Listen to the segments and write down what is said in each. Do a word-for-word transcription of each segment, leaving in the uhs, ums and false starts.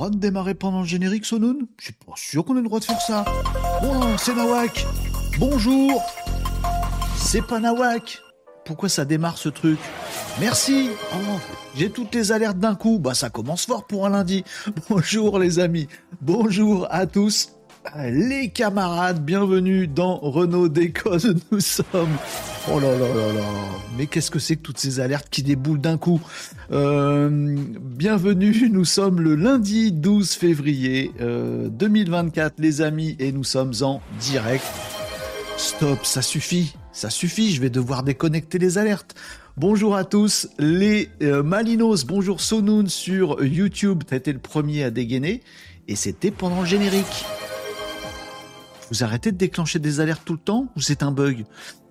droit de démarrer pendant le générique, Sonoun? Je suis pas sûr qu'on ait le droit de faire ça. Bon, c'est Nawak. Bonjour. C'est pas Nawak. Pourquoi ça démarre ce truc? Merci. Oh, j'ai toutes les alertes d'un coup. Bah, ça commence fort pour un lundi. Bonjour les amis. Bonjour à tous. Les camarades, bienvenue dans Renaud Décode. Nous sommes... Oh là là là là. Mais qu'est-ce que c'est que toutes ces alertes qui déboulent d'un coup? euh, Bienvenue, nous sommes le lundi douze février euh, deux mille vingt-quatre, les amis, et nous sommes en direct. Stop, ça suffit, ça suffit, je vais devoir déconnecter les alertes. Bonjour à tous, les euh, Malinos, bonjour Sonoun sur YouTube, t'as été le premier à dégainer, et c'était pendant le générique. Vous arrêtez de déclencher des alertes tout le temps ou c'est un bug?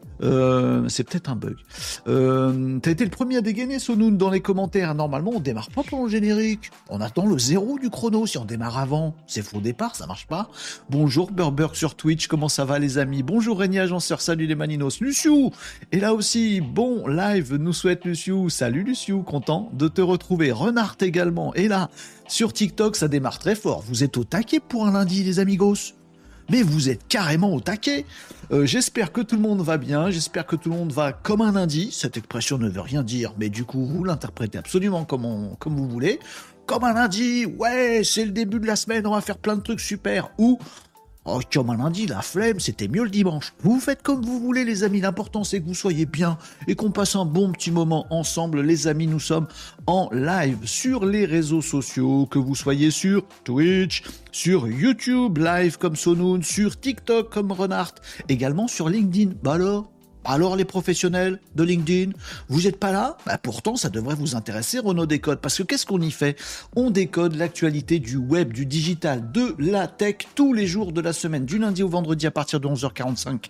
euh, C'est peut-être un bug. Euh, T'as été le premier à dégainer, Sonoun, dans les commentaires. Normalement, on démarre pas pendant le générique. On attend le zéro du chrono. Si on démarre avant, c'est faux départ, ça marche pas. Bonjour Burberg sur Twitch, comment ça va les amis? Bonjour Régnier Agenceur, salut les Maninos. Luciou et là aussi, bon live nous souhaite Luciou. Salut Luciou, content de te retrouver. Renard également. Et là, sur TikTok, ça démarre très fort. Vous êtes au taquet pour un lundi, les amigos? Mais vous êtes carrément au taquet. Euh, j'espère que tout le monde va bien, j'espère que tout le monde va comme un lundi. Cette expression ne veut rien dire, mais du coup, vous l'interprétez absolument comme, on, comme vous voulez. Comme un lundi, ouais, c'est le début de la semaine, on va faire plein de trucs super. Ou, oh, comme un lundi, la flemme, c'était mieux le dimanche. Vous faites comme vous voulez, les amis. L'important, c'est que vous soyez bien et qu'on passe un bon petit moment ensemble. Les amis, nous sommes en live sur les réseaux sociaux, que vous soyez sur Twitch, sur YouTube live comme Sonoun, sur TikTok comme Renard, également sur LinkedIn. Bah alors Alors les professionnels de LinkedIn, vous n'êtes pas là? Bah pourtant ça devrait vous intéresser Renaud Décode, parce que qu'est-ce qu'on y fait? On décode l'actualité du web, du digital, de la tech, tous les jours de la semaine, du lundi au vendredi à partir de onze heures quarante-cinq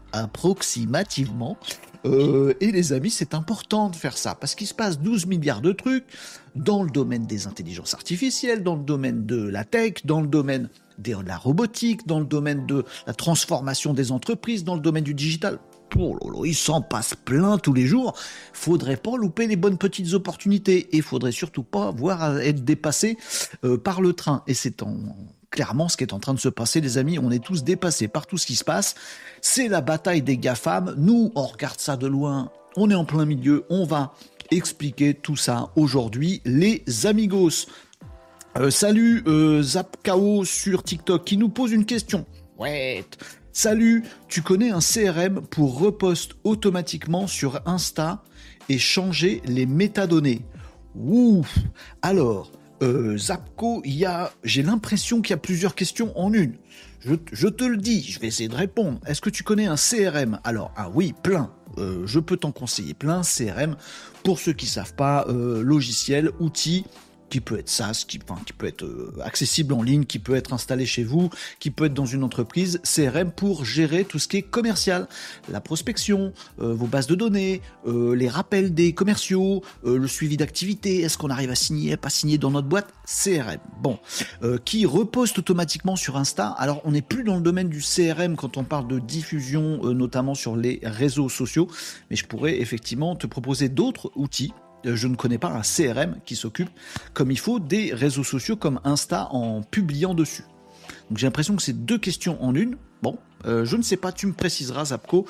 approximativement. Euh, et les amis, c'est important de faire ça, parce qu'il se passe douze milliards de trucs dans le domaine des intelligences artificielles, dans le domaine de la tech, dans le domaine de la robotique, dans le domaine de la transformation des entreprises, dans le domaine du digital. Oh là là, il s'en passe plein tous les jours. Faudrait pas louper les bonnes petites opportunités et faudrait surtout pas avoir à être dépassé euh, par le train. Et c'est en, clairement ce qui est en train de se passer, les amis. On est tous dépassés par tout ce qui se passe. C'est la bataille des GAFAM. Nous, on regarde ça de loin. On est en plein milieu. On va expliquer tout ça aujourd'hui, les amigos. Euh, salut euh, Zapkao sur TikTok qui nous pose une question. Ouais. Salut, tu connais un C R M pour repost automatiquement sur Insta et changer les métadonnées? Ouh. Alors, euh, Zapco, il y a, j'ai l'impression qu'il y a plusieurs questions en une. Je, je te le dis, je vais essayer de répondre. Est-ce que tu connais un C R M? Alors, ah oui, plein. Euh, je peux t'en conseiller plein. C R M, pour ceux qui savent pas, euh, logiciel, outil, qui peut être SaaS, qui, enfin, qui peut être euh, accessible en ligne, qui peut être installé chez vous, qui peut être dans une entreprise, C R M pour gérer tout ce qui est commercial, la prospection, euh, vos bases de données, euh, les rappels des commerciaux, euh, le suivi d'activité, est-ce qu'on arrive à signer, pas signer dans notre boîte, C R M. Bon, euh, qui reposte automatiquement sur Insta. Alors, on n'est plus dans le domaine du C R M quand on parle de diffusion, euh, notamment sur les réseaux sociaux, mais je pourrais effectivement te proposer d'autres outils. Je ne connais pas un C R M qui s'occupe comme il faut des réseaux sociaux comme Insta en publiant dessus. Donc j'ai l'impression que c'est deux questions en une. Bon, euh, je ne sais pas, tu me préciseras Zapco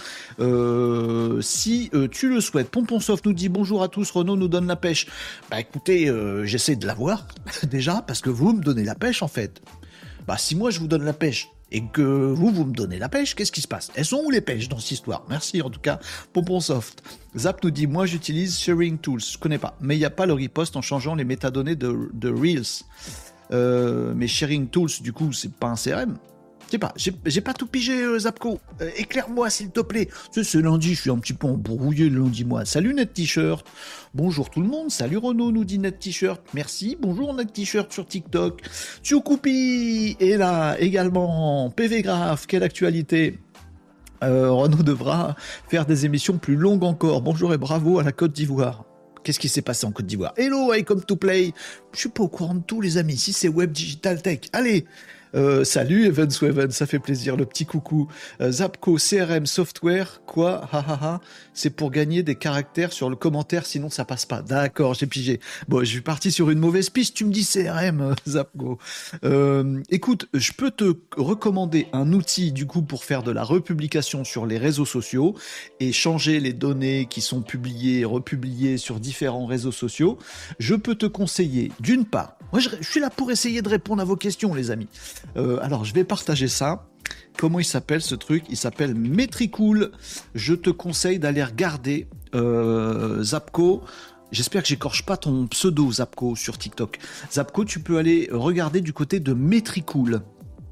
euh, si euh, tu le souhaites. Pomponsoft nous dit bonjour à tous, Renaud nous donne la pêche. Bah écoutez, euh, j'essaie de l'avoir déjà parce que vous me donnez la pêche en fait. Bah si moi je vous donne la pêche et que vous, vous me donnez la pêche, qu'est-ce qui se passe? Elles sont où les pêches dans cette histoire? Merci en tout cas, Pomponsoft. Zap nous dit, moi j'utilise Sharing Tools, je connais pas, mais il n'y a pas le riposte en changeant les métadonnées de, de Reels. Euh, mais Sharing Tools, du coup, c'est pas un C R M? Je sais pas, j'ai, j'ai pas tout pigé, euh, Zapco. Euh, éclaire-moi, s'il te plaît. C'est, c'est lundi, je suis un petit peu embrouillé le lundi, moi. Salut, Net T-shirt. Bonjour tout le monde. Salut, Renaud, nous dit Net T-shirt. Merci. Bonjour, Net T-shirt sur TikTok. Tchoukoupi est là également. P V Graph, quelle actualité. Euh, Renaud devra faire des émissions plus longues encore. Bonjour et bravo à la Côte d'Ivoire. Qu'est-ce qui s'est passé en Côte d'Ivoire? Hello, I come to play. Je suis pas au courant de tout, les amis. Si c'est web, digital, tech. Allez. Euh, salut Evan Sweven, ça fait plaisir, le petit coucou. Euh, Zapco, C R M Software, quoi, ha ha ha, c'est pour gagner des caractères sur le commentaire, sinon ça passe pas. D'accord, j'ai pigé. Bon, je suis parti sur une mauvaise piste, tu me dis C R M, euh, Zapco. Euh, écoute, je peux te recommander un outil du coup pour faire de la republication sur les réseaux sociaux et changer les données qui sont publiées et republiées sur différents réseaux sociaux. Je peux te conseiller, d'une part, moi je, je suis là pour essayer de répondre à vos questions les amis. Euh, alors, je vais partager ça. Comment il s'appelle ce truc? Il s'appelle Metricool. Je te conseille d'aller regarder euh, Zapco. J'espère que j'écorche pas ton pseudo Zapco sur TikTok. Zapco, tu peux aller regarder du côté de Metricool.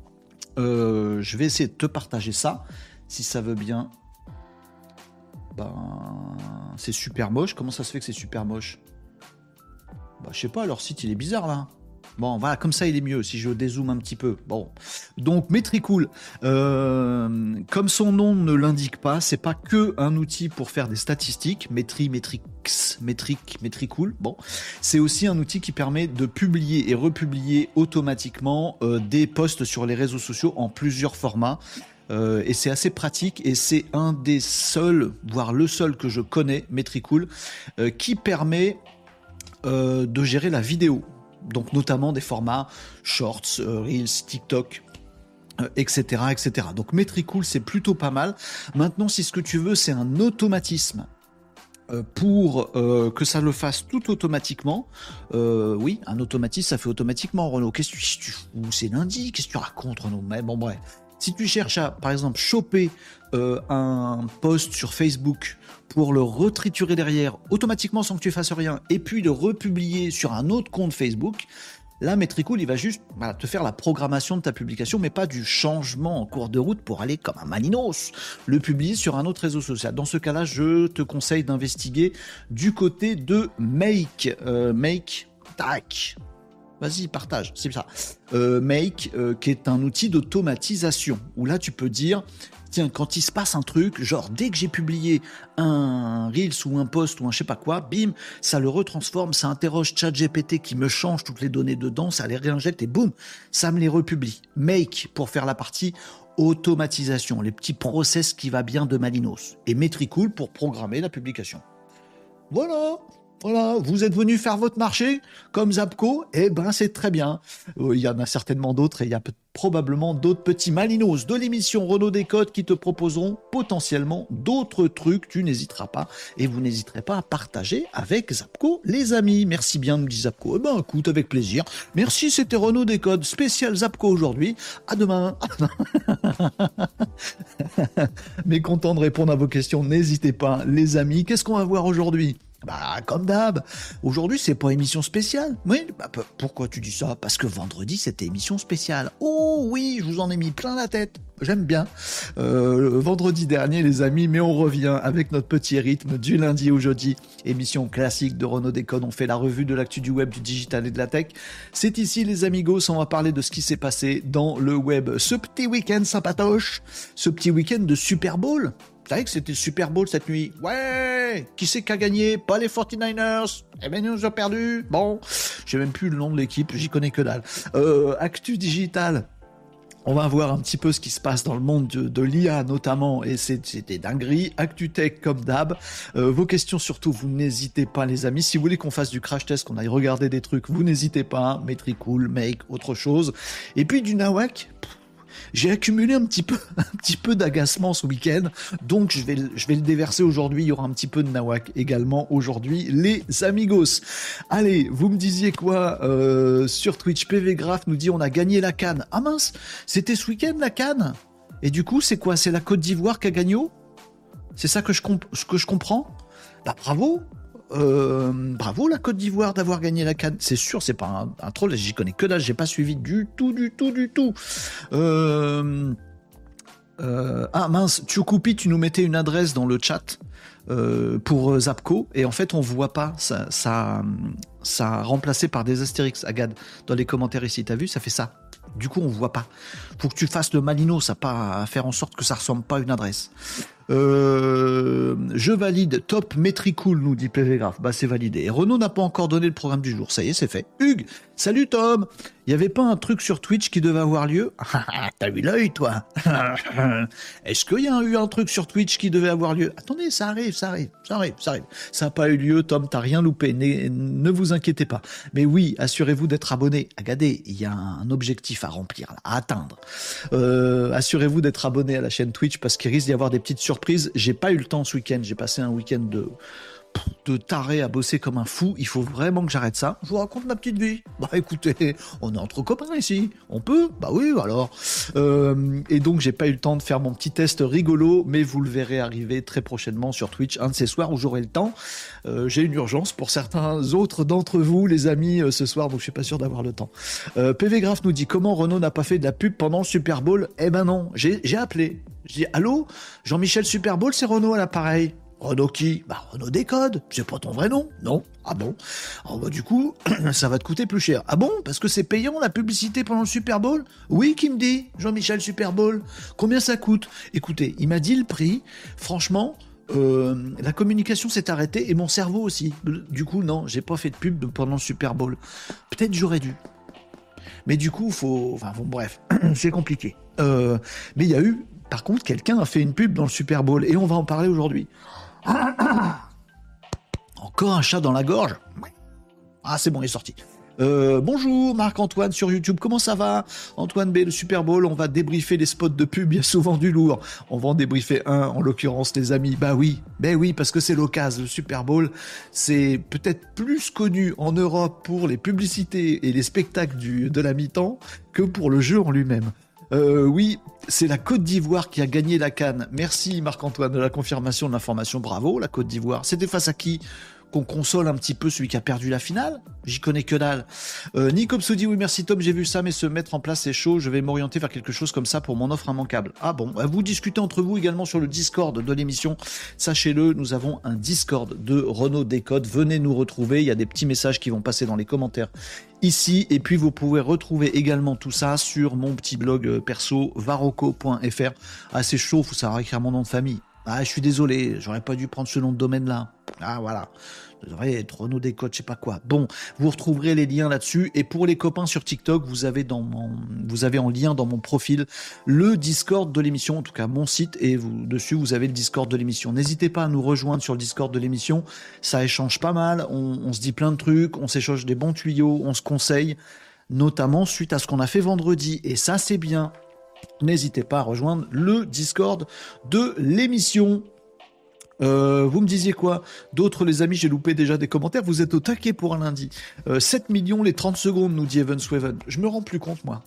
Euh, je vais essayer de te partager ça, si ça veut bien. Ben, c'est super moche. Comment ça se fait que c'est super moche? Bah, je sais pas, leur site il est bizarre là. Bon, voilà, comme ça, il est mieux, si je dézoome un petit peu. Bon, donc, Metricool, euh, comme son nom ne l'indique pas, c'est pas que un outil pour faire des statistiques, Metri, Metrix, Metric, Metricool, bon, c'est aussi un outil qui permet de publier et republier automatiquement euh, des posts sur les réseaux sociaux en plusieurs formats. Euh, et c'est assez pratique et c'est un des seuls, voire le seul que je connais, Metricool, euh, qui permet euh, de gérer la vidéo. Donc notamment des formats Shorts, euh, Reels, TikTok, euh, et cetera, et cetera. Donc Metricool, c'est plutôt pas mal. Maintenant, si ce que tu veux, c'est un automatisme euh, pour euh, que ça le fasse tout automatiquement. Euh, oui, un automatisme, ça fait automatiquement, Renaud. Qu'est-ce que tu, tu c'est lundi, qu'est-ce que tu racontes, Renaud? Mais bon, bref. Si tu cherches à, par exemple, choper euh, un post sur Facebook pour le retriturer derrière automatiquement sans que tu fasses rien et puis le republier sur un autre compte Facebook, là, Metricool, il va juste voilà, te faire la programmation de ta publication, mais pas du changement en cours de route pour aller comme un maninos, le publier sur un autre réseau social. Dans ce cas-là, je te conseille d'investiguer du côté de Make. Euh, Make, tac. Vas-y, partage, c'est ça. Euh, Make, euh, qui est un outil d'automatisation, où là, tu peux dire, tiens, quand il se passe un truc, genre, dès que j'ai publié un Reels ou un post ou un je sais pas quoi, bim, ça le retransforme, ça interroge ChatGPT qui me change toutes les données dedans, ça les réinjecte et boum, ça me les republie. Make, pour faire la partie automatisation, les petits process qui va bien de Malinos. Et Metricool pour programmer la publication. Voilà. Voilà, vous êtes venu faire votre marché comme Zapco, eh ben c'est très bien. Euh, il y en a certainement d'autres et il y a peut- probablement d'autres petits malinos de l'émission Renaud Décode qui te proposeront potentiellement d'autres trucs. Tu n'hésiteras pas et vous n'hésiterez pas à partager avec Zapco, les amis. Merci bien, nous dit Zapco. Eh ben écoute, avec plaisir. Merci, c'était Renaud Décode spécial Zapco aujourd'hui. À demain. Mais content de répondre à vos questions. N'hésitez pas, les amis. Qu'est-ce qu'on va voir aujourd'hui? Bah, comme d'hab. Aujourd'hui, c'est pas émission spéciale. Oui, bah, p- pourquoi tu dis ça? Parce que vendredi, c'était émission spéciale. Oh oui, je vous en ai mis plein la tête. J'aime bien. Euh, le vendredi dernier, les amis, mais on revient avec notre petit rythme du lundi au jeudi. Émission classique de Renaud Décode. On fait la revue de l'actu du web, du digital et de la tech. C'est ici, les amigos. On va parler de ce qui s'est passé dans le web. Ce petit week-end sympatoche. Ce petit week-end de Super Bowl. Vous savez que c'était le Super Bowl cette nuit? Ouais! Qui c'est qui a gagné? Pas les forty-niners. Eh ben, nous ont perdu. Bon, j'ai même plus le nom de l'équipe, j'y connais que dalle. Euh, actu digital. On va voir un petit peu ce qui se passe dans le monde de, de l'I A notamment, et c'est, c'est des dingueries. Actu Tech comme d'hab. Euh, vos questions surtout, vous n'hésitez pas les amis. Si vous voulez qu'on fasse du crash test, qu'on aille regarder des trucs, vous n'hésitez pas. Metricool, Make, autre chose. Et puis du Nawak. J'ai accumulé un petit peu, un petit peu d'agacement ce week-end, donc je vais, je vais le déverser aujourd'hui. Il y aura un petit peu de Nawak également aujourd'hui, les amigos. Allez, vous me disiez quoi euh, sur Twitch? P V Graph nous dit on a gagné la CAN. Ah mince, c'était ce week-end la CAN. Et du coup, c'est quoi? C'est la Côte d'Ivoire qui a gagné? C'est ça que je, comp- ce que je comprends? Bah bravo. Euh, bravo la Côte d'Ivoire d'avoir gagné la CAN. C'est sûr, c'est pas un, un troll, j'y connais que dalle, j'ai pas suivi du tout, du tout, du tout. Euh, euh, ah mince, Tchoukoupi, tu nous mettais une adresse dans le chat euh, pour Zapco, et en fait on voit pas, ça, ça, ça a remplacé par des astérix, Agad, dans les commentaires ici, t'as vu, ça fait ça. Du coup on voit pas. Faut que tu fasses le malino, ça pas à faire en sorte que ça ressemble pas à une adresse. Euh, je valide. Top Metricool, nous dit P V Graph. Bah, c'est validé. Et Renaud n'a pas encore donné le programme du jour. Ça y est, c'est fait. Hugues, salut Tom. Il y avait pas un truc sur Twitch qui devait avoir lieu? T'as vu l'œil, toi? Est-ce qu'il y a eu un truc sur Twitch qui devait avoir lieu? Attendez, ça arrive, ça arrive, ça arrive, ça arrive. Ça n'a pas eu lieu, Tom, t'as rien loupé. Ne, ne vous inquiétez pas. Mais oui, assurez-vous d'être abonné. Regardez, il y a un objectif à remplir, à atteindre. Euh, assurez-vous d'être abonné à la chaîne Twitch parce qu'il risque d'y avoir des petites surprises. J'ai pas eu le temps ce week-end. J'ai passé un week-end de... de taré à bosser comme un fou, il faut vraiment que j'arrête ça. Je vous raconte ma petite vie. Bah écoutez, on est entre copains ici, on peut? Bah oui, alors. Euh, et donc j'ai pas eu le temps de faire mon petit test rigolo, mais vous le verrez arriver très prochainement sur Twitch, un de ces soirs où j'aurai le temps. Euh, j'ai une urgence pour certains autres d'entre vous, les amis, euh, ce soir, donc je suis pas sûr d'avoir le temps. Euh, P V Graph nous dit comment Renaud n'a pas fait de la pub pendant le Super Bowl? Eh ben non, j'ai, j'ai appelé. J'ai dit allô, Jean-Michel Super Bowl, c'est Renaud à l'appareil. Renaud qui? Bah Renaud Décode, c'est pas ton vrai nom? Non. Ah bon? Alors bah du coup, ça va te coûter plus cher. Ah bon? Parce que c'est payant la publicité pendant le Super Bowl? Oui, qui me dit? Jean-Michel Super Bowl. Combien ça coûte? Écoutez, il m'a dit le prix. Franchement, euh, la communication s'est arrêtée et mon cerveau aussi. Du coup, non, j'ai pas fait de pub pendant le Super Bowl. Peut-être j'aurais dû. Mais du coup, faut... Enfin bon, bref, c'est compliqué. Euh, mais il y a eu... Par contre, quelqu'un a fait une pub dans le Super Bowl et on va en parler aujourd'hui. Encore un chat dans la gorge. Ah, c'est bon, il est sorti. Euh, bonjour Marc-Antoine sur YouTube, comment ça va? Antoine B, le Super Bowl, on va débriefer les spots de pub, il y a souvent du lourd. On va en débriefer un, en l'occurrence les amis. Bah oui, ben oui, parce que c'est l'occasion. Le Super Bowl, c'est peut-être plus connu en Europe pour les publicités et les spectacles du, de la mi-temps que pour le jeu en lui-même. Euh, oui, c'est la Côte d'Ivoire qui a gagné la CAN. Merci Marc-Antoine de la confirmation de l'information. Bravo, la Côte d'Ivoire. C'était face à qui? Qu'on console un petit peu celui qui a perdu la finale? J'y connais que dalle. Euh, Nicopso dit oui merci Tom, j'ai vu ça, mais se mettre en place c'est chaud, je vais m'orienter vers quelque chose comme ça pour mon offre immanquable. Ah bon, vous discutez entre vous également sur le Discord de l'émission. Sachez-le, nous avons un Discord de Renaud Décode. Venez nous retrouver, il y a des petits messages qui vont passer dans les commentaires ici, et puis vous pouvez retrouver également tout ça sur mon petit blog perso varroco point f r. Ah c'est chaud, faut savoir écrire mon nom de famille. Ah, je suis désolé, j'aurais pas dû prendre ce nom de domaine-là. Ah, voilà. Ça devrait être Renaud Décode, je sais pas quoi. Bon, vous retrouverez les liens là-dessus. Et pour les copains sur TikTok, vous avez dans mon, vous avez en lien dans mon profil le Discord de l'émission, en tout cas mon site, et vous, dessus, vous avez le Discord de l'émission. N'hésitez pas à nous rejoindre sur le Discord de l'émission. Ça échange pas mal. On, on se dit plein de trucs, on s'échange des bons tuyaux, on se conseille, notamment suite à ce qu'on a fait vendredi. Et ça, c'est bien. N'hésitez pas à rejoindre le Discord de l'émission. Euh, vous me disiez quoi? D'autres, les amis, j'ai loupé déjà des commentaires. Vous êtes au taquet pour un lundi. Euh, sept millions les trente secondes, nous dit Evan Sweven. Je me rends plus compte, moi.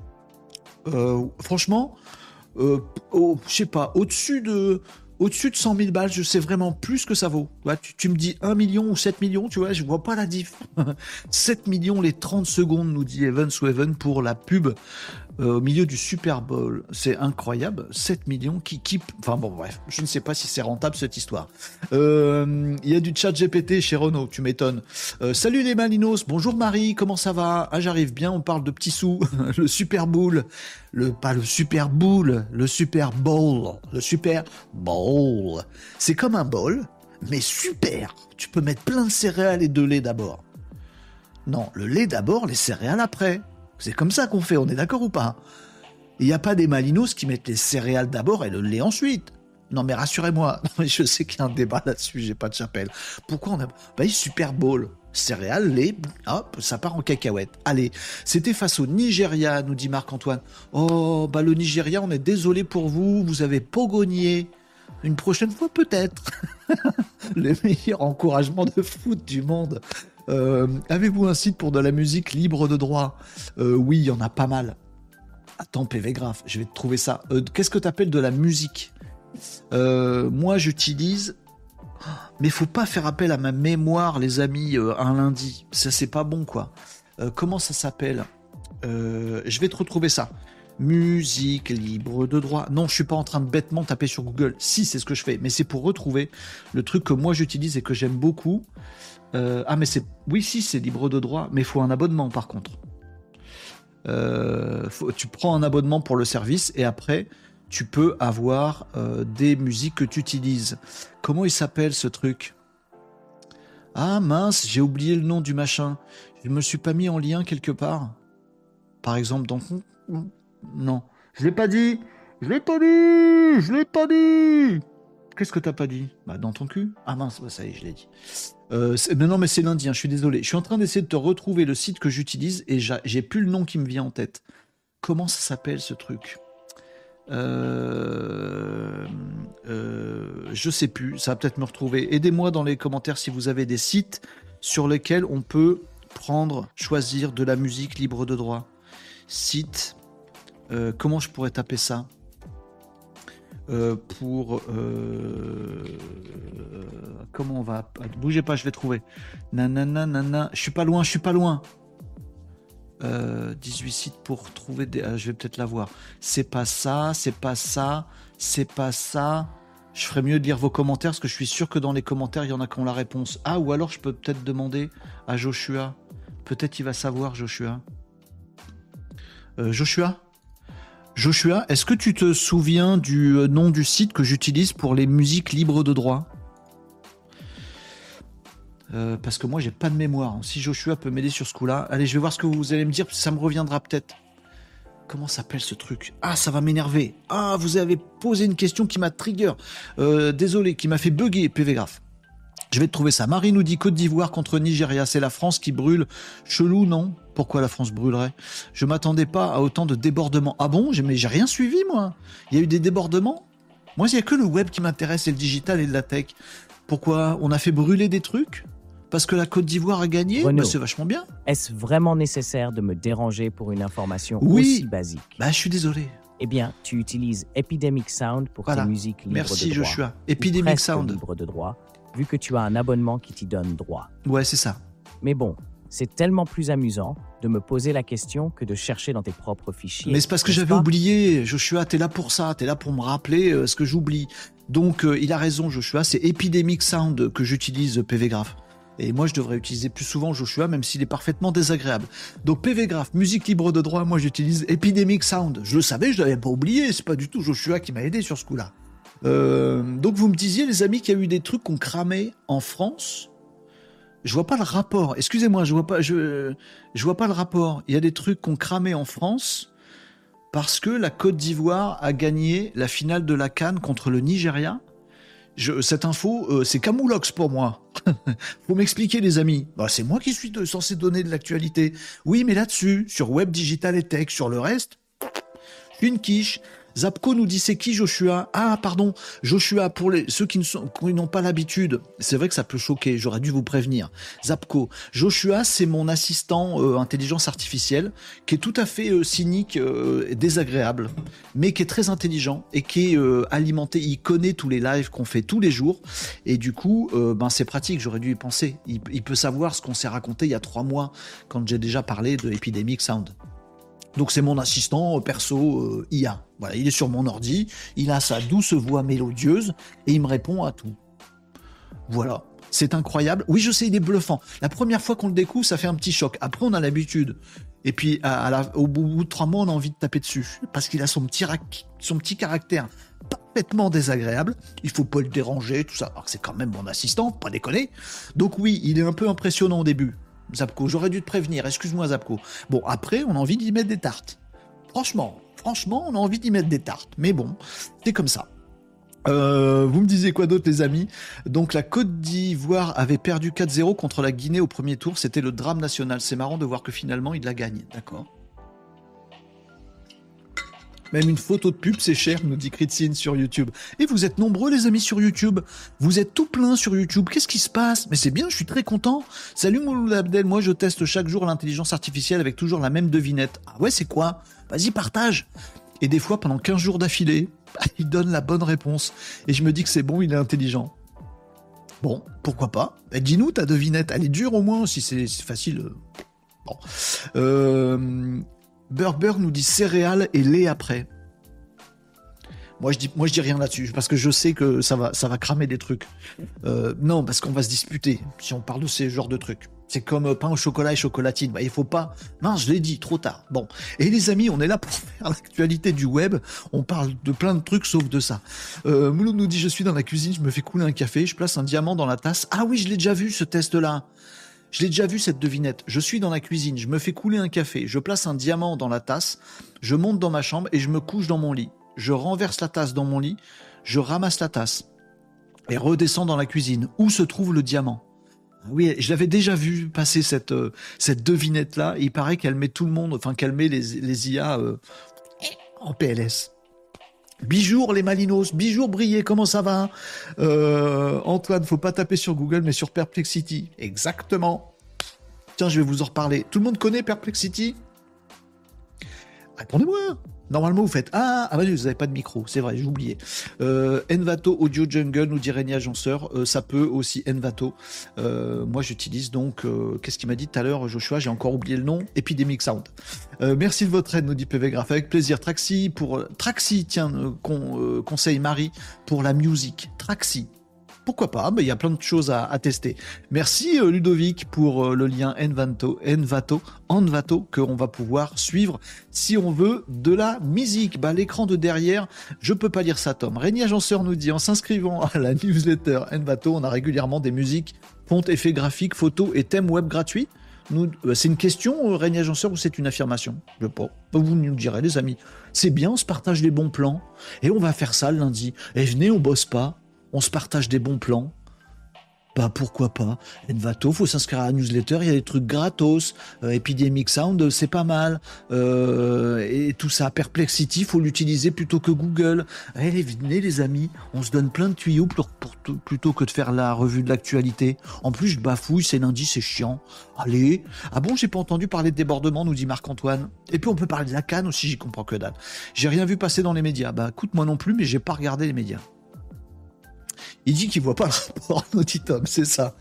Euh, franchement, euh, oh, je sais pas, au-dessus de... Au-dessus de cent mille balles, je sais vraiment plus ce que ça vaut. Ouais, tu, tu me dis un million ou sept millions, tu vois, je vois pas la diff. sept millions les trente secondes, nous dit Evan Sweven, pour la pub euh, au milieu du Super Bowl. C'est incroyable. sept millions qui... qui... Enfin bon, bref, je ne sais pas si c'est rentable cette histoire. Il euh, y a du chat G P T chez Renault, tu m'étonnes. Euh, salut les Malinos, bonjour Marie, comment ça va? Ah, j'arrive bien, on parle de petits sous. Le Super Bowl. Le, pas le Super Bowl, le Super Bowl. Le Super Bowl. C'est comme un bol, mais super. Tu peux mettre plein de céréales et de lait d'abord. Non, le lait d'abord, les céréales après. C'est comme ça qu'on fait, on est d'accord ou pas? Il n'y a pas des Malinos qui mettent les céréales d'abord et le lait ensuite. Non mais rassurez-moi, je sais qu'il y a un débat là-dessus, j'ai pas de chapelle. Pourquoi on a... Bah, Super Bowl. Céréales, lait, hop, ça part en cacahuète. Allez, c'était face au Nigeria, nous dit Marc-Antoine. Oh, bah le Nigeria, on est désolé pour vous, vous avez pogogné. Une prochaine fois peut-être. Le meilleur encouragement de foot du monde. Euh, avez-vous un site pour de la musique libre de droit? euh, Oui, il y en a pas mal. Attends, P V Graph, je vais te trouver ça. Euh, qu'est-ce que tu appelles de la musique? euh, Moi, j'utilise... Mais faut pas faire appel à ma mémoire, les amis, euh, un lundi. Ça, c'est pas bon, quoi. Euh, comment ça s'appelle? euh, Je vais te retrouver ça. Musique libre de droit. Non, je suis pas en train de bêtement taper sur Google. Si, c'est ce que je fais. Mais c'est pour retrouver le truc que moi j'utilise et que j'aime beaucoup. Euh, ah, mais c'est... Oui, si, c'est libre de droit. Mais il faut un abonnement, par contre. Euh, faut... Tu prends un abonnement pour le service et après... tu peux avoir euh, des musiques que tu utilises. Comment il s'appelle ce truc ? Ah mince, j'ai oublié le nom du machin. Je me suis pas mis en lien quelque part. Par exemple, dans... Non, je l'ai pas dit. Je l'ai pas dit. Je l'ai pas dit. Qu'est-ce que t'as pas dit ? Bah dans ton cul. Ah mince, bah, ça y est, je l'ai dit. Euh, mais non, mais c'est lundi, hein, je suis désolé. Je suis en train d'essayer de te retrouver le site que j'utilise et j'ai, j'ai plus le nom qui me vient en tête. Comment ça s'appelle ce truc ? euh, euh, Je sais plus, ça va peut-être me retrouver. Aidez-moi dans les commentaires si vous avez des sites sur lesquels on peut prendre, choisir de la musique libre de droit. Site, euh, comment je pourrais taper ça ? Euh, pour euh, comment on va, bougez pas, je vais trouver. Nanana, nanana, je suis pas loin, je suis pas loin. Euh, dix-huit sites pour trouver des. Ah, je vais peut-être l'avoir. C'est pas ça, c'est pas ça, c'est pas ça. Je ferais mieux de lire vos commentaires parce que je suis sûr que dans les commentaires il y en a qui ont la réponse. Ah, ou alors je peux peut-être demander à Joshua. Peut-être il va savoir, Joshua. Euh, Joshua. Joshua, est-ce que tu te souviens du nom du site que j'utilise pour les musiques libres de droit ? euh, Parce que moi, j'ai pas de mémoire. Si Joshua peut m'aider sur ce coup-là, allez, je vais voir ce que vous allez me dire, ça me reviendra peut-être. Comment s'appelle ce truc ? Ah, ça va m'énerver. Ah, vous avez posé une question qui m'a trigger. Euh, désolé, qui m'a fait bugger, P V Graph. Je vais te trouver ça. Marie nous dit Côte d'Ivoire contre Nigeria. C'est la France qui brûle. Chelou, non ? Pourquoi la France brûlerait ? Je m'attendais pas à autant de débordements. Ah bon ? Mais j'ai rien suivi, moi. Il y a eu des débordements ? Moi, il n'y a que le web qui m'intéresse, et le digital et de la tech. Pourquoi ? On a fait brûler des trucs ? Parce que la Côte d'Ivoire a gagné ? Renaud, bah, c'est vachement bien. Est-ce vraiment nécessaire de me déranger pour une information oui. aussi basique ? Bah, je suis désolé. Eh bien, tu utilises Epidemic Sound pour voilà. tes musiques libres Merci, de droit. Joshua. Epidemic Sound. Libre de droit, vu que tu as un abonnement qui t'y donne droit. Ouais, c'est ça. Mais bon, c'est tellement plus amusant de me poser la question que de chercher dans tes propres fichiers. Mais c'est parce que j'avais pas oublié. Joshua, t'es là pour ça. T'es là pour me rappeler euh, ce que j'oublie. Donc, euh, il a raison, Joshua. C'est Epidemic Sound que j'utilise, P V Graph. Et moi, je devrais utiliser plus souvent Joshua, même s'il est parfaitement désagréable. Donc, P V Graph, musique libre de droit, moi, j'utilise Epidemic Sound. Je le savais, je l'avais pas oublié. C'est pas du tout Joshua qui m'a aidé sur ce coup-là. Euh, donc, vous me disiez, les amis, qu'il y a eu des trucs qu'on cramait en France. Je vois pas le rapport. Excusez-moi, je vois pas, je, je vois pas le rapport. Il y a des trucs qu'on cramait en France parce que la Côte d'Ivoire a gagné la finale de la CAN contre le Nigeria. Je, cette info, euh, c'est camoulox pour moi. Faut m'expliquer, les amis. Bah, c'est moi qui suis de, censé donner de l'actualité. Oui, mais là-dessus, sur Web, Digital et Tech, sur le reste, une quiche. Zapco nous dit c'est qui Joshua ? Ah pardon, Joshua, pour les, ceux qui, ne sont, qui n'ont pas l'habitude, c'est vrai que ça peut choquer, j'aurais dû vous prévenir. Zapco, Joshua c'est mon assistant euh, intelligence artificielle qui est tout à fait euh, cynique euh, et désagréable, mais qui est très intelligent et qui est euh, alimenté, il connaît tous les lives qu'on fait tous les jours et du coup euh, ben, c'est pratique, j'aurais dû y penser. Il, il peut savoir ce qu'on s'est raconté il y a trois mois quand j'ai déjà parlé de Epidemic Sound. Donc c'est mon assistant perso euh, I A. Voilà, il est sur mon ordi, il a sa douce voix mélodieuse et il me répond à tout. Voilà, c'est incroyable. Oui, je sais, il est bluffant. La première fois qu'on le découvre, ça fait un petit choc. Après, on a l'habitude. Et puis, à, à la, au bout de trois mois, on a envie de taper dessus parce qu'il a son petit, son petit caractère parfaitement désagréable. Il faut pas le déranger, tout ça. Alors que c'est quand même mon assistant, pas déconner. Donc oui, il est un peu impressionnant au début. Zapco, j'aurais dû te prévenir, excuse-moi Zapco. Bon, après, on a envie d'y mettre des tartes. Franchement, franchement, on a envie d'y mettre des tartes. Mais bon, c'est comme ça. Euh, vous me disiez quoi d'autre, les amis ? Donc, la Côte d'Ivoire avait perdu quatre zéro contre la Guinée au premier tour. C'était le drame national. C'est marrant de voir que finalement, il la gagne. D'accord. Même une photo de pub, c'est cher, nous dit Kritzin sur YouTube. Et vous êtes nombreux, les amis, sur YouTube. Vous êtes tout plein sur YouTube. Qu'est-ce qui se passe ? Mais c'est bien, je suis très content. Salut Mouloud Abdel, moi je teste chaque jour l'intelligence artificielle avec toujours la même devinette. Ah ouais, c'est quoi ? Vas-y, partage. Et des fois, pendant quinze jours d'affilée, il donne la bonne réponse. Et je me dis que c'est bon, il est intelligent. Bon, pourquoi pas ? Bah, dis-nous ta devinette. Elle est dure au moins, si c'est, c'est facile. Bon. Euh... Burger nous dit céréales et lait après. Moi je dis, moi je dis rien là-dessus parce que je sais que ça va, ça va cramer des trucs. Euh, non, parce qu'on va se disputer si on parle de ces genres de trucs. C'est comme pain au chocolat et chocolatine. Bah, il faut pas... Mince, je l'ai dit, trop tard. Bon. Et les amis, on est là pour faire l'actualité du web. On parle de plein de trucs sauf de ça. Euh, Mouloud nous dit, je suis dans la cuisine, je me fais couler un café, je place un diamant dans la tasse. Ah oui, je l'ai déjà vu, ce test-là. Je l'ai déjà vu, cette devinette. Je suis dans la cuisine, je me fais couler un café, je place un diamant dans la tasse, je monte dans ma chambre et je me couche dans mon lit. Je renverse la tasse dans mon lit, je ramasse la tasse et redescends dans la cuisine. Où se trouve le diamant ? Oui, je l'avais déjà vu passer cette, euh, cette devinette-là. Il paraît qu'elle met tout le monde, enfin qu'elle met les, les I A euh, en P L S. Bijour les Malinos, bijour brillé, comment ça va euh, Antoine, faut pas taper sur Google mais sur Perplexity. Exactement. Tiens, je vais vous en reparler. Tout le monde connaît Perplexity ? Répondez-moi. Normalement, vous faites ah, ah bah, vous n'avez pas de micro, c'est vrai, j'ai oublié. Euh, Envato Audio Jungle nous dit Régnier Agenceur, euh, ça peut aussi Envato. Euh, moi, j'utilise donc, euh, qu'est-ce qu'il m'a dit tout à l'heure, Joshua, j'ai encore oublié le nom, Epidemic Sound. Euh, merci de votre aide, nous dit P V Graph, avec plaisir. Traxi pour Traxi, tiens, euh, con, euh, conseil Marie pour la musique. Traxi. Pourquoi pas, mais il y a plein de choses à, à tester. Merci euh, Ludovic pour euh, le lien Envato, Envato, Envato, qu'on va pouvoir suivre si on veut de la musique. Bah, l'écran de derrière, je peux pas lire ça, Tom. Régnier Agenceur nous dit, en s'inscrivant à la newsletter Envato, on a régulièrement des musiques, fontes, effets graphiques, photos et thèmes web gratuits. Nous, euh, c'est une question, euh, Régnier Agenceur, ou c'est une affirmation ? Je sais pas. Vous nous direz, les amis. C'est bien, on se partage les bons plans. Et on va faire ça le lundi. Et venez, on bosse pas. On se partage des bons plans. Bah pourquoi pas. Envato, faut s'inscrire à la newsletter, il y a des trucs gratos. Euh, Epidemic Sound, c'est pas mal. Euh, et tout ça, Perplexity, faut l'utiliser plutôt que Google. Allez, venez les amis, on se donne plein de tuyaux pour, pour, plutôt que de faire la revue de l'actualité. En plus, je bafouille, c'est lundi, c'est chiant. Allez. Ah bon, j'ai pas entendu parler de débordement, nous dit Marc-Antoine. Et puis on peut parler de la canne aussi, j'y comprends que dalle. J'ai rien vu passer dans les médias. Bah écoute, moi non plus, mais j'ai pas regardé les médias. Il dit qu'il voit pas le rapport, nous dit Tom, c'est ça.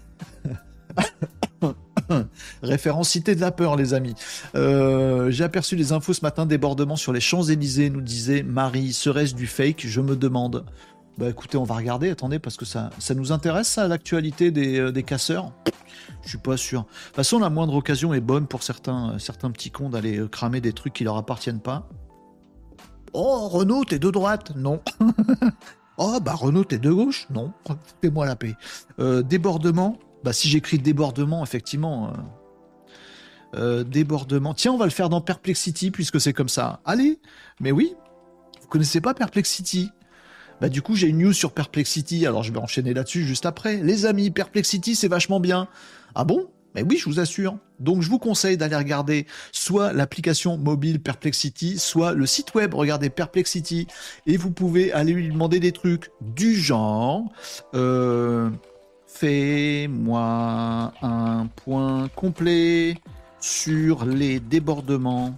Référence Cité de la peur, les amis. Euh, j'ai aperçu les infos ce matin, débordement sur les Champs-Élysées, nous disait Marie. Serait-ce du fake ? Je me demande. Bah écoutez, on va regarder, attendez, parce que ça, ça nous intéresse, ça, l'actualité des, euh, des casseurs ? Je suis pas sûr. De toute façon, la moindre occasion est bonne pour certains, certains petits cons d'aller euh, cramer des trucs qui leur appartiennent pas. Oh, Renaud, t'es de droite ? Non. Oh, bah Renaud, t'es de gauche ? Non, fais-moi la paix. Euh, débordement, bah si j'écris débordement, effectivement. Euh, euh, débordement. Tiens, on va le faire dans Perplexity, puisque c'est comme ça. Allez, mais oui, vous connaissez pas Perplexity ? Bah du coup, j'ai une news sur Perplexity, alors je vais enchaîner là-dessus juste après. Les amis, Perplexity, c'est vachement bien. Ah bon ? Mais oui, je vous assure. Donc, je vous conseille d'aller regarder soit l'application mobile Perplexity, soit le site web, regardez Perplexity, et vous pouvez aller lui demander des trucs du genre euh, « Fais-moi un point complet sur les débordements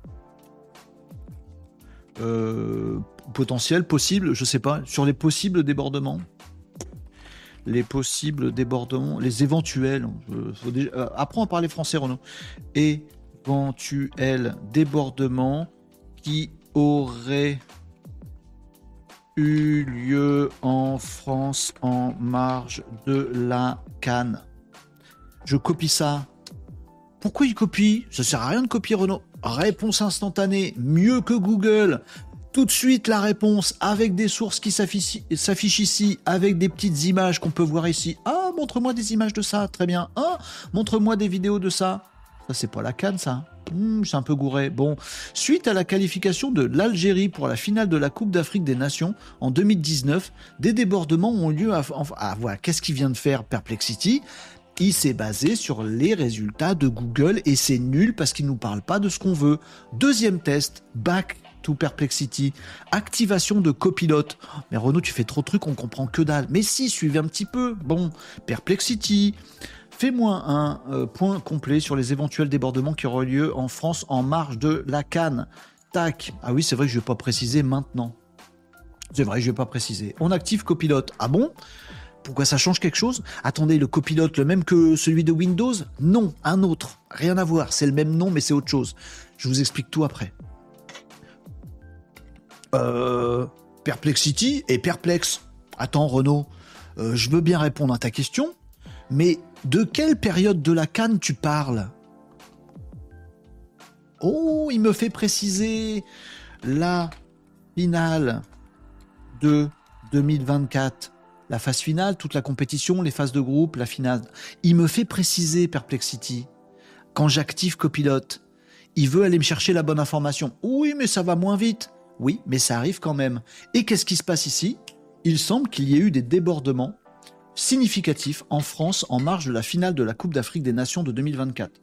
euh, potentiels, possibles, je sais pas, sur les possibles débordements ». Les possibles débordements, les éventuels. Euh, faut déjà, euh, apprends à parler français, Renaud. Éventuels débordements qui auraient eu lieu en France en marge de la Cannes. Je copie ça. Pourquoi il copie ? Ça sert à rien de copier, Renaud. Réponse instantanée, mieux que Google. Tout de suite la réponse avec des sources qui s'affichent, s'affichent ici, avec des petites images qu'on peut voir ici. Ah, montre-moi des images de ça, très bien. Ah, montre-moi des vidéos de ça. Ça, c'est pas la Cannes, ça. Mmh, c'est un peu gouré. Bon, suite à la qualification de l'Algérie pour la finale de la Coupe d'Afrique des Nations en deux mille dix-neuf, des débordements ont eu lieu à... Ah, voilà, qu'est-ce qu'il vient de faire Perplexity ? Il s'est basé sur les résultats de Google et c'est nul parce qu'il ne nous parle pas de ce qu'on veut. Deuxième test, back to Perplexity, activation de copilote. Mais Renaud, tu fais trop de trucs, on comprend que dalle. Mais si, suivez un petit peu. Bon, Perplexity, fais-moi un euh, point complet sur les éventuels débordements qui auraient lieu en France en marge de la Cannes. Tac. Ah oui, c'est vrai que je ne vais pas préciser maintenant. C'est vrai, je ne vais pas préciser. On active copilote. Ah bon ? Pourquoi ça change quelque chose ? Attendez, le copilote, le même que celui de Windows ? Non, un autre. Rien à voir. C'est le même nom, mais c'est autre chose. Je vous explique tout après. Euh, Perplexity et perplexe. Attends, Renaud, euh, je veux bien répondre à ta question, mais De quelle période de la CAN tu parles? Oh, il me fait préciser la finale de deux mille vingt-quatre. La phase finale, toute la compétition, les phases de groupe, la finale. Il me fait préciser, Perplexity, quand j'active Copilote, il veut aller me chercher la bonne information. Oui, mais ça va moins vite. Oui, mais ça arrive quand même. Et qu'est-ce qui se passe ici? Il semble qu'il y ait eu des débordements significatifs en France en marge de la finale de la Coupe d'Afrique des Nations de deux mille vingt-quatre.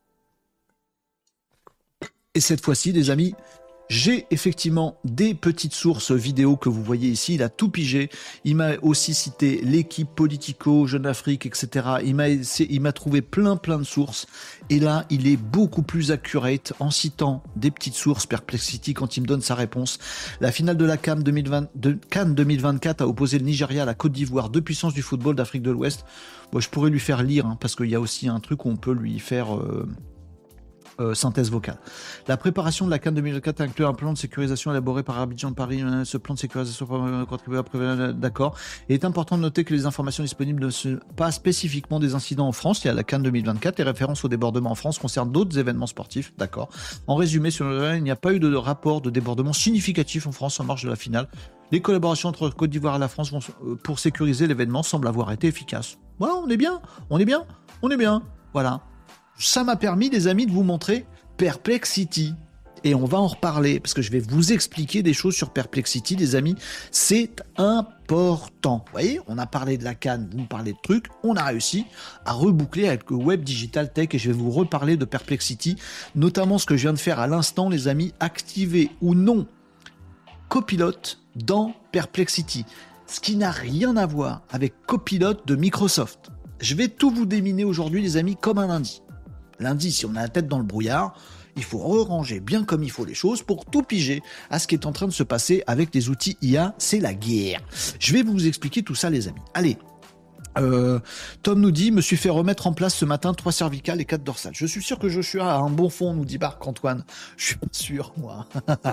Et cette fois-ci, les amis, j'ai effectivement des petites sources vidéo que vous voyez ici. Il a tout pigé. Il m'a aussi cité l'équipe Politico, Jeune Afrique, et cetera. Il m'a, il m'a trouvé plein, plein de sources. Et là, il est beaucoup plus accurate en citant des petites sources. Perplexity, quand il me donne sa réponse. La finale de la CAN deux mille vingt, de CAN deux mille vingt-quatre a opposé le Nigeria à la Côte d'Ivoire, deux puissances du football d'Afrique de l'Ouest. Bon, je pourrais lui faire lire, hein, parce qu'il y a aussi un truc où on peut lui faire... Euh, Euh, synthèse vocale. La préparation de la CAN deux mille vingt-quatre inclut un plan de sécurisation élaboré par Abidjan de Paris. Ce plan de sécurisation contribué après, d'accord. Il est important de noter que les informations disponibles ne sont pas spécifiquement des incidents en France. Il y a la CAN deux mille vingt-quatre. Les références au débordement en France concernent d'autres événements sportifs, d'accord. En résumé, sur le il n'y a pas eu de rapport de débordement significatif en France en marge de la finale. Les collaborations entre Côte d'Ivoire et la France vont, pour sécuriser l'événement semblent avoir été efficaces. Voilà, on est bien, on est bien, on est bien. Voilà. Ça m'a permis, les amis, de vous montrer Perplexity. Et on va en reparler, parce que je vais vous expliquer des choses sur Perplexity, les amis. C'est important. Vous voyez, on a parlé de la CAN, vous me parlez de trucs. On a réussi à reboucler avec le Web Digital Tech, et je vais vous reparler de Perplexity, notamment ce que je viens de faire à l'instant, les amis. Activer ou non Copilote dans Perplexity. Ce qui n'a rien à voir avec Copilote de Microsoft. Je vais tout vous déminer aujourd'hui, les amis, comme un lundi. Lundi, si on a la tête dans le brouillard, il faut re-ranger bien comme il faut les choses pour tout piger à ce qui est en train de se passer avec les outils I A. C'est la guerre. Je vais vous expliquer tout ça, les amis. Allez, euh, Tom nous dit « Me suis fait remettre en place ce matin trois cervicales et quatre dorsales. Je suis sûr que Joshua a un bon fond, nous dit Marc-Antoine. Je suis pas sûr, moi.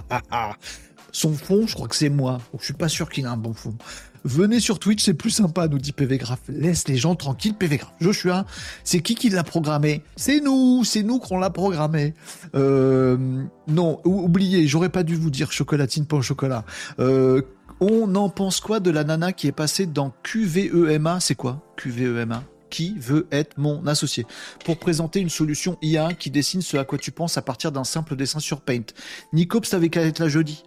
Son fond, je crois que c'est moi. Donc, je suis pas sûr qu'il a un bon fond. Venez sur Twitch, c'est plus sympa, nous dit P V Graph. Laisse les gens tranquilles, P V Graph. Joshua, c'est qui qui l'a programmé? C'est nous, c'est nous qu'on l'a programmé. Euh, non, oubliez, j'aurais pas dû vous dire chocolatine, pas au chocolat. Euh, on en pense quoi de la nana qui est passée dans Q V E M A? C'est quoi Q V E M A? Qui veut être mon associé? Pour présenter une solution I A qui dessine ce à quoi tu penses à partir d'un simple dessin sur Paint. Nicops t'avais qu'à être là jeudi.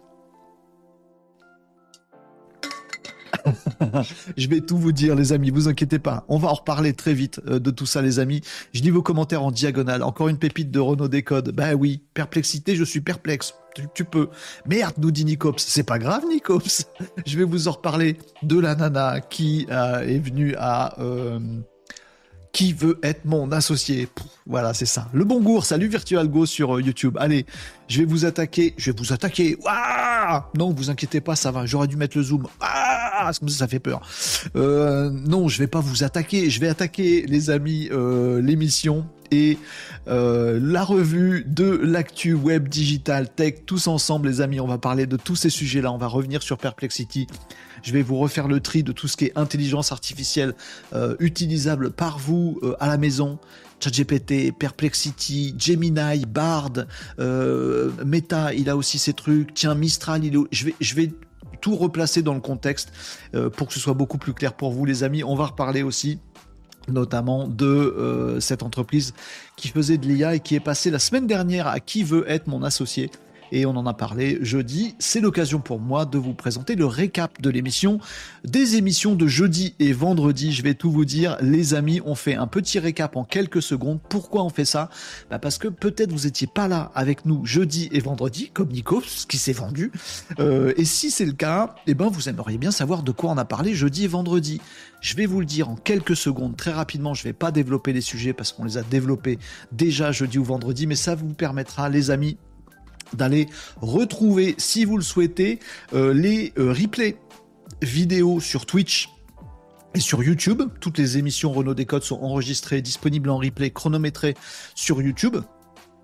Je vais tout vous dire, les amis, vous inquiétez pas. On va en reparler très vite euh, de tout ça, les amis. Je lis vos commentaires en diagonale. Encore une pépite de Renaud Décode. Ben oui, perplexité, je suis perplexe. Tu, tu peux. Merde, nous dit Nicops. C'est pas grave, Nicops. Je vais vous en reparler de la nana qui euh, est venue à... Euh, qui veut être mon associé? Pff, voilà, c'est ça. Le bon gour, salut VirtualGo sur euh, YouTube. Allez, je vais vous attaquer. Je vais vous attaquer. Ouah, non, vous inquiétez pas, ça va. J'aurais dû mettre le zoom. Ah, comme ça, ça fait peur. Euh, non, je vais pas vous attaquer. Je vais attaquer, les amis, euh, l'émission et euh, la revue de l'actu web digital tech. Tous ensemble, les amis, on va parler de tous ces sujets-là. On va revenir sur Perplexity. Je vais vous refaire le tri de tout ce qui est intelligence artificielle euh, utilisable par vous euh, à la maison. ChatGPT, Perplexity, Gemini, Bard, euh, Meta, il a aussi ses trucs. Tiens, Mistral, il est... je vais, je vais tout replacer dans le contexte euh, pour que ce soit beaucoup plus clair pour vous, les amis. On va reparler aussi notamment de euh, cette entreprise qui faisait de l'I A et qui est passée la semaine dernière à Qui veut être mon associé. Et on en a parlé jeudi. C'est l'occasion pour moi de vous présenter le récap de l'émission, des émissions de jeudi et vendredi. Je vais tout vous dire, les amis, on fait un petit récap en quelques secondes. Pourquoi on fait ça? Bah parce que peut-être vous étiez pas là avec nous jeudi et vendredi, comme Nico, ce qui s'est vendu. Euh, et si c'est le cas, eh ben vous aimeriez bien savoir de quoi on a parlé jeudi et vendredi. Je vais vous le dire en quelques secondes, très rapidement. Je vais pas développer les sujets parce qu'on les a développés déjà jeudi ou vendredi, mais ça vous permettra, les amis, d'aller retrouver, si vous le souhaitez, euh, les euh, replays vidéo sur Twitch et sur YouTube. Toutes les émissions Renaud Décode sont enregistrées, disponibles en replay, chronométrées sur YouTube.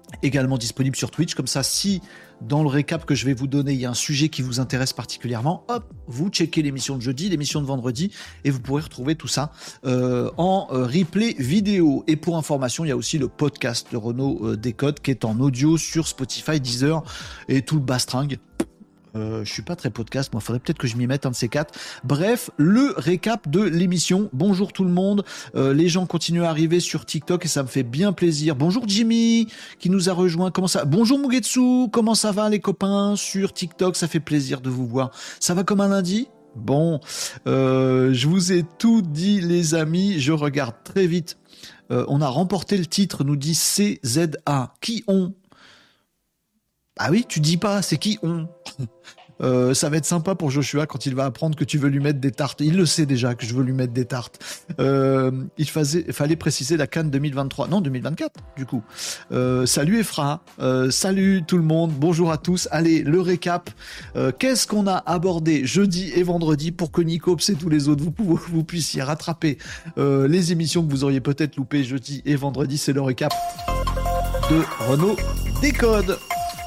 également disponible sur Twitch. Comme ça, si dans le récap que je vais vous donner, il y a un sujet qui vous intéresse particulièrement, hop, vous checkez l'émission de jeudi, l'émission de vendredi, et vous pourrez retrouver tout ça euh, en euh, replay vidéo. Et pour information, il y a aussi le podcast de Renaud euh, Décode qui est en audio sur Spotify, Deezer et tout le bastringue. Euh, je suis pas très podcast, moi, faudrait peut-être que je m'y mette un de ces quatre. Bref, le récap de l'émission. Bonjour tout le monde. Euh, les gens continuent à arriver sur TikTok et ça me fait bien plaisir. Bonjour Jimmy qui nous a rejoint. Comment ça? Bonjour Mugetsu. Comment ça va les copains sur TikTok? Ça fait plaisir de vous voir. Ça va comme un lundi? Bon, euh, je vous ai tout dit les amis. Je regarde très vite. Euh, on a remporté le titre, nous dit C Z A. Qui ont? Ah oui, tu dis pas, c'est qui ont? Euh, ça va être sympa pour Joshua quand il va apprendre que tu veux lui mettre des tartes. Il le sait déjà que je veux lui mettre des tartes. Euh, il faisait, fallait préciser la Cannes deux mille vingt-trois. Non, deux mille vingt-quatre, du coup. Euh, salut Efra. Euh, salut tout le monde. Bonjour à tous. Allez, le récap. Euh, qu'est-ce qu'on a abordé jeudi et vendredi pour que Nicops et tous les autres, vous, vous, vous puissiez rattraper euh, les émissions que vous auriez peut-être loupées jeudi et vendredi. C'est le récap de Renaud Décode.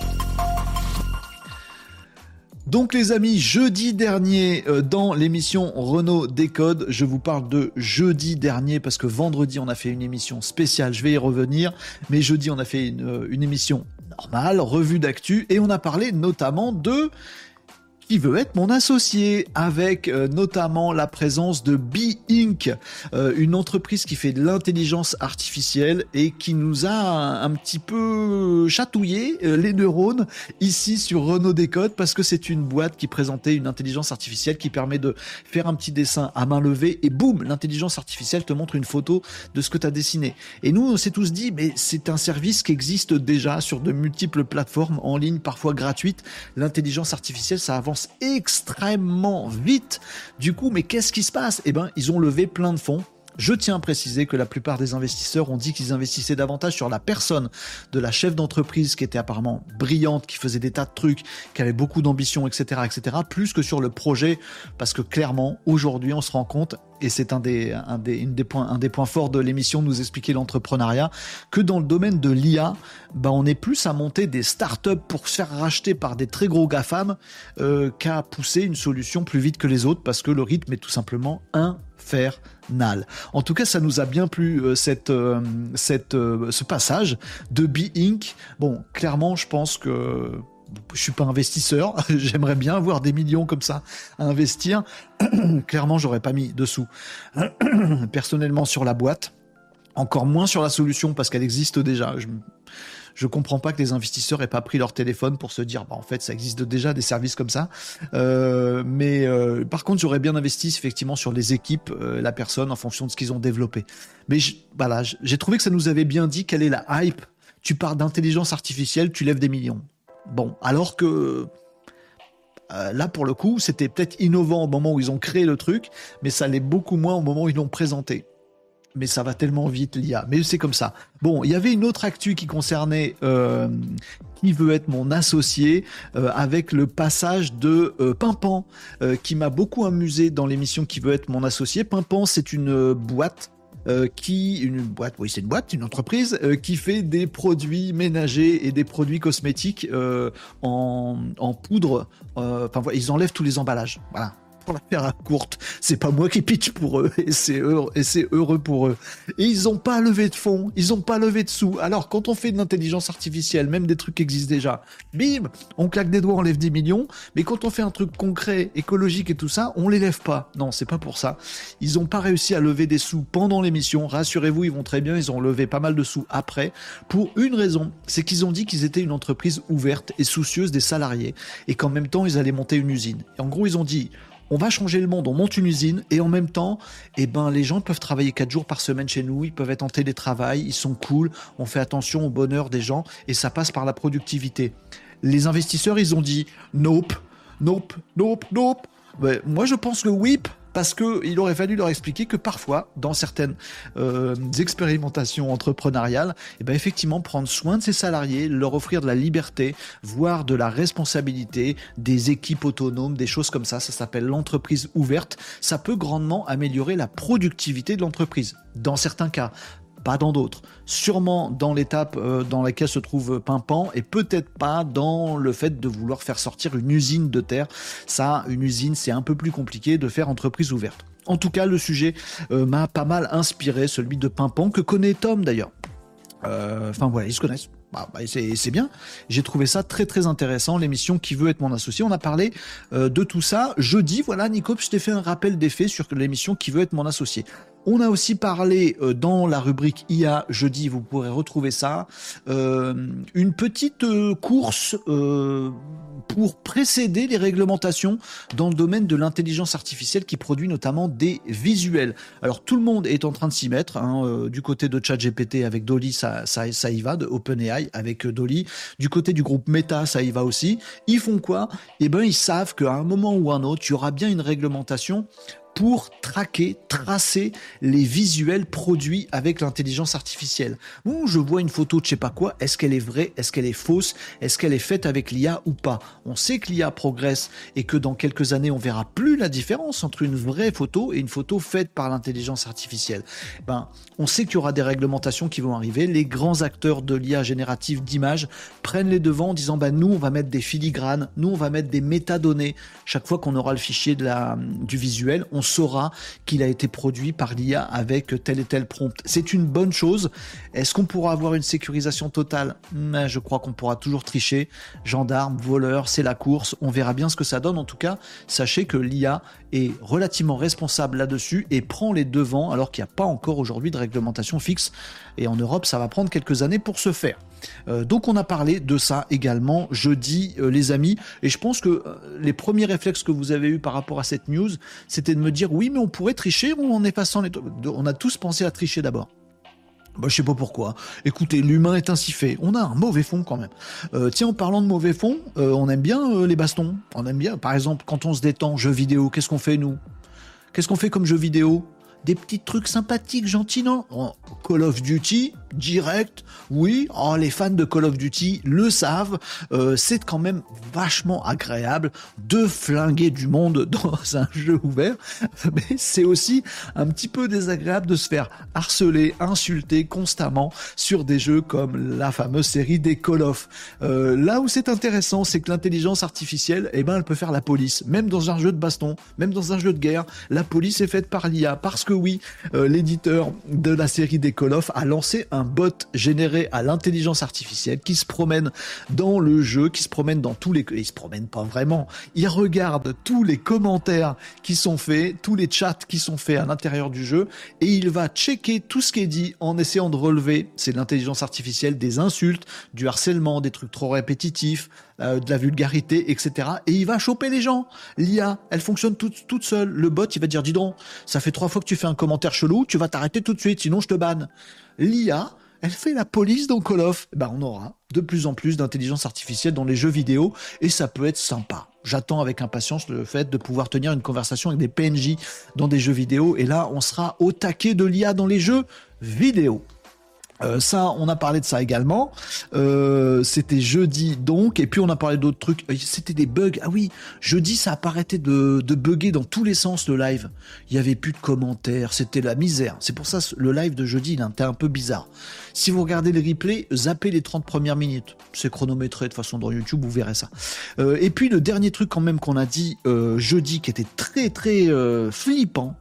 Donc les amis, jeudi dernier, euh, dans l'émission Renaud Décode, je vous parle de jeudi dernier parce que vendredi on a fait une émission spéciale, je vais y revenir, mais jeudi on a fait une, une émission normale, revue d'actu, et on a parlé notamment de... qui veut être mon associé, avec euh, notamment la présence de Be Inc, euh, une entreprise qui fait de l'intelligence artificielle et qui nous a un, un petit peu chatouillé euh, les neurones ici sur Renaud Décode, parce que c'est une boîte qui présentait une intelligence artificielle qui permet de faire un petit dessin à main levée et boum, l'intelligence artificielle te montre une photo de ce que tu as dessiné. Et nous, on s'est tous dit, mais c'est un service qui existe déjà sur de multiples plateformes en ligne, parfois gratuites. L'intelligence artificielle, ça avance extrêmement vite. Du coup, mais qu'est-ce qui se passe? Eh ben, ils ont levé plein de fonds. Je tiens à préciser que la plupart des investisseurs ont dit qu'ils investissaient davantage sur la personne de la chef d'entreprise qui était apparemment brillante, qui faisait des tas de trucs, qui avait beaucoup d'ambition, et cetera, et cetera, plus que sur le projet, parce que clairement, aujourd'hui, on se rend compte, et c'est un des, un des, une des points, un des points forts de l'émission, nous expliquer l'entrepreneuriat, que dans le domaine de l'I A, bah, on est plus à monter des startups pour se faire racheter par des très gros GAFAM euh, qu'à pousser une solution plus vite que les autres, parce que le rythme est tout simplement infernal. En tout cas, ça nous a bien plu euh, cette, euh, cette, euh, ce passage de Be Inc. Bon, clairement, je pense que je suis pas investisseur, j'aimerais bien avoir des millions comme ça à investir. Clairement, j'aurais pas mis de sous personnellement sur la boîte, encore moins sur la solution parce qu'elle existe déjà. Je, je comprends pas que les investisseurs aient pas pris leur téléphone pour se dire, bah en fait, ça existe déjà des services comme ça. Euh, mais euh, par contre, j'aurais bien investi effectivement sur les équipes, euh, la personne en fonction de ce qu'ils ont développé. Mais je, voilà, j'ai trouvé que ça nous avait bien dit quelle est la hype. Tu parles d'intelligence artificielle, tu lèves des millions. Bon, alors que euh, là, pour le coup, c'était peut-être innovant au moment où ils ont créé le truc, mais ça l'est beaucoup moins au moment où ils l'ont présenté. Mais ça va tellement vite, l'I A. Mais c'est comme ça. Bon, il y avait une autre actu qui concernait euh, qui veut être mon associé, euh, avec le passage de euh, Pimpan, euh, qui m'a beaucoup amusé dans l'émission Qui veut être mon associé. Pimpan, c'est une euh, boîte Euh, qui une boîte, oui c'est une boîte, une entreprise euh, qui fait des produits ménagers et des produits cosmétiques euh, en, en poudre. Enfin, euh, ils enlèvent tous les emballages. Voilà. Pour la faire courte, c'est pas moi qui pitch pour eux et c'est heureux, et c'est heureux pour eux. Et ils ont pas levé de fonds, ils ont pas levé de sous. Alors quand on fait de l'intelligence artificielle, même des trucs qui existent déjà, bim, on claque des doigts, on lève dix millions. Mais quand on fait un truc concret, écologique et tout ça, on les lève pas. Non, c'est pas pour ça. Ils ont pas réussi à lever des sous pendant l'émission. Rassurez-vous, ils vont très bien. Ils ont levé pas mal de sous après pour une raison, c'est qu'ils ont dit qu'ils étaient une entreprise ouverte et soucieuse des salariés et qu'en même temps ils allaient monter une usine. Et en gros, ils ont dit, on va changer le monde, on monte une usine et en même temps, eh ben, les gens peuvent travailler quatre jours par semaine chez nous, ils peuvent être en télétravail, ils sont cool, on fait attention au bonheur des gens et ça passe par la productivité. Les investisseurs, ils ont dit nope, nope, nope, nope. Ouais, moi, je pense que oui, parce qu'il aurait fallu leur expliquer que parfois, dans certaines euh, expérimentations entrepreneuriales, eh ben effectivement, prendre soin de ses salariés, leur offrir de la liberté, voire de la responsabilité, des équipes autonomes, des choses comme ça, ça s'appelle l'entreprise ouverte, ça peut grandement améliorer la productivité de l'entreprise, dans certains cas. pas dans d'autres. Sûrement dans l'étape euh, dans laquelle se trouve Pimpan et peut-être pas dans le fait de vouloir faire sortir une usine de terre. Ça, une usine, c'est un peu plus compliqué de faire entreprise ouverte. En tout cas, le sujet euh, m'a pas mal inspiré, celui de Pimpan, que connaît Tom d'ailleurs. Enfin euh, voilà, ils se connaissent. Bah, bah, c'est, c'est bien. J'ai trouvé ça très très intéressant, l'émission Qui veut être mon associé. On a parlé euh, de tout ça jeudi. Voilà, Nico, je t'ai fait un rappel des faits sur l'émission Qui veut être mon associé. On a aussi parlé euh, dans la rubrique I A jeudi, vous pourrez retrouver ça, euh, une petite euh, course euh, pour précéder les réglementations dans le domaine de l'intelligence artificielle qui produit notamment des visuels. Alors tout le monde est en train de s'y mettre, hein, euh, du côté de ChatGPT avec Dolly, ça, ça, ça y va, de OpenAI avec euh, Dolly, du côté du groupe Meta, ça y va aussi. Ils font quoi ? Eh ben ils savent qu'à un moment ou un autre, il y aura bien une réglementation pour traquer, tracer les visuels produits avec l'intelligence artificielle. Bon, je vois une photo de je sais pas quoi, est-ce qu'elle est vraie, est-ce qu'elle est fausse, est-ce qu'elle est faite avec l'I A ou pas ? On sait que l'I A progresse et que dans quelques années, on verra plus la différence entre une vraie photo et une photo faite par l'intelligence artificielle. Ben, on sait qu'il y aura des réglementations qui vont arriver. Les grands acteurs de l'I A générative d'images prennent les devants en disant ben, nous, on va mettre des filigranes, nous, on va mettre des métadonnées. Chaque fois qu'on aura le fichier de la, du visuel, on saura qu'il a été produit par l'I A avec tel et tel prompt. C'est une bonne chose. Est-ce qu'on pourra avoir une sécurisation totale ? Mais je crois qu'on pourra toujours tricher. Gendarmes, voleurs, c'est la course. On verra bien ce que ça donne. En tout cas, sachez que l'I A est relativement responsable là-dessus et prend les devants alors qu'il n'y a pas encore aujourd'hui de réglementation fixe. Et en Europe, ça va prendre quelques années pour se faire. Euh, donc on a parlé de ça également jeudi, euh, les amis, et je pense que euh, les premiers réflexes que vous avez eu par rapport à cette news, c'était de me dire oui mais on pourrait tricher en effaçant les... On a tous pensé à tricher d'abord. Bah, je sais pas pourquoi. Écoutez, l'humain est ainsi fait. On a un mauvais fond quand même. Euh, tiens, en parlant de mauvais fond, euh, on aime bien euh, les bastons. On aime bien, par exemple, quand on se détend, jeux vidéo, qu'est-ce qu'on fait nous ? Qu'est-ce qu'on fait comme jeux vidéo ? Des petits trucs sympathiques, gentils, non ? Oh, Call of Duty, direct, oui, oh, les fans de Call of Duty le savent, euh, c'est quand même vachement agréable de flinguer du monde dans un jeu ouvert, mais c'est aussi un petit peu désagréable de se faire harceler, insulter constamment sur des jeux comme la fameuse série des Call of. Euh, là où c'est intéressant, c'est que l'intelligence artificielle, eh ben, elle peut faire la police, même dans un jeu de baston, même dans un jeu de guerre, la police est faite par l'I A, parce que oui, euh, l'éditeur de la série des Call of a lancé un bot généré à l'intelligence artificielle qui se promène dans le jeu, qui se promène dans tous les... Il se promène pas vraiment, il regarde tous les commentaires qui sont faits, tous les chats qui sont faits à l'intérieur du jeu, et il va checker tout ce qui est dit en essayant de relever, c'est l'intelligence artificielle, des insultes, du harcèlement, des trucs trop répétitifs, euh, de la vulgarité, et cetera. Et il va choper les gens. L'I A, elle fonctionne toute, toute seule. Le bot, il va dire, dis donc, ça fait trois fois que tu fais un commentaire chelou, tu vas t'arrêter tout de suite, sinon je te banne. L'I A, elle fait la police dans Call of. Ben, on aura de plus en plus d'intelligence artificielle dans les jeux vidéo et ça peut être sympa. J'attends avec impatience le fait de pouvoir tenir une conversation avec des P N J dans des jeux vidéo et là, on sera au taquet de l'I A dans les jeux vidéo. Euh, ça, on a parlé de ça également. Euh, c'était jeudi donc, et puis on a parlé d'autres trucs. C'était des bugs. Ah oui, jeudi, ça apparaissait de, de bugger dans tous les sens le live. Il y avait plus de commentaires, c'était la misère. C'est pour ça le live de jeudi, il était un peu bizarre. Si vous regardez les replays, zappez les trente premières minutes. C'est chronométré de toute façon dans YouTube, vous verrez ça. Euh, et puis le dernier truc quand même qu'on a dit euh, jeudi, qui était très très euh, flippant.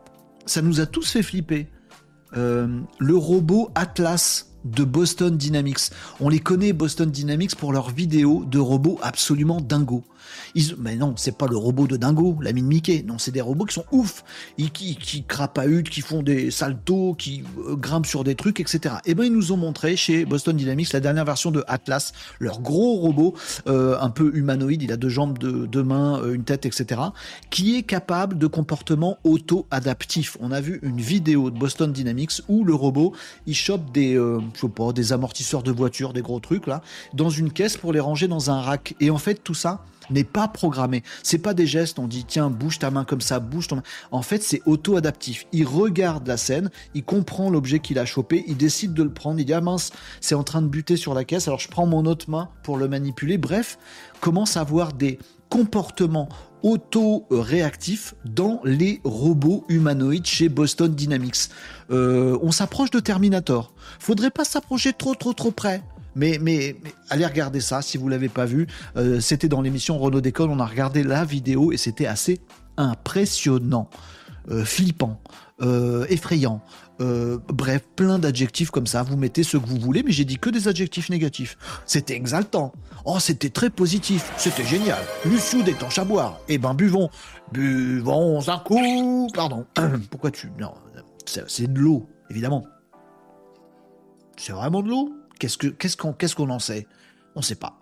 Ça nous a tous fait flipper. Euh, le robot Atlas de Boston Dynamics. On les connaît, Boston Dynamics, pour leurs vidéos de robots absolument dingos. Ils... Mais non, c'est pas le robot de Dingo, l'ami de Mickey. Non, c'est des robots qui sont ouf, Ils, qui, qui crapahutent, qui font des saltos, qui euh, grimpent sur des trucs, et cetera. Et ben ils nous ont montré chez Boston Dynamics la dernière version de Atlas, leur gros robot, euh, un peu humanoïde, il a deux jambes, deux, deux mains, euh, une tête, et cetera, qui est capable de comportement auto-adaptif. On a vu une vidéo de Boston Dynamics où le robot, il chope des, euh, je sais pas, des amortisseurs de voiture, des gros trucs là, dans une caisse pour les ranger dans un rack. Et en fait, tout ça n'est pas programmé. C'est pas des gestes, on dit tiens, bouge ta main comme ça, bouge ton main. En fait, c'est auto-adaptif. Il regarde la scène, il comprend l'objet qu'il a chopé, il décide de le prendre, il dit ah mince, c'est en train de buter sur la caisse, alors je prends mon autre main pour le manipuler. Bref, commence à avoir des comportements auto-réactif dans les robots humanoïdes chez Boston Dynamics. Euh, on s'approche de Terminator. Faudrait pas s'approcher trop trop trop près. Mais, mais, mais allez regarder ça si vous l'avez pas vu. Euh, c'était dans l'émission Renault Décolle, on a regardé la vidéo et c'était assez impressionnant, euh, flippant, euh, effrayant. Euh, bref, plein d'adjectifs comme ça. Vous mettez ce que vous voulez, mais j'ai dit que des adjectifs négatifs. C'était exaltant. Oh, c'était très positif. C'était génial. Luciou d'étanche à boire. Eh ben, buvons. Buvons un coup. Pardon. Pourquoi tu... Non, c'est, c'est de l'eau, évidemment. C'est vraiment de l'eau ? Qu'est-ce que, qu'est-ce qu'on, qu'est-ce qu'on en sait ? On ne sait pas.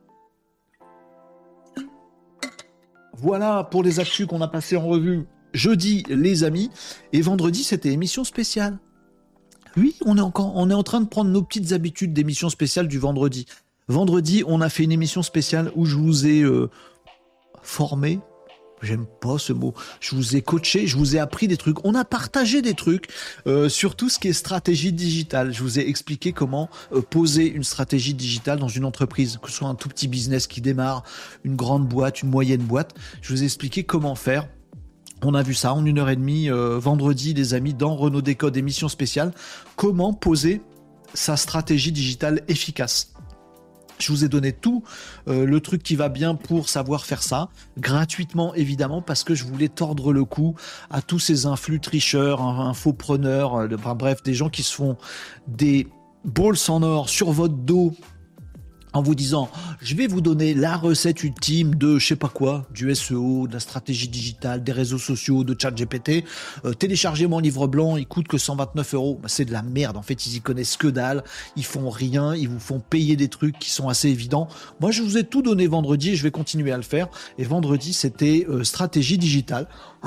Voilà pour les actus qu'on a passées en revue jeudi, les amis. Et vendredi, c'était émission spéciale. Oui, on est encore, on est en train de prendre nos petites habitudes d'émission spéciale du vendredi. Vendredi, on a fait une émission spéciale où je vous ai euh, formé. J'aime pas ce mot. Je vous ai coaché, je vous ai appris des trucs. On a partagé des trucs euh, sur tout ce qui est stratégie digitale. Je vous ai expliqué comment euh, poser une stratégie digitale dans une entreprise, que ce soit un tout petit business qui démarre, une grande boîte, une moyenne boîte. Je vous ai expliqué comment faire. On a vu ça en une heure et demie euh, vendredi, les amis, dans Renault Décode, émission spéciale. Comment poser sa stratégie digitale efficace. Je vous ai donné tout euh, le truc qui va bien pour savoir faire ça, gratuitement évidemment, parce que je voulais tordre le cou à tous ces influx tricheurs, infopreneurs, euh, enfin, bref, des gens qui se font des balls en or sur votre dos en vous disant « Je vais vous donner la recette ultime de je sais pas quoi, du S E O, de la stratégie digitale, des réseaux sociaux, de ChatGPT. Euh, téléchargez mon livre blanc, il coûte que cent vingt-neuf euros. Bah, » C'est de la merde. En fait, ils y connaissent que dalle. Ils font rien. Ils vous font payer des trucs qui sont assez évidents. Moi, je vous ai tout donné vendredi et je vais continuer à le faire. Et vendredi, c'était euh, stratégie digitale.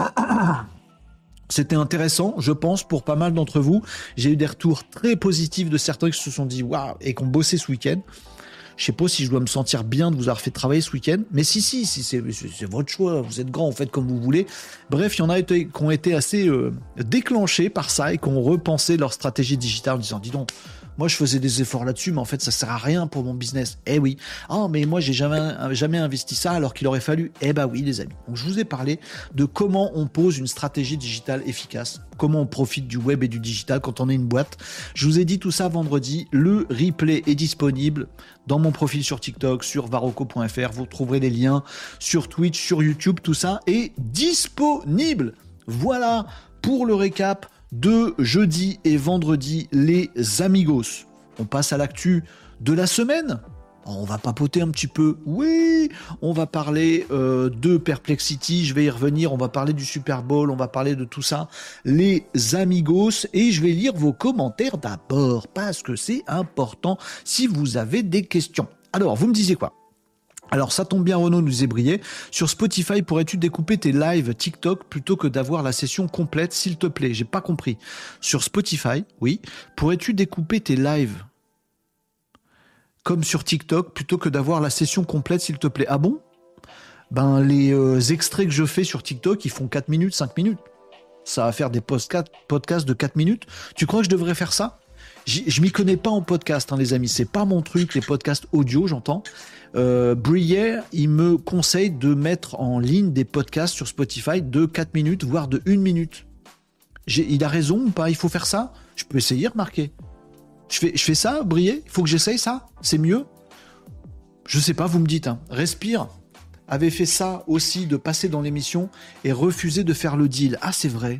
C'était intéressant, je pense, pour pas mal d'entre vous. J'ai eu des retours très positifs de certains qui se sont dit « Waouh » et qui ont bossé ce week-end. Je sais pas si je dois me sentir bien de vous avoir fait travailler ce week-end, mais si, si, si c'est, c'est, c'est votre choix, vous êtes grand, vous faites comme vous voulez. Bref, il y en a été, qui ont été assez euh, déclenchés par ça et qui ont repensé leur stratégie digitale en disant, dis donc, moi je faisais des efforts là-dessus, mais en fait ça sert à rien pour mon business. Eh oui. Ah, mais moi j'ai jamais, jamais investi ça alors qu'il aurait fallu. Eh bah oui, les amis. Donc je vous ai parlé de comment on pose une stratégie digitale efficace, comment on profite du web et du digital quand on est une boîte. Je vous ai dit tout ça vendredi. Le replay est disponible dans mon profil sur TikTok, sur varocco point f r. Vous trouverez les liens sur Twitch, sur YouTube, tout ça est disponible. Voilà pour le récap de jeudi et vendredi, les amigos. On passe à l'actu de la semaine. On va papoter un petit peu. Oui, on va parler euh, de Perplexity, je vais y revenir. On va parler du Super Bowl, on va parler de tout ça. Les amigos. Et je vais lire vos commentaires d'abord, parce que c'est important si vous avez des questions. Alors, vous me disiez quoi ? Alors ça tombe bien, Renaud nous disait briller. Sur Spotify, pourrais-tu découper tes lives TikTok plutôt que d'avoir la session complète, s'il te plaît ? J'ai pas compris. Sur Spotify, oui. Pourrais-tu découper tes lives comme sur TikTok plutôt que d'avoir la session complète, s'il te plaît ? Ah bon ? Ben les euh, extraits que je fais sur TikTok, ils font quatre minutes, cinq minutes. Ça va faire des podcasts de quatre minutes. Tu crois que je devrais faire ça ? J- je m'y connais pas en podcast, hein, les amis. C'est pas mon truc, les podcasts audio, j'entends. Euh, Brière, il me conseille de mettre en ligne des podcasts sur Spotify de quatre minutes, voire de une minute. J'ai, il a raison ou pas ? Il faut faire ça ? Je peux essayer, remarquez. Je fais, je fais ça, Brière ? Il faut que j'essaye ça ? C'est mieux ? Je sais pas, vous me dites. Hein. Respire avait fait ça aussi, de passer dans l'émission et refuser de faire le deal. Ah, c'est vrai.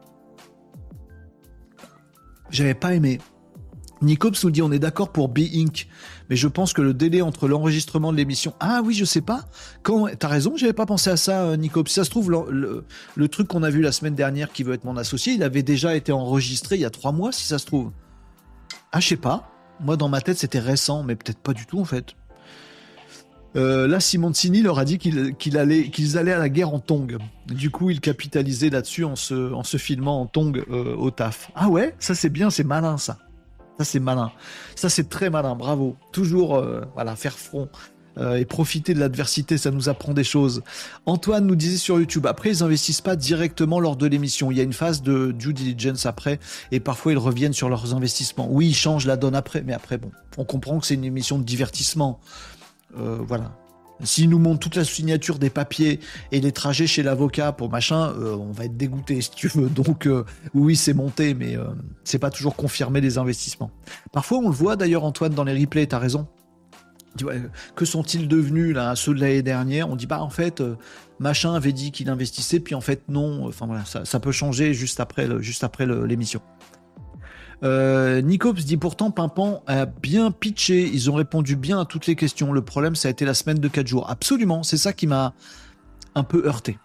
J'avais pas aimé. Nicops nous dit on est d'accord pour B-Inc, mais je pense que le délai entre l'enregistrement de l'émission... Ah oui, je sais pas. Quand... T'as raison, j'avais pas pensé à ça, Nicops. Si ça se trouve, le, le, le truc qu'on a vu la semaine dernière qui veut être mon associé, il avait déjà été enregistré il y a trois mois, si ça se trouve. Ah, je sais pas. Moi, dans ma tête, c'était récent, mais peut-être pas du tout, en fait. Euh, là, Simoncini leur a dit qu'il, qu'il allait, qu'ils allaient à la guerre en tongs. Du coup, il capitalisait là-dessus en se, en se filmant en tongs euh, au taf. Ah ouais, ça c'est bien, c'est malin, ça. Ça, c'est malin. Ça, c'est très malin. Bravo. Toujours, euh, voilà, faire front euh, et profiter de l'adversité, ça nous apprend des choses. Antoine nous disait sur YouTube, après, ils investissent pas directement lors de l'émission. Il y a une phase de due diligence après et parfois, ils reviennent sur leurs investissements. Oui, ils changent la donne après, mais après, bon, on comprend que c'est une émission de divertissement. Euh, voilà. S'ils nous montrent toute la signature des papiers et les trajets chez l'avocat pour machin, euh, on va être dégoûté si tu veux. Donc euh, oui, c'est monté, mais euh, c'est pas toujours confirmé les investissements. Parfois, on le voit d'ailleurs, Antoine, dans les replays, t'as raison. Tu vois, que sont-ils devenus là, ceux de l'année dernière? On dit bah en fait, euh, machin avait dit qu'il investissait, puis en fait non. Enfin voilà, ça, ça peut changer juste après, le, juste après le, l'émission. Euh, Nicops dit pourtant Pimpan a bien pitché, ils ont répondu bien à toutes les questions. Le problème, ça a été la semaine de quatre jours. Absolument, c'est ça qui m'a un peu heurté.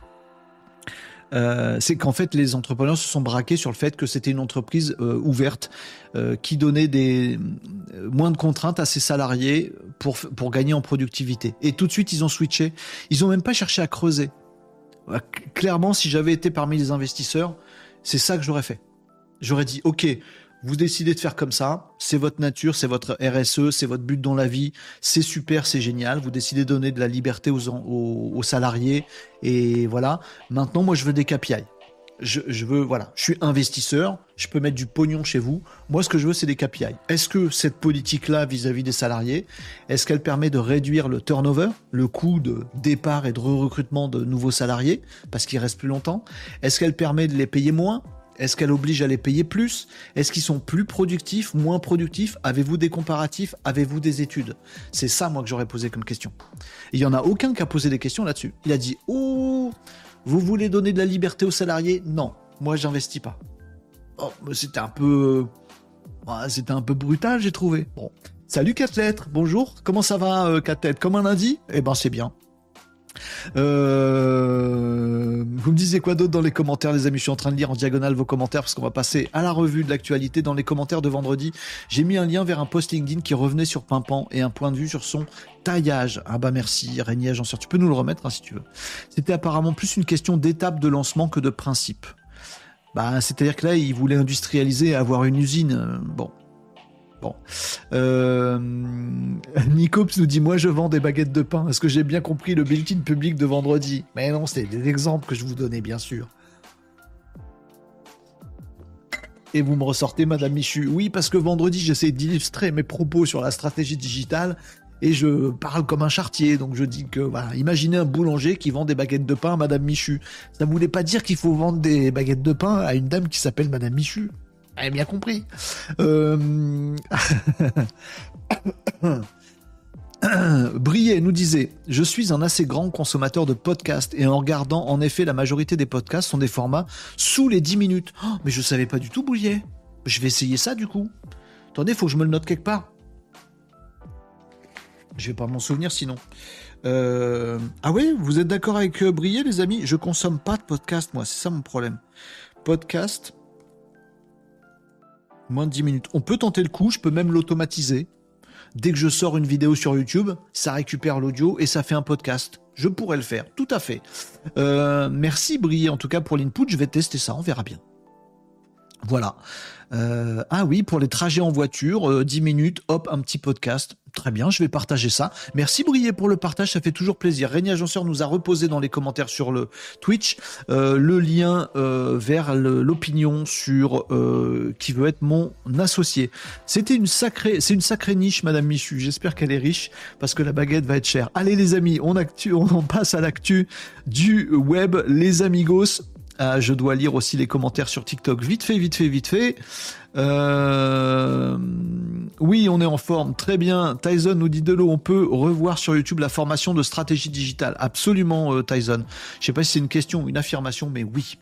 Euh, c'est qu'en fait, les entrepreneurs se sont braqués sur le fait que c'était une entreprise euh, ouverte euh, qui donnait des euh, moins de contraintes à ses salariés pour pour gagner en productivité. Et tout de suite, ils ont switché. Ils ont même pas cherché à creuser. Clairement, si j'avais été parmi les investisseurs, c'est ça que j'aurais fait. J'aurais dit, ok, vous décidez de faire comme ça, c'est votre nature, c'est votre R S E, c'est votre but dans la vie, c'est super, c'est génial, vous décidez de donner de la liberté aux, aux, aux salariés, et voilà. Maintenant, moi, je veux des K P I. Je, je veux, voilà, je suis investisseur, je peux mettre du pognon chez vous. Moi, ce que je veux, c'est des K P I. Est-ce que cette politique-là, vis-à-vis des salariés, est-ce qu'elle permet de réduire le turnover, le coût de départ et de recrutement de nouveaux salariés, parce qu'ils restent plus longtemps? Est-ce qu'elle permet de les payer moins? Est-ce qu'elle oblige à les payer plus? Est-ce qu'ils sont plus productifs, moins productifs? Avez-vous des comparatifs? Avez-vous des études? C'est ça, moi, que j'aurais posé comme question. Il n'y en a aucun qui a posé des questions là-dessus. Il a dit « Oh, vous voulez donner de la liberté aux salariés? Non, moi, j'investis pas. » Oh, c'était un peu... C'était un peu brutal, j'ai trouvé. Bon. Salut, quatre lettres. Bonjour. Comment ça va, euh, quatre lettres? Comme un lundi? Eh ben, c'est bien. Euh... Vous me disiez quoi d'autre dans les commentaires, les amis? Je suis en train de lire en diagonale vos commentaires parce qu'on va passer à la revue de l'actualité. Dans les commentaires de vendredi, j'ai mis un lien vers un post LinkedIn qui revenait sur Pimpan et un point de vue sur son taillage. Ah bah merci Régnier Agenceur, tu peux nous le remettre hein, si tu veux. C'était apparemment plus une question d'étape de lancement que de principe. Bah c'est-à-dire que là il voulait industrialiser et avoir une usine. Bon. Bon. Euh, Nicops nous dit moi je vends des baguettes de pain. Est-ce que j'ai bien compris le bulletin public de vendredi? Mais non, c'est des exemples que je vous donnais bien sûr. Et vous me ressortez Madame Michu. Oui, parce que vendredi j'essaie d'illustrer mes propos sur la stratégie digitale et je parle comme un charretier. Donc je dis que voilà, imaginez un boulanger qui vend des baguettes de pain à Madame Michu. Ça ne voulait pas dire qu'il faut vendre des baguettes de pain à une dame qui s'appelle Madame Michu. Vous avez bien compris. Euh... Briet nous disait « Je suis un assez grand consommateur de podcasts et en regardant, en effet, la majorité des podcasts sont des formats sous les dix minutes. Oh, mais je savais pas du tout, Briet. Je vais essayer ça, du coup. Attendez, il faut que je me le note quelque part. Je vais pas m'en souvenir, sinon. Euh... Ah oui, vous êtes d'accord avec euh, Briet, les amis? Je consomme pas de podcasts, moi. C'est ça, mon problème. Podcast... Moins de dix minutes. On peut tenter le coup, je peux même l'automatiser. Dès que je sors une vidéo sur YouTube, ça récupère l'audio et ça fait un podcast. Je pourrais le faire, tout à fait. Euh, merci Brié, en tout cas pour l'input, je vais tester ça, on verra bien. Voilà. Euh, ah oui, pour les trajets en voiture, euh, dix minutes, hop, un petit podcast. Très bien, je vais partager ça. Merci Brié pour le partage, ça fait toujours plaisir. Régnier Agenceur nous a reposé dans les commentaires sur le Twitch euh, le lien euh, vers le, l'opinion sur euh, qui veut être mon associé. C'était une sacrée, c'est une sacrée niche, Madame Michu. J'espère qu'elle est riche parce que la baguette va être chère. Allez les amis, on, actu, on passe à l'actu du web, les amigos. Ah, je dois lire aussi les commentaires sur TikTok. Vite fait, vite fait, vite fait. Euh... Oui, on est en forme. Très bien. Tyson nous dit de l'eau. On peut revoir sur YouTube la formation de stratégie digitale. Absolument, euh, Tyson. Je sais pas si c'est une question ou une affirmation, mais oui.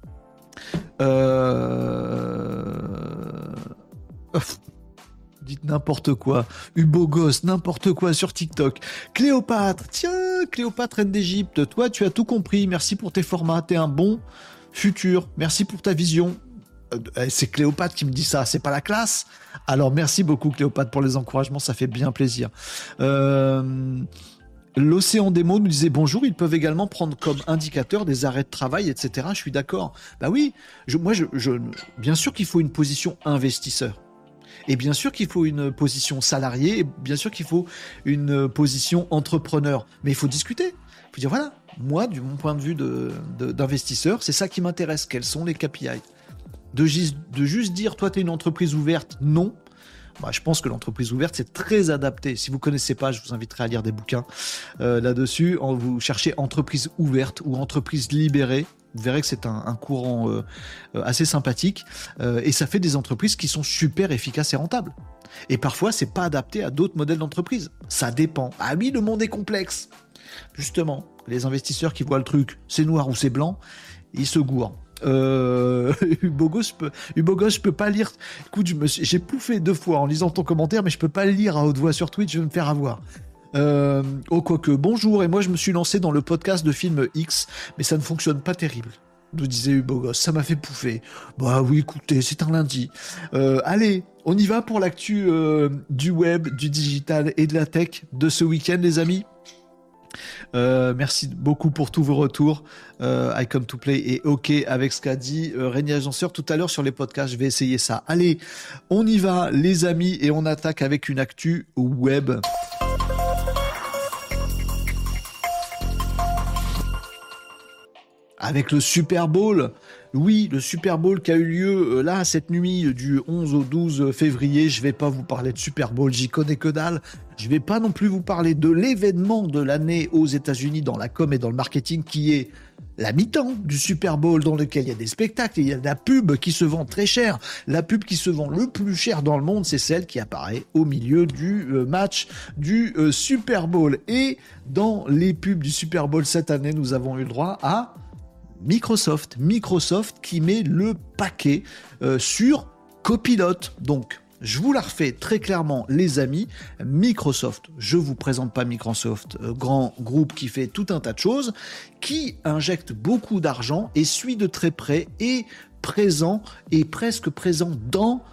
Euh... Dites n'importe quoi. Hubogos, n'importe quoi sur TikTok. Cléopâtre, tiens, Cléopâtre, reine d'Égypte. Toi, tu as tout compris. Merci pour tes formats. T'es un bon futur. Merci pour ta vision. Euh, c'est Cléopâtre qui me dit ça. C'est pas la classe. Alors, merci beaucoup, Cléopâtre, pour les encouragements. Ça fait bien plaisir. Euh... L'Océan Démo nous disait bonjour, ils peuvent également prendre comme indicateur des arrêts de travail, et cetera. Je suis d'accord. Bah oui, je, moi, je, je, bien sûr qu'il faut une position investisseur. Et bien sûr qu'il faut une position salarié, et bien sûr qu'il faut une position entrepreneur. Mais il faut discuter. Il faut dire, voilà, moi, du mon point de vue de, de, d'investisseur, c'est ça qui m'intéresse. Quels sont les K P I? de, de juste dire, toi, tu es une entreprise ouverte, non. Bah, je pense que l'entreprise ouverte, c'est très adapté. Si vous ne connaissez pas, je vous inviterai à lire des bouquins euh, là-dessus. Vous cherchez entreprise ouverte ou entreprise libérée. Vous verrez que c'est un, un courant euh, assez sympathique euh, et ça fait des entreprises qui sont super efficaces et rentables. Et parfois, c'est pas adapté à d'autres modèles d'entreprise. Ça dépend. Ah oui, le monde est complexe. Justement, les investisseurs qui voient le truc, c'est noir ou c'est blanc, ils se gourent. Euh, Hubogos, je peux, Hubogos, je peux pas lire. Écoute, je me suis, j'ai pouffé deux fois en lisant ton commentaire, mais je peux pas le lire à haute voix sur Twitch, je vais me faire avoir. Euh, oh, quoique, bonjour, et moi je me suis lancé dans le podcast de film X, mais ça ne fonctionne pas terrible, nous disait Hubogos, ça m'a fait pouffer. Bah oui, écoutez, c'est un lundi. Euh, allez, on y va pour l'actu euh, du web, du digital et de la tech de ce week-end, les amis. Euh, merci beaucoup pour tous vos retours. Euh, I come to play et OK avec ce qu'a dit euh, Régnier Agenceur tout à l'heure sur les podcasts. Je vais essayer ça. Allez, on y va, les amis, et on attaque avec une actu web. Avec le Super Bowl, oui, le Super Bowl qui a eu lieu euh, là, cette nuit du onze au douze février. Je vais pas vous parler de Super Bowl, j'y connais que dalle. Je vais pas non plus vous parler de l'événement de l'année aux États-Unis dans la com et dans le marketing qui est la mi-temps du Super Bowl dans lequel il y a des spectacles, et il y a de la pub qui se vend très cher. La pub qui se vend le plus cher dans le monde, c'est celle qui apparaît au milieu du euh, match du euh, Super Bowl. Et dans les pubs du Super Bowl cette année, nous avons eu le droit à Microsoft, Microsoft qui met le paquet euh, sur Copilot. Donc, je vous la refais très clairement, les amis. Microsoft, je vous présente pas Microsoft, euh, grand groupe qui fait tout un tas de choses, qui injecte beaucoup d'argent et suit de très près et présent et presque présent dans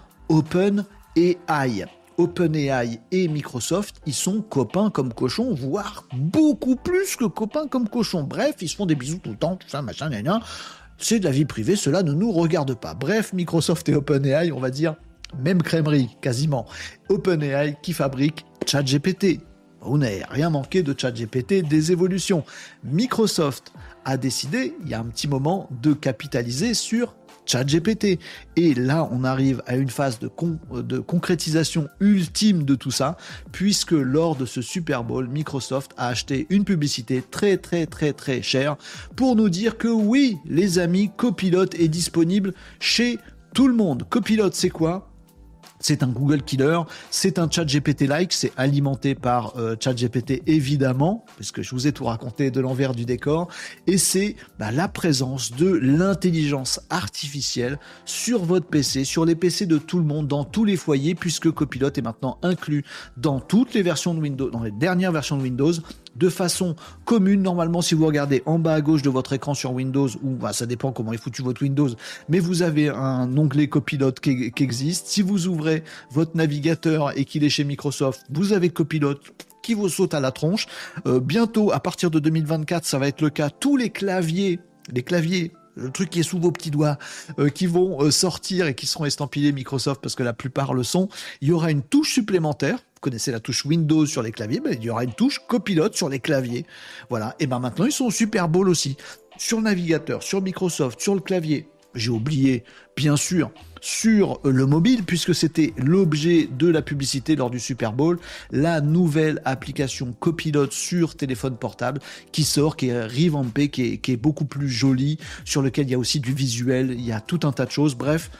OpenAI. OpenAI et Microsoft, ils sont copains comme cochons, voire beaucoup plus que copains comme cochons. Bref, ils se font des bisous tout le temps, tout ça, machin, gna gna. C'est de la vie privée, cela ne nous regarde pas. Bref, Microsoft et OpenAI, on va dire, même crèmerie, quasiment. OpenAI qui fabrique ChatGPT. Vous n'avez rien manqué de ChatGPT, des évolutions. Microsoft a décidé, il y a un petit moment, de capitaliser sur ChatGPT. Et là, on arrive à une phase de, con- de concrétisation ultime de tout ça, puisque lors de ce Super Bowl, Microsoft a acheté une publicité très très très très chère pour nous dire que oui, les amis, Copilot est disponible chez tout le monde. Copilot, c'est quoi ? C'est un Google Killer, c'est un ChatGPT-like, c'est alimenté par euh, ChatGPT évidemment, parce que je vous ai tout raconté de l'envers du décor, et c'est bah, la présence de l'intelligence artificielle sur votre P C, sur les P C de tout le monde, dans tous les foyers, puisque Copilot est maintenant inclus dans toutes les versions de Windows, dans les dernières versions de Windows, de façon commune. Normalement, si vous regardez en bas à gauche de votre écran sur Windows, ou bah, ça dépend comment est foutu votre Windows, mais vous avez un onglet Copilot qui, qui existe. Si vous ouvrez votre navigateur et qu'il est chez Microsoft, vous avez Copilot qui vous saute à la tronche. Euh, bientôt, à partir de deux mille vingt-quatre, ça va être le cas. Tous les claviers, les claviers, le truc qui est sous vos petits doigts, euh, qui vont euh, sortir et qui seront estampillés Microsoft parce que la plupart le sont. Il y aura une touche supplémentaire. Vous connaissez la touche Windows sur les claviers, mais il y aura une touche Copilot sur les claviers. Voilà. Et ben maintenant, ils sont au Super Bowl aussi. Sur le navigateur, sur Microsoft, sur le clavier. J'ai oublié, bien sûr, sur le mobile, puisque c'était l'objet de la publicité lors du Super Bowl, la nouvelle application Copilot sur téléphone portable qui sort, qui est revampée, qui est, qui est beaucoup plus jolie, sur lequel il y a aussi du visuel, il y a tout un tas de choses. Bref,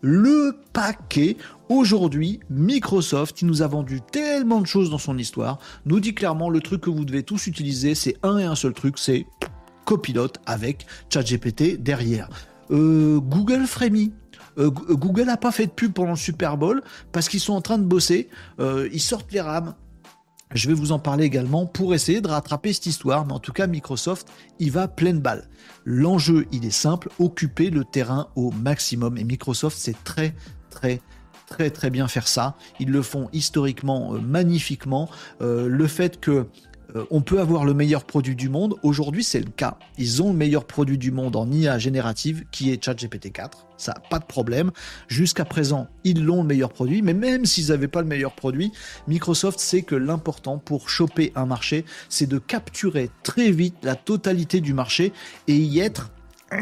le paquet. Aujourd'hui, Microsoft, qui nous a vendu tellement de choses dans son histoire, nous dit clairement le truc que vous devez tous utiliser, c'est un et un seul truc, c'est Copilot avec ChatGPT derrière. Euh, Google frémit. Euh, Google n'a pas fait de pub pendant le Super Bowl parce qu'ils sont en train de bosser. Euh, ils sortent les rames. Je vais vous en parler également pour essayer de rattraper cette histoire. Mais en tout cas, Microsoft, il va pleine balle. L'enjeu, il est simple, occuper le terrain au maximum. Et Microsoft, c'est très, très, très, très bien faire ça. Ils le font historiquement, euh, magnifiquement. Euh, le fait que Euh, on peut avoir le meilleur produit du monde. Aujourd'hui, c'est le cas. Ils ont le meilleur produit du monde en I A générative, qui est ChatGPT quatre. Ça, pas de problème. Jusqu'à présent, ils l'ont le meilleur produit. Mais même s'ils n'avaient pas le meilleur produit, Microsoft sait que l'important pour choper un marché, c'est de capturer très vite la totalité du marché et y être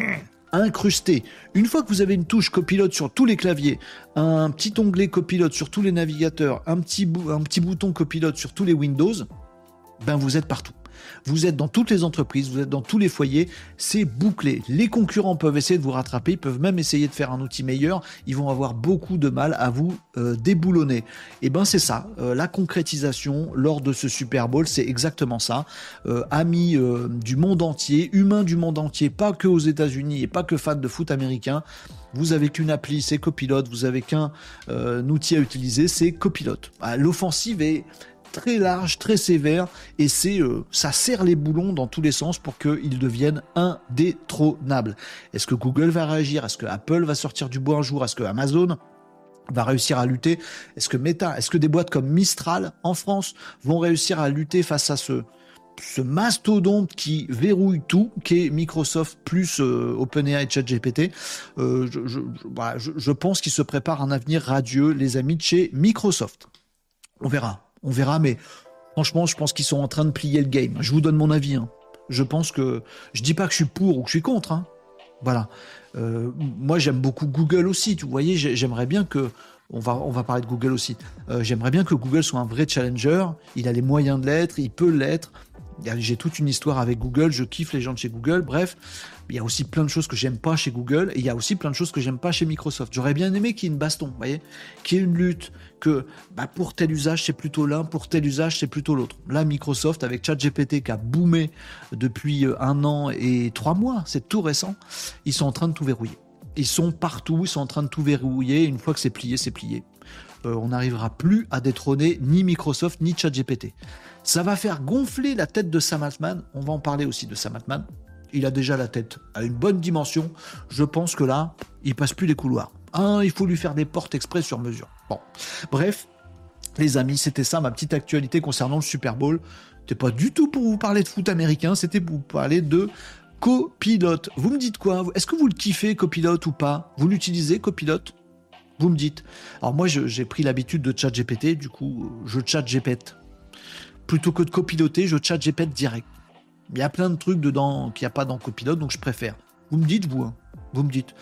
incrusté. Une fois que vous avez une touche copilote sur tous les claviers, un petit onglet copilote sur tous les navigateurs, un petit, bou- un petit bouton copilote sur tous les Windows, ben vous êtes partout. Vous êtes dans toutes les entreprises, vous êtes dans tous les foyers, c'est bouclé. Les concurrents peuvent essayer de vous rattraper, ils peuvent même essayer de faire un outil meilleur, ils vont avoir beaucoup de mal à vous euh, déboulonner. Et ben c'est ça, euh, la concrétisation lors de ce Super Bowl, c'est exactement ça. Euh, amis euh, du monde entier, humains du monde entier, pas que aux États-Unis et pas que fans de foot américain, vous avez qu'une appli, c'est Copilot, vous avez qu'un euh, outil à utiliser, c'est Copilot. Ah, l'offensive est très large, très sévère, et c'est euh, ça serre les boulons dans tous les sens pour qu'ils deviennent indétrônables. Est-ce que Google va réagir? Est-ce que Apple va sortir du bois un jour? Est-ce que Amazon va réussir à lutter? Est-ce que Meta, est-ce que des boîtes comme Mistral en France vont réussir à lutter face à ce ce mastodonte qui verrouille tout, qui est Microsoft plus euh, OpenAI et ChatGPT? euh, je, je, je, voilà, je, je pense qu'il se prépare un avenir radieux, les amis de chez Microsoft. On verra. On verra, mais franchement, je pense qu'ils sont en train de plier le game. Je vous donne mon avis. Hein. Je pense que... Je dis pas que je suis pour ou que je suis contre. Hein. Voilà. Euh, moi, j'aime beaucoup Google aussi. Vous voyez, j'aimerais bien que... On va, on va parler de Google aussi. Euh, j'aimerais bien que Google soit un vrai challenger. Il a les moyens de l'être, il peut l'être. J'ai toute une histoire avec Google, je kiffe les gens de chez Google, bref, il y a aussi plein de choses que j'aime pas chez Google, et il y a aussi plein de choses que j'aime pas chez Microsoft. J'aurais bien aimé qu'il y ait une baston, vous voyez, qu'il y ait une lutte, que bah, pour tel usage c'est plutôt l'un, pour tel usage c'est plutôt l'autre. Là, Microsoft, avec ChatGPT qui a boomé depuis un an et trois mois, c'est tout récent, ils sont en train de tout verrouiller. Ils sont partout, ils sont en train de tout verrouiller, une fois que c'est plié, c'est plié. Euh, on n'arrivera plus à détrôner ni Microsoft ni ChatGPT. Ça va faire gonfler la tête de Sam Altman. On va en parler aussi de Sam Altman. Il a déjà la tête à une bonne dimension. Je pense que là, il passe plus les couloirs. Hein, il faut lui faire des portes exprès sur mesure. Bon, bref, les amis, c'était ça ma petite actualité concernant le Super Bowl. C'était pas du tout pour vous parler de foot américain, c'était pour vous parler de Copilot. Vous me dites quoi? Est-ce que vous le kiffez, Copilot, ou pas? Vous l'utilisez, Copilot? Vous me dites. Alors moi, je, j'ai pris l'habitude de ChatGPT, du coup, je ChatGPT. Plutôt que de copiloter, je ChatGPT direct. Il y a plein de trucs dedans qu'il n'y a pas dans Copilot, donc je préfère. Vous me dites, vous, hein. Vous me dites.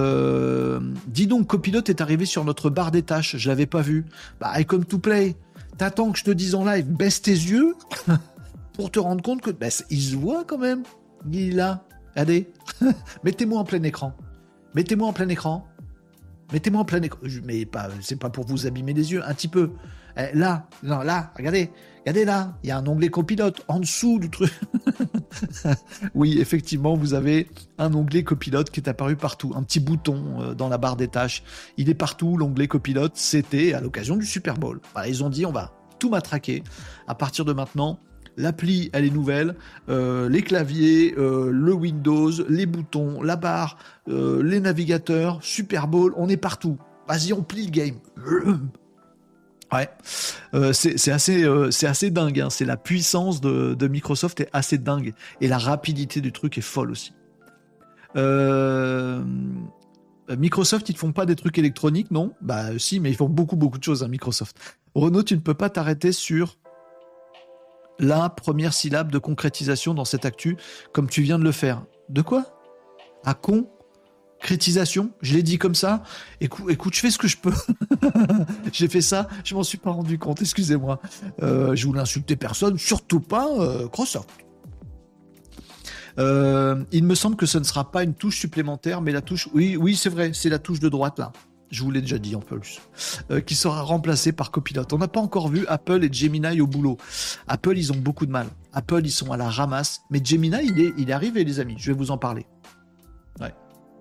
Euh, dis donc, Copilot est arrivé sur notre barre des tâches, je l'avais pas vu. Bah, Icon to Play. T'attends que je te dise en live, baisse tes yeux pour te rendre compte que bah, il se voit quand même. Il est là. Allez, mettez-moi en plein écran. Mettez-moi en plein écran. Mettez-moi en plein écran. Mais pas, c'est pas pour vous abîmer les yeux, un petit peu. Eh, là, non, là, regardez. Regardez là, il y a un onglet copilote en dessous du truc. Oui, effectivement, vous avez un onglet copilote qui est apparu partout. Un petit bouton euh, dans la barre des tâches. Il est partout, l'onglet copilote. C'était à l'occasion du Super Bowl. Voilà, ils ont dit, on va tout matraquer. À partir de maintenant, l'appli, elle est nouvelle. Euh, les claviers, euh, le Windows, les boutons, la barre, euh, les navigateurs, Super Bowl, on est partout. Vas-y, on plie le game. Ouais, euh, c'est, c'est, assez, euh, c'est assez dingue. Hein. C'est la puissance de, de Microsoft est assez dingue. Et la rapidité du truc est folle aussi. Euh... Microsoft, ils ne font pas des trucs électroniques, non? Bah si, mais ils font beaucoup, beaucoup de choses, hein, Microsoft. Renaud, tu ne peux pas t'arrêter sur la première syllabe de concrétisation dans cette actu, comme tu viens de le faire. De quoi? À con? Concrétisation, je l'ai dit comme ça. Écoute, écoute, je fais ce que je peux. J'ai fait ça, je m'en suis pas rendu compte, excusez-moi. Euh, je voulais insulter personne, surtout pas euh, Microsoft. Euh, il me semble que ce ne sera pas une touche supplémentaire, mais la touche... Oui, oui, c'est vrai, c'est la touche de droite, là. Je vous l'ai déjà dit en plus. Euh, qui sera remplacée par Copilot. On n'a pas encore vu Apple et Gemini au boulot. Apple, ils ont beaucoup de mal. Apple, ils sont à la ramasse. Mais Gemini, il est, il est arrivé, les amis. Je vais vous en parler. Ouais.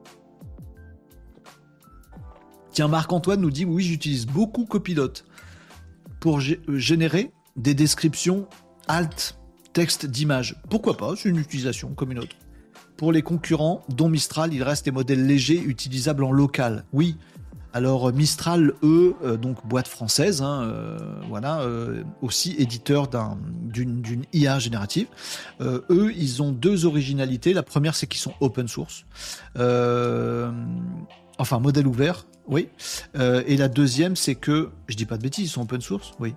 Tiens, Marc-Antoine nous dit, oui, j'utilise beaucoup Copilot pour g- générer des descriptions alt texte d'image. Pourquoi pas? C'est une utilisation comme une autre. Pour les concurrents, dont Mistral, il reste des modèles légers utilisables en local. Oui. Alors Mistral, eux, euh, donc boîte française, hein, euh, voilà, euh, aussi éditeur d'un, d'une, d'une I A générative. Euh, eux, ils ont deux originalités. La première, c'est qu'ils sont open source. Euh, enfin, modèle ouvert, oui. Euh, et la deuxième, c'est que, je dis pas de bêtises, ils sont open source, oui.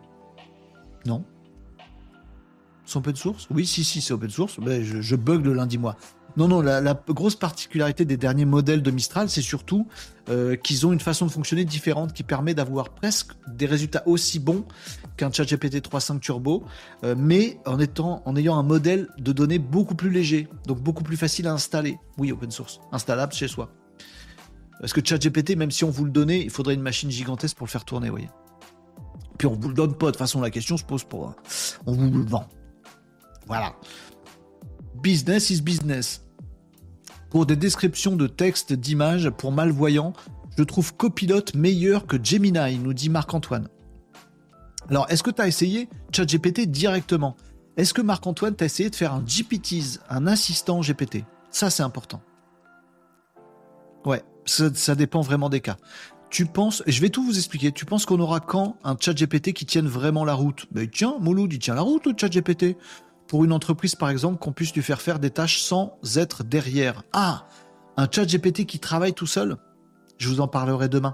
Non. Ils sont open source? Oui, si, si, c'est open source. Mais je, je bug le lundi, moi. Non, non, la, la grosse particularité des derniers modèles de Mistral, c'est surtout euh, qu'ils ont une façon de fonctionner différente qui permet d'avoir presque des résultats aussi bons qu'un ChatGPT trois point cinq Turbo, euh, mais en, étant, en ayant un modèle de données beaucoup plus léger, donc beaucoup plus facile à installer. Oui, open source, installable chez soi. Parce que ChatGPT, même si on vous le donnait, il faudrait une machine gigantesque pour le faire tourner, vous voyez. Puis on vous le donne pas, de toute façon la question se pose pas. On vous le vend. Voilà. Business is business. Pour des descriptions de textes, d'images, pour malvoyants, je trouve Copilot meilleur que Gemini, nous dit Marc-Antoine. Alors, est-ce que tu as essayé ChatGPT directement? Est-ce que Marc-Antoine t'a essayé de faire un G P T, un assistant G P T? Ça, c'est important. Ouais, ça, ça dépend vraiment des cas. Tu penses, je vais tout vous expliquer, tu penses qu'on aura quand un ChatGPT qui tienne vraiment la route? Ben tiens, Mouloud, il tient la route, le ChatGPT. Pour une entreprise, par exemple, qu'on puisse lui faire faire des tâches sans être derrière. Ah, un ChatGPT qui travaille tout seul? Je vous en parlerai demain.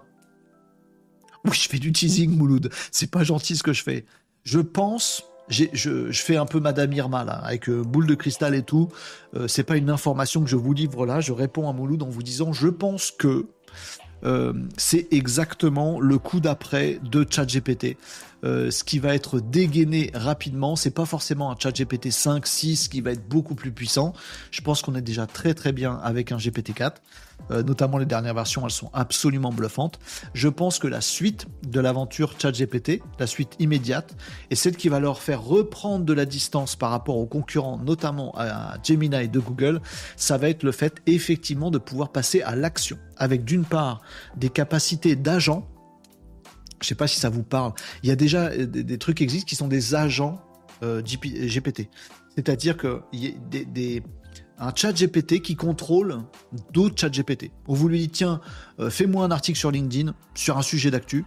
Oui, je fais du teasing, Mouloud. C'est pas gentil ce que je fais. Je pense, j'ai, je, je fais un peu Madame Irma, là, avec euh, boule de cristal et tout. Euh, c'est pas une information que je vous livre là. Je réponds à Mouloud en vous disant, je pense que euh, c'est exactement le coup d'après de ChatGPT. Euh, ce qui va être dégainé rapidement, c'est pas forcément un ChatGPT cinq, six qui va être beaucoup plus puissant. Je pense qu'on est déjà très très bien avec un G P T quatre. Euh, notamment les dernières versions, elles sont absolument bluffantes. Je pense que la suite de l'aventure ChatGPT, la suite immédiate, est celle qui va leur faire reprendre de la distance par rapport aux concurrents, notamment à Gemini de Google. Ça va être le fait effectivement de pouvoir passer à l'action, avec d'une part des capacités d'agent. Je ne sais pas si ça vous parle. Il y a déjà des, des trucs qui existent qui sont des agents euh, G P T. C'est-à-dire qu'il y a des, des, un chat G P T qui contrôle d'autres chats G P T. On vous lui dit, tiens, euh, fais-moi un article sur LinkedIn sur un sujet d'actu.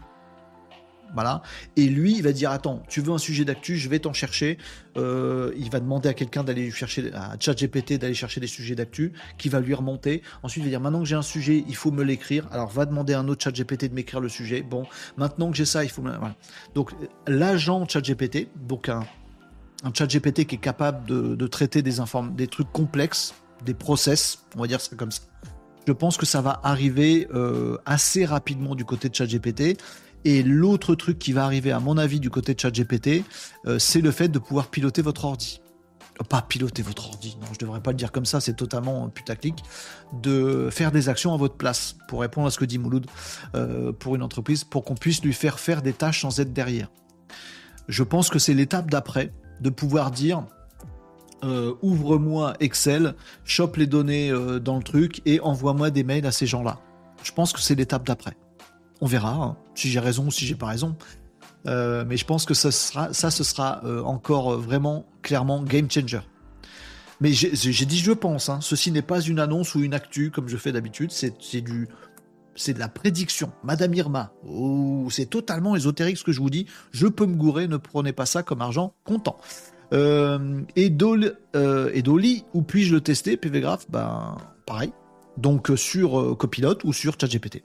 Voilà. Et lui, il va dire, attends, tu veux un sujet d'actu, je vais t'en chercher. Euh, il va demander à quelqu'un d'aller lui chercher, à ChatGPT d'aller chercher des sujets d'actu, qui va lui remonter. Ensuite, il va dire, maintenant que j'ai un sujet, il faut me l'écrire. Alors, va demander à un autre ChatGPT de m'écrire le sujet. Bon, maintenant que j'ai ça, il faut me... Voilà. Donc, l'agent ChatGPT, donc un, un ChatGPT qui est capable de, de traiter des, inform... des trucs complexes, des process, on va dire ça comme ça. Je pense que ça va arriver euh, assez rapidement du côté de ChatGPT. Et l'autre truc qui va arriver, à mon avis, du côté de ChatGPT, euh, c'est le fait de pouvoir piloter votre ordi. Euh, pas piloter votre ordi, non, je devrais pas le dire comme ça, c'est totalement putaclic. De faire des actions à votre place, pour répondre à ce que dit Mouloud, euh, pour une entreprise, pour qu'on puisse lui faire faire des tâches sans être derrière. Je pense que c'est l'étape d'après, de pouvoir dire... Euh, ouvre-moi Excel, chope les données euh, dans le truc et envoie-moi des mails à ces gens-là. Je pense que c'est l'étape d'après. On verra hein, si j'ai raison ou si j'ai pas raison. Euh, mais je pense que ça, sera, ça ce sera euh, encore euh, vraiment clairement game changer. Mais j'ai, j'ai dit je pense. Hein. Ceci n'est pas une annonce ou une actu comme je fais d'habitude. C'est, c'est, du, c'est de la prédiction. Madame Irma. Oh, c'est totalement ésotérique ce que je vous dis. Je peux me gourer. Ne prenez pas ça comme argent comptant. Euh, et, Dol, euh, et Dolly, où puis-je le tester? P V Graph, ben pareil. Donc sur euh, Copilot ou sur ChatGPT.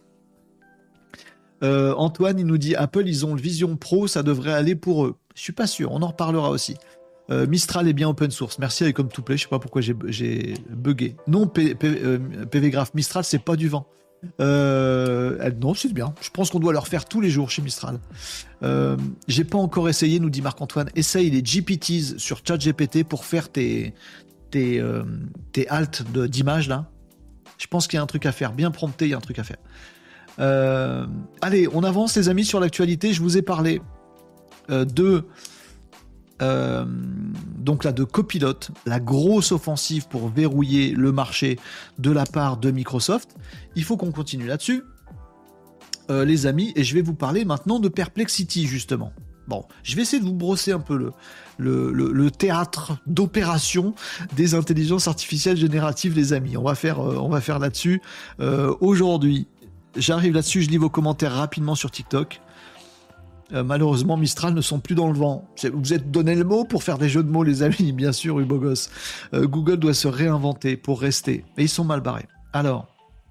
Euh, Antoine, il nous dit Apple, ils ont le Vision Pro, ça devrait aller pour eux. Je suis pas sûr, on en reparlera aussi. Euh, Mistral est bien open source. Merci avec comme tout plaît. Je sais pas pourquoi j'ai, j'ai bugué. Non, P, P, euh, P V Graph, Mistral, c'est pas du vent. Euh, non, c'est bien. Je pense qu'on doit leur faire tous les jours chez Mistral. Euh, j'ai pas encore essayé, nous dit Marc-Antoine. Essaye les G P Ts sur ChatGPT pour faire tes tes, euh, tes halts de, d'images là. Je pense qu'il y a un truc à faire. Bien prompté, il y a un truc à faire. Euh, allez, on avance les amis sur l'actualité. Je vous ai parlé euh, de euh, donc là de Copilot, la grosse offensive pour verrouiller le marché de la part de Microsoft. Il faut qu'on continue là-dessus, euh, les amis, et je vais vous parler maintenant de Perplexity justement. Bon, je vais essayer de vous brosser un peu le, le, le, le théâtre d'opération des intelligences artificielles génératives, les amis. On va faire, euh, on va faire là-dessus euh, aujourd'hui. J'arrive là-dessus, je lis vos commentaires rapidement sur TikTok. Euh, malheureusement, Mistral ne sont plus dans le vent. Vous êtes donné le mot pour faire des jeux de mots, les amis, bien sûr, Ubogos. Euh, Google doit se réinventer pour rester. Et ils sont mal barrés. Alors,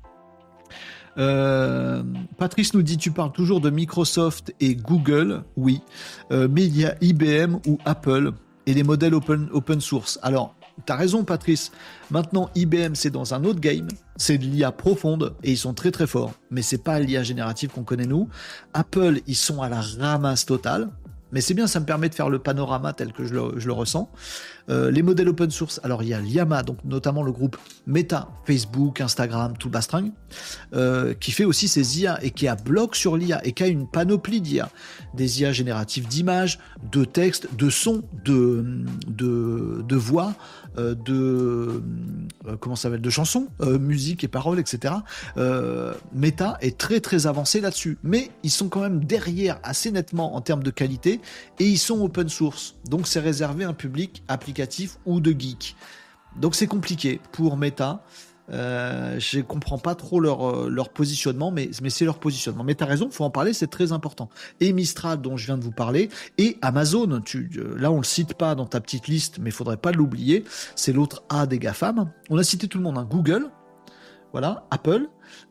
euh, Patrice nous dit, tu parles toujours de Microsoft et Google. Oui. Euh, mais il y a I B M ou Apple et les modèles open, open source. Alors, T'as raison, Patrice. Maintenant, I B M, c'est dans un autre game. C'est de l'I A profonde et ils sont très très forts. Mais c'est pas l'I A générative qu'on connaît nous. Apple, ils sont à la ramasse totale. Mais c'est bien, ça me permet de faire le panorama tel que je le, je le ressens. Euh, les modèles open source, alors il y a Llama, donc notamment le groupe Meta, Facebook, Instagram, tout le bastringue, euh, qui fait aussi ses I A et qui a bloc sur l'I A et qui a une panoplie d'I A. Des I A génératives d'images, de textes, de sons, de, de, de voix, euh, de, euh, comment ça s'appelle, de chansons, euh, musique et paroles, et cetera. Euh, Meta est très très avancé là-dessus. Mais ils sont quand même derrière assez nettement en termes de qualité et ils sont open source. Donc c'est réservé à un public applicatif ou de geek. Donc c'est compliqué pour Meta. Euh, je comprends pas trop leur, leur positionnement, mais, mais c'est leur positionnement. Mais tu as raison, il faut en parler, c'est très important. Et Mistral, dont je viens de vous parler, et Amazon, tu, là on le cite pas dans ta petite liste, mais il faudrait pas l'oublier, c'est l'autre A des GAFAM. On a cité tout le monde, hein. Google, voilà, Apple,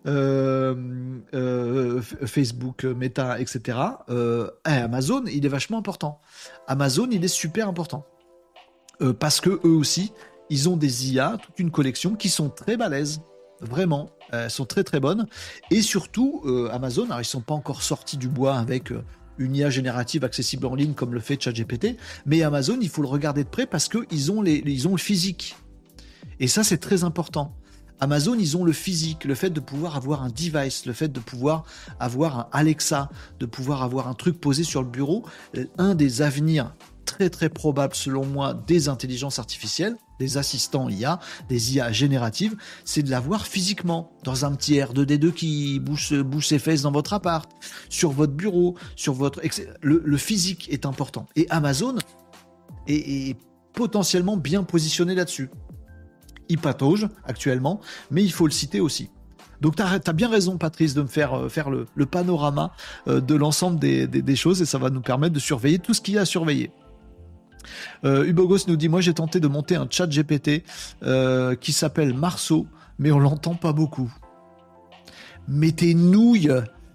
euh, euh, Facebook, Meta, et cetera. Euh, et Amazon, il est vachement important. Amazon, il est super important. Euh, parce que eux aussi, ils ont des I A, toute une collection qui sont très balèzes, vraiment, elles euh, sont très très bonnes. Et surtout, euh, Amazon, alors ils sont pas encore sortis du bois avec euh, une I A générative accessible en ligne comme le fait ChatGPT, mais Amazon, il faut le regarder de près parce qu'ils ont, les, ils ont le physique. Et ça, c'est très important. Amazon, ils ont le physique, le fait de pouvoir avoir un device, le fait de pouvoir avoir un Alexa, de pouvoir avoir un truc posé sur le bureau. Un des avenirs très très probable selon moi des intelligences artificielles, des assistants I A, des I A génératives, c'est de l'avoir physiquement dans un petit R deux D deux qui bouge, bouge ses fesses dans votre appart, sur votre bureau, sur votre... Le, le physique est important. Et Amazon est, est potentiellement bien positionné là-dessus. Il patauge actuellement, mais il faut le citer aussi. Donc tu as bien raison, Patrice, de me faire euh, faire le, le panorama euh, de l'ensemble des, des, des choses et ça va nous permettre de surveiller tout ce qu'il y a à surveiller. Euh, Ubogos nous dit, moi j'ai tenté de monter un chat G P T euh, qui s'appelle Marceau, mais on l'entend pas beaucoup. Mais tes nouilles,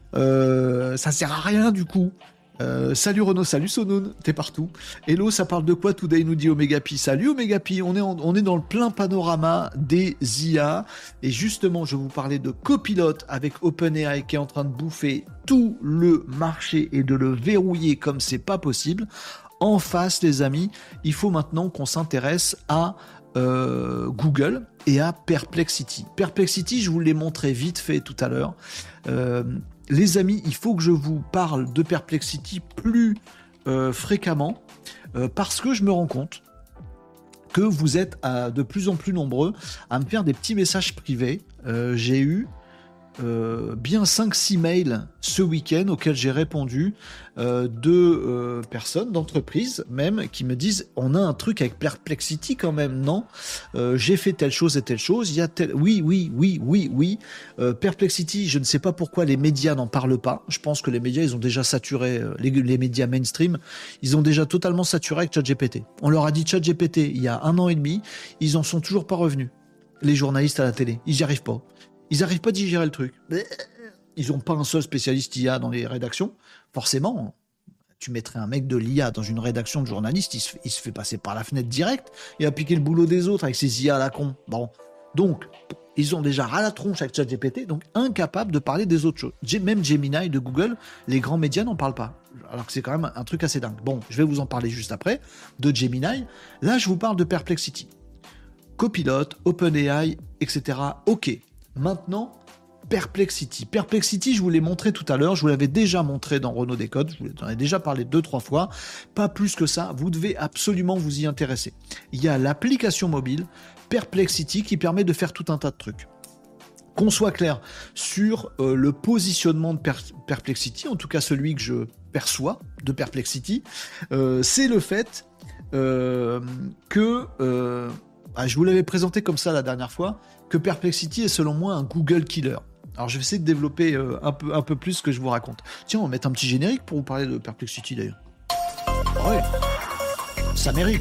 euh, ça sert à rien du coup. Euh, salut Renaud, salut Sonoun, t'es partout. Hello, ça parle de quoi Today, nous dit Omegapi. Salut Omegapi, on est, en, on est dans le plein panorama des I A. Et justement, je vous parlais de copilote avec OpenAI qui est en train de bouffer tout le marché et de le verrouiller comme c'est pas possible. En face, les amis, il faut maintenant qu'on s'intéresse à euh, Google et à Perplexity. Perplexity, je vous l'ai montré vite fait tout à l'heure. Euh, les amis, il faut que je vous parle de Perplexity plus euh, fréquemment euh, parce que je me rends compte que vous êtes à, de plus en plus nombreux à me faire des petits messages privés. Euh, j'ai eu Euh, bien cinq six mails ce week-end auxquels j'ai répondu euh, de euh, personnes, d'entreprises même, qui me disent on a un truc avec Perplexity quand même, non euh, j'ai fait telle chose et telle chose, il y a tel... oui, oui, oui, oui, oui. Euh, Perplexity, je ne sais pas pourquoi les médias n'en parlent pas. Je pense que les médias, ils ont déjà saturé, euh, les, les médias mainstream, ils ont déjà totalement saturé avec ChatGPT. On leur a dit ChatGPT il y a un an et demi, ils en sont toujours pas revenus. Les journalistes à la télé, ils n'y arrivent pas. Ils n'arrivent pas à digérer le truc. Ils n'ont pas un seul spécialiste I A dans les rédactions. Forcément, tu mettrais un mec de l'I A dans une rédaction de journaliste, il se fait, il se fait passer par la fenêtre direct et a piqué le boulot des autres avec ses I A à la con. Bon. Donc, ils ont déjà ras la tronche avec ChatGPT, donc incapables de parler des autres choses. Même Gemini de Google, les grands médias n'en parlent pas. Alors que c'est quand même un truc assez dingue. Bon, je vais vous en parler juste après, de Gemini. Là, je vous parle de Perplexity. Copilot, OpenAI, et cetera. Ok. Maintenant, Perplexity. Perplexity, je vous l'ai montré tout à l'heure, je vous l'avais déjà montré dans Renaud Décode, je vous en ai déjà parlé deux, trois fois, pas plus que ça, vous devez absolument vous y intéresser. Il y a l'application mobile Perplexity qui permet de faire tout un tas de trucs. Qu'on soit clair sur euh, le positionnement de per- Perplexity, en tout cas celui que je perçois de Perplexity, euh, c'est le fait euh, que... Euh, ah, je vous l'avais présenté comme ça la dernière fois, que Perplexity est selon moi un Google killer. Alors je vais essayer de développer euh, un, peu, un peu plus ce que je vous raconte. Tiens, on va mettre un petit générique pour vous parler de Perplexity d'ailleurs. Ouais, ça mérite.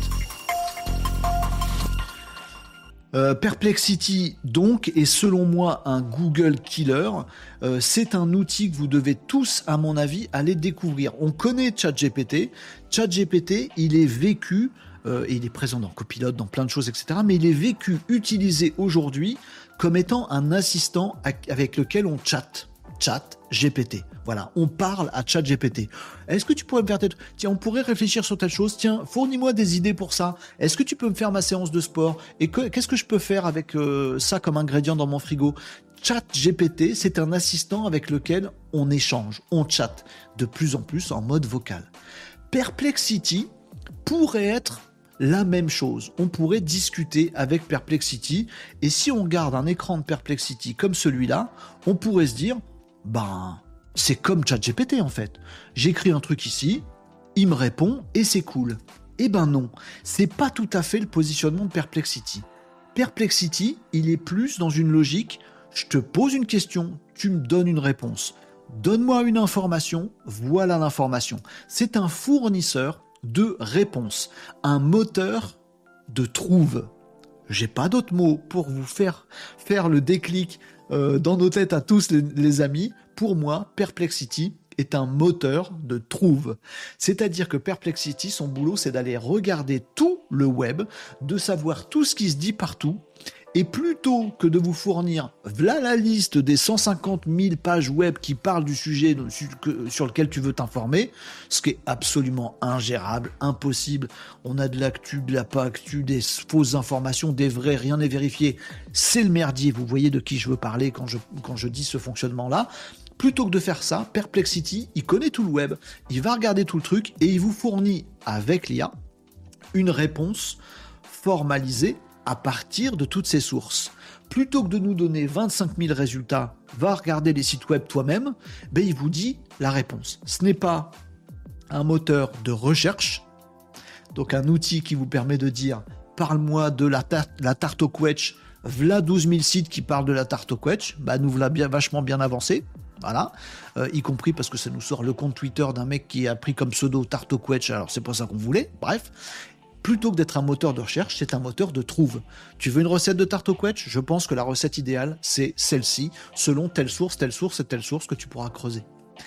Euh, Perplexity, donc, est selon moi un Google killer. Euh, c'est un outil que vous devez tous, à mon avis, aller découvrir. On connaît ChatGPT. ChatGPT, il est vécu euh, et il est présent dans Copilot, dans plein de choses, et cetera. Mais il est vécu, utilisé aujourd'hui comme étant un assistant avec lequel on chatte. Chat G P T. Voilà, on parle à Chat G P T. Est-ce que tu pourrais me faire... Tête... Tiens, on pourrait réfléchir sur telle chose. Tiens, fournis-moi des idées pour ça. Est-ce que tu peux me faire ma séance de sport? Et que... qu'est-ce que je peux faire avec euh, ça comme ingrédient dans mon frigo? Chat G P T, c'est un assistant avec lequel on échange, on chatte de plus en plus en mode vocal. Perplexity pourrait être la même chose. On pourrait discuter avec Perplexity, et si on garde un écran de Perplexity comme celui-là, on pourrait se dire, ben, c'est comme ChatGPT en fait. J'écris un truc ici, il me répond et c'est cool. Eh ben non, c'est pas tout à fait le positionnement de Perplexity. Perplexity, il est plus dans une logique, je te pose une question, tu me donnes une réponse. Donne-moi une information, voilà l'information. C'est un fournisseur de réponses, un moteur de trouve. J'ai pas d'autres mots pour vous faire faire le déclic euh, dans nos têtes à tous les, les amis. Pour moi, Perplexity est un moteur de trouve. C'est-à-dire que Perplexity, son boulot, c'est d'aller regarder tout le web, de savoir tout ce qui se dit partout, et plutôt que de vous fournir voilà la liste des cent cinquante mille pages web qui parlent du sujet sur lequel tu veux t'informer, ce qui est absolument ingérable, impossible. On a de l'actu, de la pas actu, des fausses informations, des vrais, rien n'est vérifié. C'est le merdier, vous voyez de qui je veux parler quand je, quand je dis ce fonctionnement-là. Plutôt que de faire ça, Perplexity, il connaît tout le web, il va regarder tout le truc et il vous fournit, avec l'I A, une réponse formalisée à partir de toutes ces sources. Plutôt que de nous donner vingt-cinq mille résultats, va regarder les sites web toi-même, ben il vous dit la réponse. Ce n'est pas un moteur de recherche, donc un outil qui vous permet de dire « parle-moi de la, tar- la tarte au quetch », v'là douze mille sites qui parlent de la tarte au quetch, ben nous voilà bien, vachement bien avancé. Voilà, euh, y compris parce que ça nous sort le compte Twitter d'un mec qui a pris comme pseudo tarte au quetch, alors c'est pas ça qu'on voulait, bref. Plutôt que d'être un moteur de recherche, c'est un moteur de trouve. Tu veux une recette de tarte au quetch? Je pense que la recette idéale, c'est celle-ci, selon telle source, telle source et telle source que tu pourras creuser.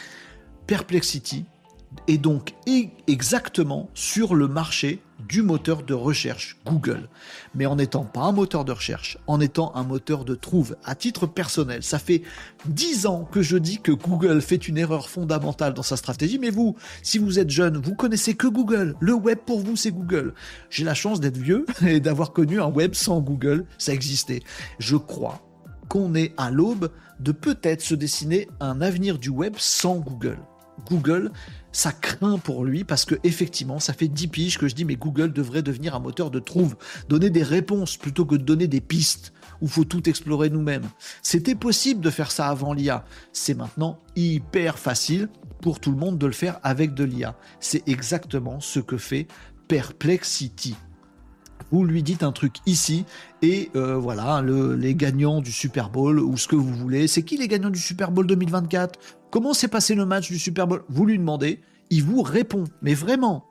Perplexity est donc exactement sur le marché du moteur de recherche Google. Mais en n'étant pas un moteur de recherche, en étant un moteur de trouve. À titre personnel, ça fait dix ans que je dis que Google fait une erreur fondamentale dans sa stratégie, mais vous, si vous êtes jeune, vous connaissez que Google. Le web pour vous, c'est Google. J'ai la chance d'être vieux et d'avoir connu un web sans Google, ça existait. Je crois qu'on est à l'aube de peut-être se dessiner un avenir du web sans Google. Google, ça craint pour lui parce que effectivement, ça fait dix piges que je dis mais Google devrait devenir un moteur de trouve, donner des réponses plutôt que de donner des pistes où il faut tout explorer nous-mêmes. C'était possible de faire ça avant l'I A. C'est maintenant hyper facile pour tout le monde de le faire avec de l'I A. C'est exactement ce que fait Perplexity. Vous lui dites un truc ici et euh, voilà, le, les gagnants du Super Bowl ou ce que vous voulez. C'est qui les gagnants du Super Bowl deux mille vingt-quatre? Comment s'est passé le match du Super Bowl? Vous lui demandez, il vous répond. Mais vraiment,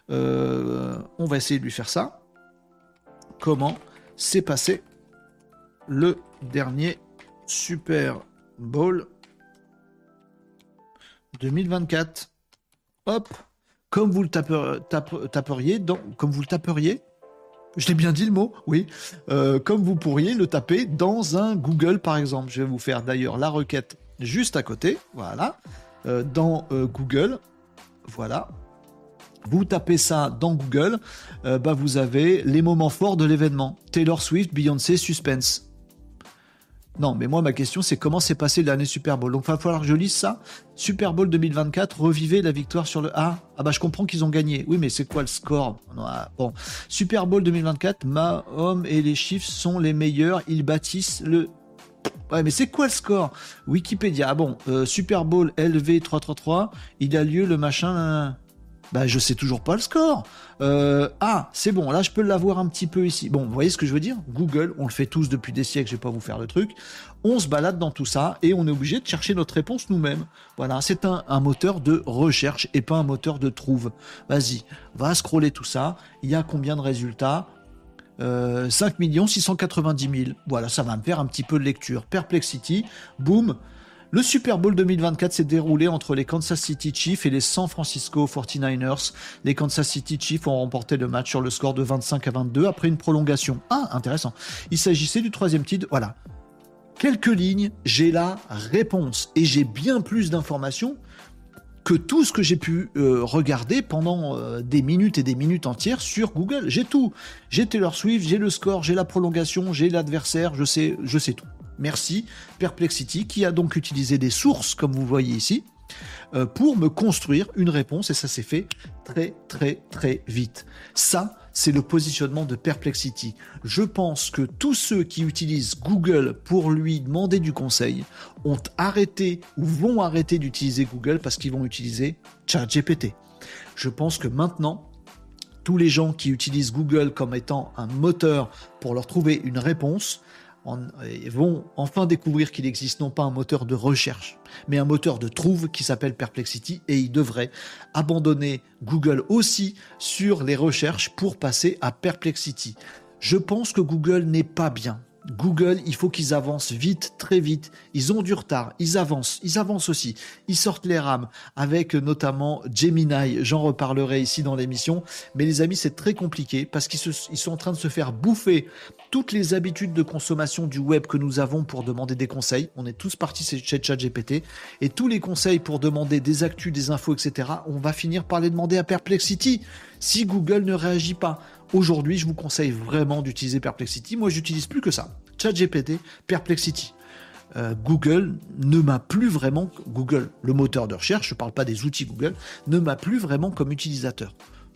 euh, on va essayer de lui faire ça. Comment s'est passé le dernier Super Bowl deux mille vingt-quatre? Hop, comme vous le taper, tape, taperiez, dans, comme vous le taperiez. Je l'ai bien dit le mot, oui. Euh, comme vous pourriez le taper dans un Google, par exemple. Je vais vous faire d'ailleurs la requête juste à côté. Voilà. Euh, dans euh, Google. Voilà. Vous tapez ça dans Google. Euh, bah, vous avez les moments forts de l'événement. Taylor Swift, Beyoncé, suspense. Non, mais moi, ma question, c'est comment s'est passé le dernier Super Bowl. Donc, il va falloir que je lise ça. Super Bowl deux mille vingt-quatre, revivez la victoire sur le... Ah, ah bah, je comprends qu'ils ont gagné. Oui, mais c'est quoi le score? Bon, Super Bowl deux mille vingt-quatre, Mahomes et les Chiefs sont les meilleurs. Ils bâtissent le... Ouais, mais c'est quoi le score? Wikipédia. Ah bon, euh, Super Bowl L V trois cent trente-trois, il a lieu le machin... Bah, je sais toujours pas le score. Euh, ah, c'est bon, là, je peux l'avoir un petit peu ici. Bon, vous voyez ce que je veux dire? Google, on le fait tous depuis des siècles, je vais pas vous faire le truc. On se balade dans tout ça et on est obligé de chercher notre réponse nous-mêmes. Voilà, c'est un, un moteur de recherche et pas un moteur de trouve. Vas-y, va scroller tout ça. Il y a combien de résultats? euh, cinq millions six cent quatre-vingt-dix mille. Voilà, ça va me faire un petit peu de lecture. Perplexity, boum. Le Super Bowl deux mille vingt-quatre s'est déroulé entre les Kansas City Chiefs et les San Francisco forty-niners. Les Kansas City Chiefs ont remporté le match sur le score de vingt-cinq à vingt-deux après une prolongation. Ah, intéressant. Il s'agissait du troisième titre. Voilà. Quelques lignes, j'ai la réponse. Et j'ai bien plus d'informations que tout ce que j'ai pu euh, regarder pendant euh, des minutes et des minutes entières sur Google. J'ai tout. J'ai Taylor Swift, j'ai le score, j'ai la prolongation, j'ai l'adversaire, je sais, je sais tout. Merci Perplexity qui a donc utilisé des sources, comme vous voyez ici, euh, pour me construire une réponse et ça s'est fait très très très vite. Ça, c'est le positionnement de Perplexity. Je pense que tous ceux qui utilisent Google pour lui demander du conseil ont arrêté ou vont arrêter d'utiliser Google parce qu'ils vont utiliser ChatGPT. Je pense que maintenant, tous les gens qui utilisent Google comme étant un moteur pour leur trouver une réponse vont enfin découvrir qu'il existe non pas un moteur de recherche, mais un moteur de trouve qui s'appelle Perplexity et ils devraient abandonner Google aussi sur les recherches pour passer à Perplexity. Je pense que Google n'est pas bien. Google, il faut qu'ils avancent vite, très vite. Ils ont du retard, ils avancent, ils avancent aussi. Ils sortent les rames avec notamment Gemini, j'en reparlerai ici dans l'émission. Mais les amis, c'est très compliqué parce qu'ils se, ils sont en train de se faire bouffer toutes les habitudes de consommation du web que nous avons pour demander des conseils. On est tous partis chez ChatGPT et tous les conseils pour demander des actus, des infos, et cetera. On va finir par les demander à Perplexity si Google ne réagit pas. Aujourd'hui, je vous conseille vraiment d'utiliser Perplexity. Moi, j'utilise plus que ça. ChatGPT, Perplexity. Euh, Google ne m'a plus vraiment... Google, le moteur de recherche, je ne parle pas des outils Google, ne m'a plus vraiment comme utilisateur.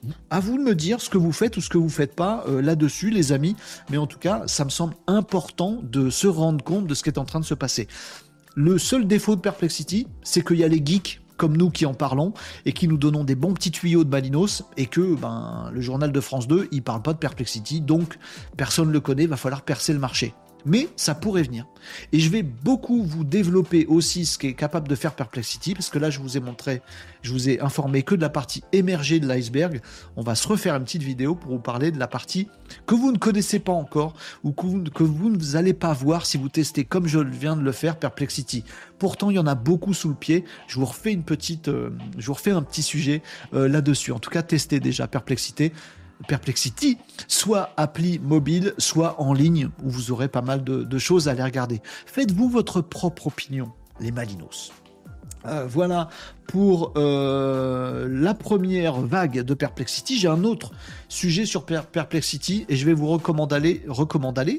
À vous de me dire ce que vous faites ou ce que vous ne faites pas euh, là-dessus, les amis. Mais en tout cas, ça me semble important de se rendre compte de ce qui est en train de se passer. Le seul défaut de Perplexity, c'est qu'il y a les geeks comme nous qui en parlons et qui nous donnons des bons petits tuyaux de Malinos et que ben, le journal de France deux, il parle pas de Perplexity, donc personne ne le connaît, va falloir percer le marché. Mais ça pourrait venir. Et je vais beaucoup vous développer aussi ce qu'est capable de faire Perplexity, parce que là, je vous ai montré, je vous ai informé que de la partie émergée de l'iceberg. On va se refaire une petite vidéo pour vous parler de la partie que vous ne connaissez pas encore ou que vous, que vous ne allez pas voir si vous testez comme je viens de le faire Perplexity. Pourtant, il y en a beaucoup sous le pied. Je vous refais une petite, euh, je vous refais un petit sujet euh, là-dessus. En tout cas, testez déjà Perplexity. Perplexity, soit appli mobile, soit en ligne, où vous aurez pas mal de, de choses à aller regarder. Faites-vous votre propre opinion, les Malinos. Euh, voilà pour euh, la première vague de Perplexity. J'ai un autre sujet sur per- Perplexity et je vais vous recommander, recommander,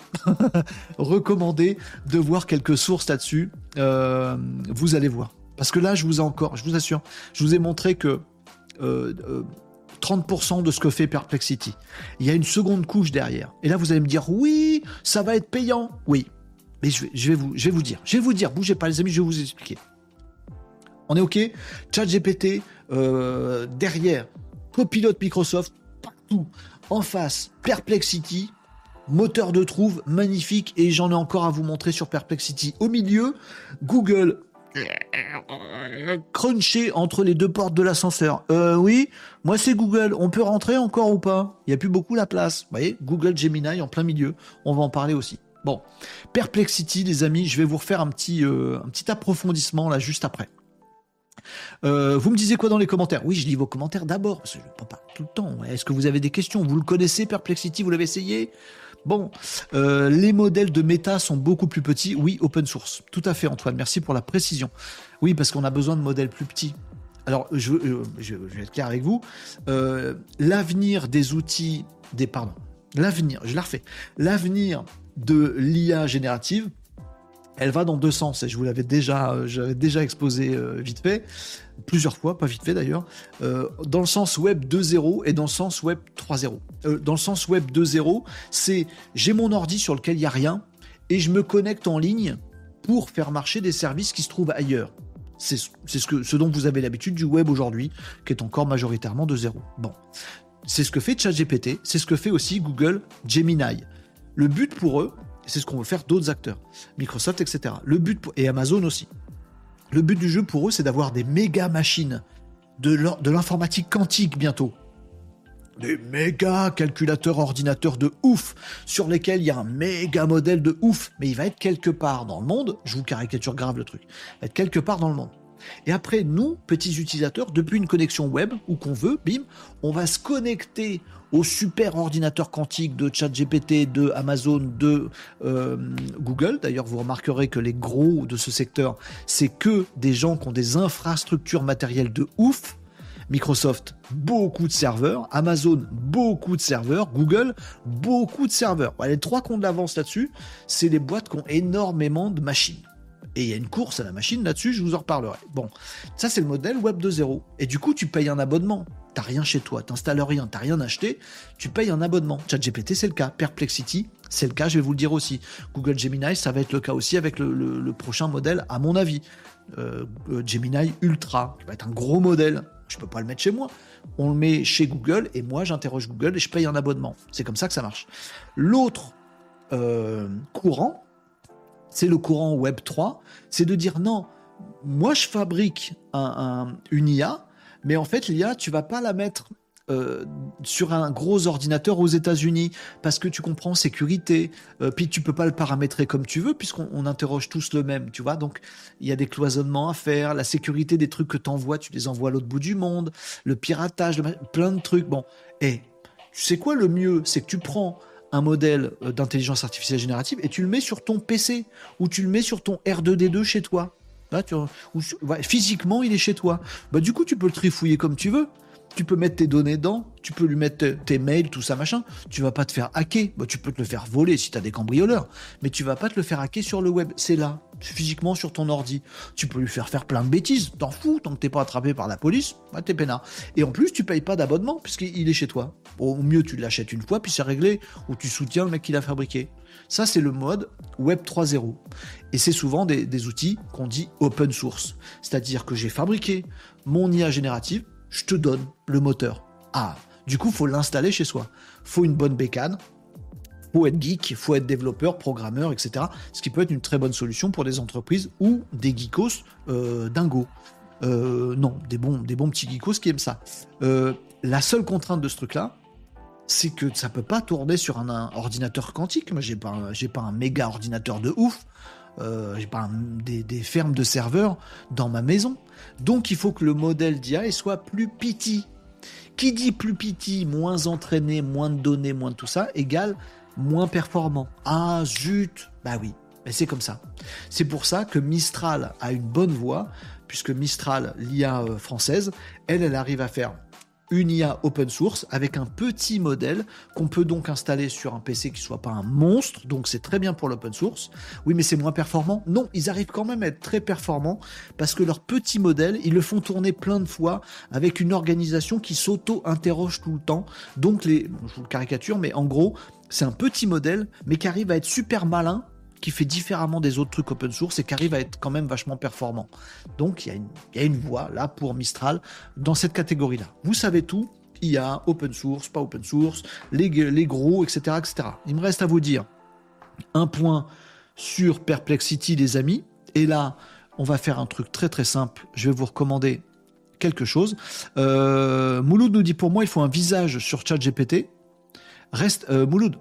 recommander de voir quelques sources là-dessus. Euh, vous allez voir. Parce que là, je vous ai encore, je vous assure, je vous ai montré que euh, euh, trente pour cent de ce que fait Perplexity. Il y a une seconde couche derrière. Et là, vous allez me dire, oui, ça va être payant. Oui, mais je vais, je vais, vous, je vais vous dire. Je vais vous dire, bougez pas les amis, je vais vous expliquer. On est OK ? ChatGPT, euh, derrière, Copilot Microsoft, partout, en face, Perplexity, moteur de trouve, magnifique, et j'en ai encore à vous montrer sur Perplexity. Au milieu, Google... crunché entre les deux portes de l'ascenseur. Euh, oui, moi c'est Google. On peut rentrer encore ou pas ? Il n'y a plus beaucoup la place. Vous voyez, Google Gemini en plein milieu. On va en parler aussi. Bon, Perplexity, les amis, je vais vous refaire un petit, euh, un petit approfondissement là juste après. Euh, vous me disiez quoi dans les commentaires ? Oui, je lis vos commentaires d'abord, parce que je ne prends pas tout le temps. Est-ce que vous avez des questions ? Vous le connaissez, Perplexity ? Vous l'avez essayé ? Bon, euh, les modèles de méta sont beaucoup plus petits. Oui, open source. Tout à fait, Antoine. Merci pour la précision. Oui, parce qu'on a besoin de modèles plus petits. Alors, je, euh, je, je vais être clair avec vous. Euh, l'avenir des outils... des Pardon. L'avenir, je la refais. L'avenir de l'I A générative, elle va dans deux sens. Et je vous l'avais déjà, euh, j'avais déjà exposé euh, vite fait. Plusieurs fois, pas vite fait d'ailleurs, euh, dans le sens web deux point zéro et dans le sens web trois point zéro. Euh, dans le sens web deux point zéro, c'est j'ai mon ordi sur lequel il n'y a rien et je me connecte en ligne pour faire marcher des services qui se trouvent ailleurs. C'est, c'est ce, que, ce dont vous avez l'habitude du web aujourd'hui, qui est encore majoritairement deux point zéro. Bon, c'est ce que fait ChatGPT, c'est ce que fait aussi Google Gemini. Le but pour eux, c'est ce qu'on veut faire d'autres acteurs, Microsoft, et cetera. Le but pour, et Amazon aussi. Le but du jeu pour eux, c'est d'avoir des méga machines, de, de l'informatique quantique bientôt. des méga calculateurs ordinateurs de ouf, sur lesquels il y a un méga modèle de ouf, mais il va être quelque part dans le monde, je vous caricature grave le truc, il va être quelque part dans le monde. Et après, nous, petits utilisateurs, depuis une connexion web, où qu'on veut, bim, on va se connecter au super ordinateur quantique de ChatGPT, de Amazon, de euh, Google. D'ailleurs, vous remarquerez que les gros de ce secteur, c'est que des gens qui ont des infrastructures matérielles de ouf. Microsoft, beaucoup de serveurs. Amazon, beaucoup de serveurs. Google, beaucoup de serveurs. Les trois qui ont de l'avance là-dessus, c'est les boîtes qui ont énormément de machines. Et il y a une course à la machine là-dessus, je vous en reparlerai. Bon, ça c'est le modèle Web deux point zéro. Et du coup, tu payes un abonnement. T'as rien chez toi, t'installes rien, t'as rien acheté, tu payes un abonnement. ChatGPT, c'est le cas. Perplexity, c'est le cas, je vais vous le dire aussi. Google Gemini, ça va être le cas aussi avec le, le, le prochain modèle, à mon avis. Euh, Gemini Ultra, qui va être un gros modèle. Je peux pas le mettre chez moi. On le met chez Google et moi, j'interroge Google et je paye un abonnement. C'est comme ça que ça marche. L'autre euh, courant, c'est le courant Web trois, c'est de dire non, moi je fabrique un, un, une I A, mais en fait l'I A, tu vas pas la mettre euh, sur un gros ordinateur aux États-Unis parce que tu comprends sécurité, euh, puis tu peux pas le paramétrer comme tu veux puisqu'on on interroge tous le même, tu vois. Donc il y a des cloisonnements à faire, la sécurité des trucs que tu envoies, tu les envoies à l'autre bout du monde, le piratage, le, plein de trucs. Bon, et tu sais quoi, le mieux, c'est que tu prends un modèle d'intelligence artificielle générative et tu le mets sur ton P C ou tu le mets sur ton R deux D deux chez toi. Là, tu, ou, ouais, physiquement, il est chez toi. Bah, du coup, tu peux le trifouiller comme tu veux. Tu peux mettre tes données dedans, tu peux lui mettre tes mails, tout ça, machin. Tu vas pas te faire hacker. Bah, tu peux te le faire voler si tu as des cambrioleurs, mais tu vas pas te le faire hacker sur le web. C'est là, physiquement sur ton ordi. Tu peux lui faire faire plein de bêtises. T'en fous, tant que t'es pas attrapé par la police, bah, t'es peinard. Et en plus, tu payes pas d'abonnement puisqu'il est chez toi. Au mieux, tu l'achètes une fois, puis c'est réglé, ou tu soutiens le mec qui l'a fabriqué. Ça, c'est le mode Web trois point zéro. Et c'est souvent des, des outils qu'on dit open source. C'est-à-dire que j'ai fabriqué mon I A générative, je te donne le moteur. Ah, du coup, il faut l'installer chez soi. Il faut une bonne bécane, il faut être geek, il faut être développeur, programmeur, et cetera. Ce qui peut être une très bonne solution pour des entreprises ou des geekos euh, dingos. Euh, non, des bons, des bons petits geekos qui aiment ça. Euh, la seule contrainte de ce truc-là, c'est que ça peut pas tourner sur un, un ordinateur quantique. Moi, j'ai pas, un, j'ai pas un méga ordinateur de ouf. Euh, j'ai pas un, des, des fermes de serveurs dans ma maison. Donc, il faut que le modèle d'I A soit plus petit. Qui dit plus petit, moins entraîné, moins de données, moins de tout ça, égale moins performant. Ah, zut. Bah oui, mais c'est comme ça. C'est pour ça que Mistral a une bonne voix, puisque Mistral, l'I A française, elle, elle arrive à faire une I A open source avec un petit modèle qu'on peut donc installer sur un P C qui soit pas un monstre, donc c'est très bien pour l'open source. Oui, mais c'est moins performant. Non, ils arrivent quand même à être très performants parce que leur petit modèle, ils le font tourner plein de fois avec une organisation qui s'auto-interroge tout le temps. Donc les, je vous le caricature, mais en gros, c'est un petit modèle, mais qui arrive à être super malin, qui fait différemment des autres trucs open source et qui arrive à être quand même vachement performant. Donc, il y a une, il y a une voie là pour Mistral dans cette catégorie-là. Vous savez tout, I A, open source, pas open source, les, les gros, et cetera, et cetera. Il me reste à vous dire un point sur Perplexity, les amis. Et là, on va faire un truc très très simple. Je vais vous recommander quelque chose. Euh, Mouloud nous dit, pour moi, il faut un visage sur ChatGPT. Reste, euh, Mouloud,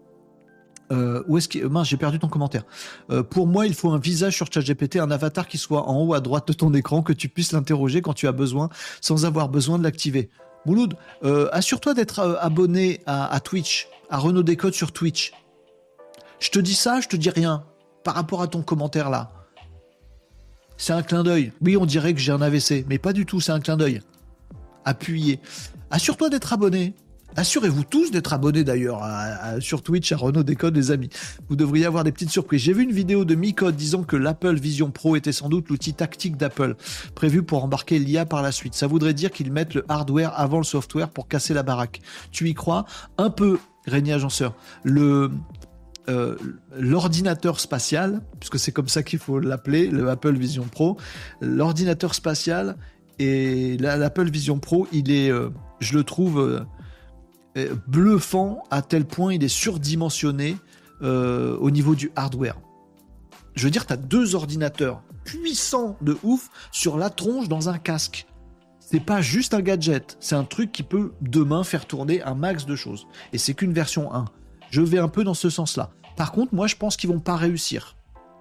Euh, où est-ce que... Mince, j'ai perdu ton commentaire. Euh, pour moi, il faut un visage sur ChatGPT, un avatar qui soit en haut à droite de ton écran, que tu puisses l'interroger quand tu as besoin, sans avoir besoin de l'activer. Mouloud, euh, assure-toi d'être euh, abonné à, à Twitch, à Renaud Décode sur Twitch. Je te dis ça, je te dis rien, par rapport à ton commentaire là. C'est un clin d'œil. Oui, on dirait que j'ai un A V C, mais pas du tout, c'est un clin d'œil. Appuyez. Assure-toi d'être abonné. Assurez-vous tous d'être abonnés d'ailleurs à, à, sur Twitch à Renaud Décode, les amis. Vous devriez avoir des petites surprises. J'ai vu une vidéo de Micode disant que l'Apple Vision Pro était sans doute l'outil tactique d'Apple, prévu pour embarquer l'I A par la suite. Ça voudrait dire qu'ils mettent le hardware avant le software pour casser la baraque. Tu y crois? Un peu, Régnier Agenceur. Le... Euh, l'ordinateur spatial, puisque c'est comme ça qu'il faut l'appeler, le Apple Vision Pro, l'ordinateur spatial et l'Apple Vision Pro, il est, euh, je le trouve... Euh, bluffant à tel point il est surdimensionné euh, au niveau du hardware. Je veux dire, tu as deux ordinateurs puissants de ouf sur la tronche dans un casque. C'est pas juste un gadget, c'est un truc qui peut demain faire tourner un max de choses. Et c'est qu'une version un. Je vais un peu dans ce sens-là. Par contre, moi, je pense qu'ils vont pas réussir.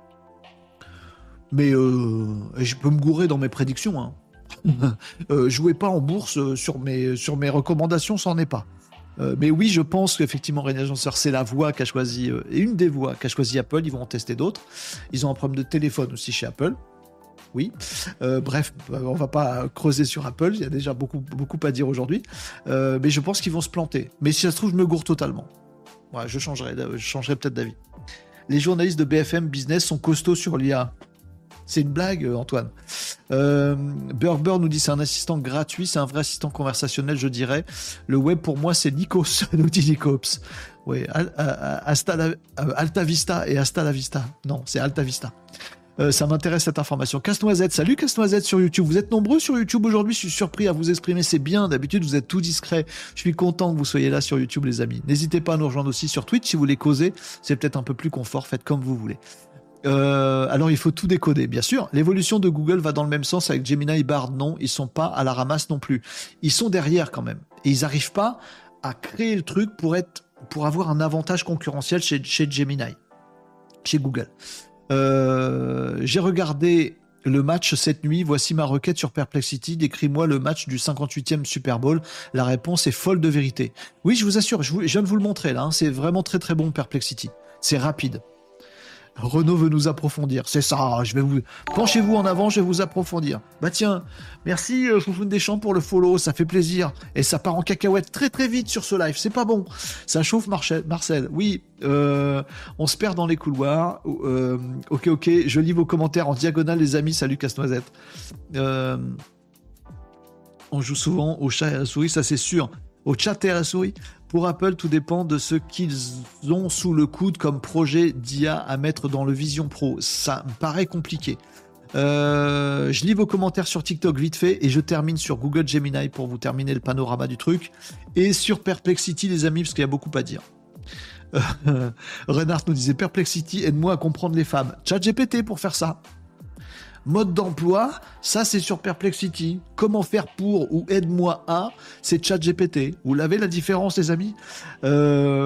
Mais euh, je peux me gourer dans mes prédictions. Hein. euh, jouez pas en bourse sur mes, sur mes recommandations, c'en est pas. Euh, mais oui, je pense qu'effectivement, René Agenceur, c'est la voie qu'a choisi, euh, et une des voies qu'a choisi Apple. Ils vont en tester d'autres. Ils ont un problème de téléphone aussi chez Apple. Oui. Euh, bref, on va pas creuser sur Apple. Il y a déjà beaucoup, beaucoup à dire aujourd'hui. Euh, mais je pense qu'ils vont se planter. Mais si ça se trouve, je me gourre totalement. Ouais, je changerai, je changerai peut-être d'avis. Les journalistes de B F M Business sont costauds sur l'I A. C'est une blague, Antoine. Euh, Burger nous dit c'est un assistant gratuit, c'est un vrai assistant conversationnel, je dirais. Le web pour moi c'est Nikos, nous dit Nicops. Oui, Alta Vista et Hasta la Vista. Non, c'est Alta Vista. Euh, ça m'intéresse cette information. Casse-Noisette, salut Casse-Noisette sur YouTube. Vous êtes nombreux sur YouTube aujourd'hui, je suis surpris à vous exprimer, c'est bien. D'habitude, vous êtes tout discret. Je suis content que vous soyez là sur YouTube, les amis. N'hésitez pas à nous rejoindre aussi sur Twitch si vous voulez causer. C'est peut-être un peu plus confort, faites comme vous voulez. Euh, alors il faut tout décoder, bien sûr. L'évolution de Google va dans le même sens avec Gemini et Bard, non, ils sont pas à la ramasse non plus. Ils sont derrière quand même. Et ils n'arrivent pas à créer le truc pour être, pour avoir un avantage concurrentiel chez, chez Gemini, chez Google. Euh, j'ai regardé le match cette nuit, voici ma requête sur Perplexity, décris-moi le match du cinquante-huitième Super Bowl. La réponse est folle de vérité. Oui, je vous assure, je, vous, je viens de vous le montrer là, hein, c'est vraiment très très bon Perplexity. C'est rapide. Renaud veut nous approfondir, c'est ça, je vais vous... Penchez-vous en avant, je vais vous approfondir. Bah tiens, merci euh, Foufoune Deschamps pour le follow, ça fait plaisir. Et ça part en cacahuète très très vite sur ce live, c'est pas bon. Ça chauffe Marcel, Marcel. Oui, euh, on se perd dans les couloirs. Euh, ok, ok, je lis vos commentaires en diagonale les amis, salut Casse-Noisette. Euh, on joue souvent au chat et à la souris, ça c'est sûr. Au chat et à la souris. Pour Apple, tout dépend de ce qu'ils ont sous le coude comme projet d'I A à mettre dans le Vision Pro. Ça me paraît compliqué. Euh, je lis vos commentaires sur TikTok vite fait et je termine sur Google Gemini pour vous terminer le panorama du truc. Et sur Perplexity, les amis, parce qu'il y a beaucoup à dire. Euh, Renard nous disait Perplexity, aide-moi à comprendre les femmes. ChatGPT pour faire ça. Mode d'emploi, ça c'est sur Perplexity. Comment faire pour ou aide-moi à, c'est ChatGPT. Vous l'avez la différence, les amis. euh...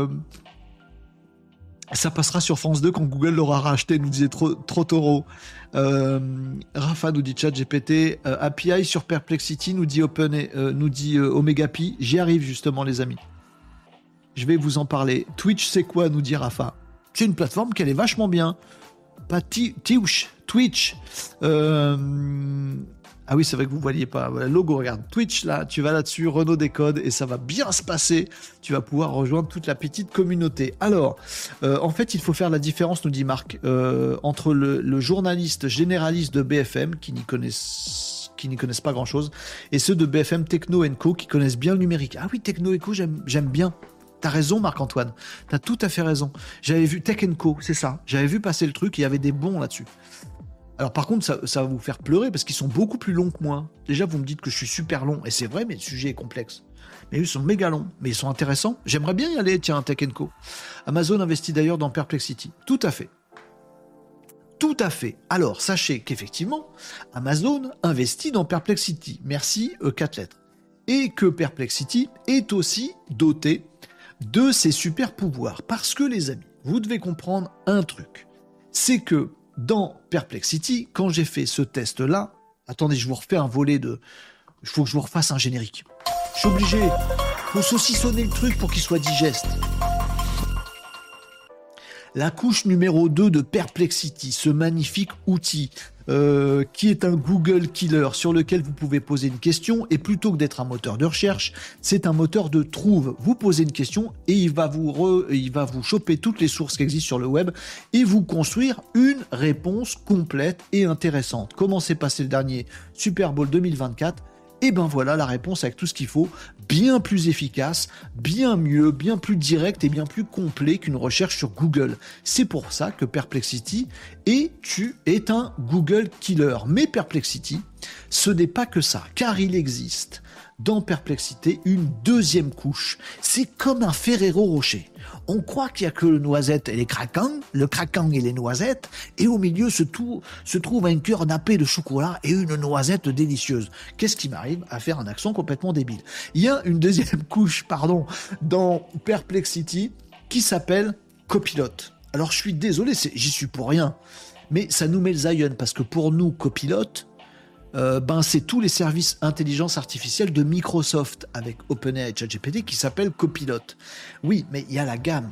Ça passera sur France deux quand Google l'aura racheté, nous disait Trotoro. Euh... Rafa nous dit ChatGPT. Euh, A P I sur Perplexity, nous dit Open, euh, nous dit euh, OmegaPi. J'y arrive justement, les amis. Je vais vous en parler. Twitch, c'est quoi, nous dit Rafa. C'est une plateforme qui est vachement bien. Pas Twitch, Twitch. Euh... Ah oui, c'est vrai que vous ne voyez pas. Voilà, logo, regarde. Twitch, là, tu vas là-dessus, Renaud décode, et ça va bien se passer. Tu vas pouvoir rejoindre toute la petite communauté. Alors, euh, en fait, il faut faire la différence, nous dit Marc, euh, entre le, le journaliste généraliste de B F M, qui n'y connaissent, qui n'y connaissent pas grand-chose, et ceux de B F M Techno and Co, qui connaissent bien le numérique. Ah oui, Techno and Co, j'aime, j'aime bien. T'as raison, Marc-Antoine. T'as tout à fait raison. J'avais vu Tech and Co, c'est ça. J'avais vu passer le truc, il y avait des bons là-dessus. Alors par contre, ça, ça va vous faire pleurer parce qu'ils sont beaucoup plus longs que moi. Déjà, vous me dites que je suis super long, et c'est vrai, mais le sujet est complexe. Mais ils sont méga longs, mais ils sont intéressants. J'aimerais bien y aller, tiens, Tech and Co. Amazon investit d'ailleurs dans Perplexity. Tout à fait. Tout à fait. Alors, sachez qu'effectivement, Amazon investit dans Perplexity. Merci, E quatre lettres. Et que Perplexity est aussi doté de ses super pouvoirs. Parce que, les amis, vous devez comprendre un truc. C'est que dans Perplexity, quand j'ai fait ce test-là, attendez, je vous refais un volet de... Il faut que je vous refasse un générique. Je suis obligé. Il faut saucissonner le truc pour qu'il soit digeste. La couche numéro deux de Perplexity, ce magnifique outil euh, qui est un Google Killer sur lequel vous pouvez poser une question, et plutôt que d'être un moteur de recherche, c'est un moteur de trouve. Vous posez une question et il va vous, re, il va vous choper toutes les sources qui existent sur le web et vous construire une réponse complète et intéressante. Comment s'est passé le dernier Super Bowl deux mille vingt-quatre ? Et ben voilà la réponse avec tout ce qu'il faut, bien plus efficace, bien mieux, bien plus direct et bien plus complet qu'une recherche sur Google. C'est pour ça que Perplexity est, est un Google Killer. Mais Perplexity, ce n'est pas que ça, car il existe dans Perplexity une deuxième couche. C'est comme un Ferrero Rocher. On croit qu'il n'y a que le noisette et les craquants, le craquant et les noisettes, et au milieu se, tout, se trouve un cœur nappé de chocolat et une noisette délicieuse. Qu'est-ce qui m'arrive à faire un accent complètement débile? Il y a une deuxième couche, pardon, dans Perplexity qui s'appelle Copilot. Alors je suis désolé, c'est, j'y suis pour rien, mais ça nous met le zaïen, parce que pour nous, Copilot, euh, ben c'est tous les services intelligence artificielle de Microsoft avec OpenAI et ChatGPT qui s'appellent Copilot. Oui, mais il y a la gamme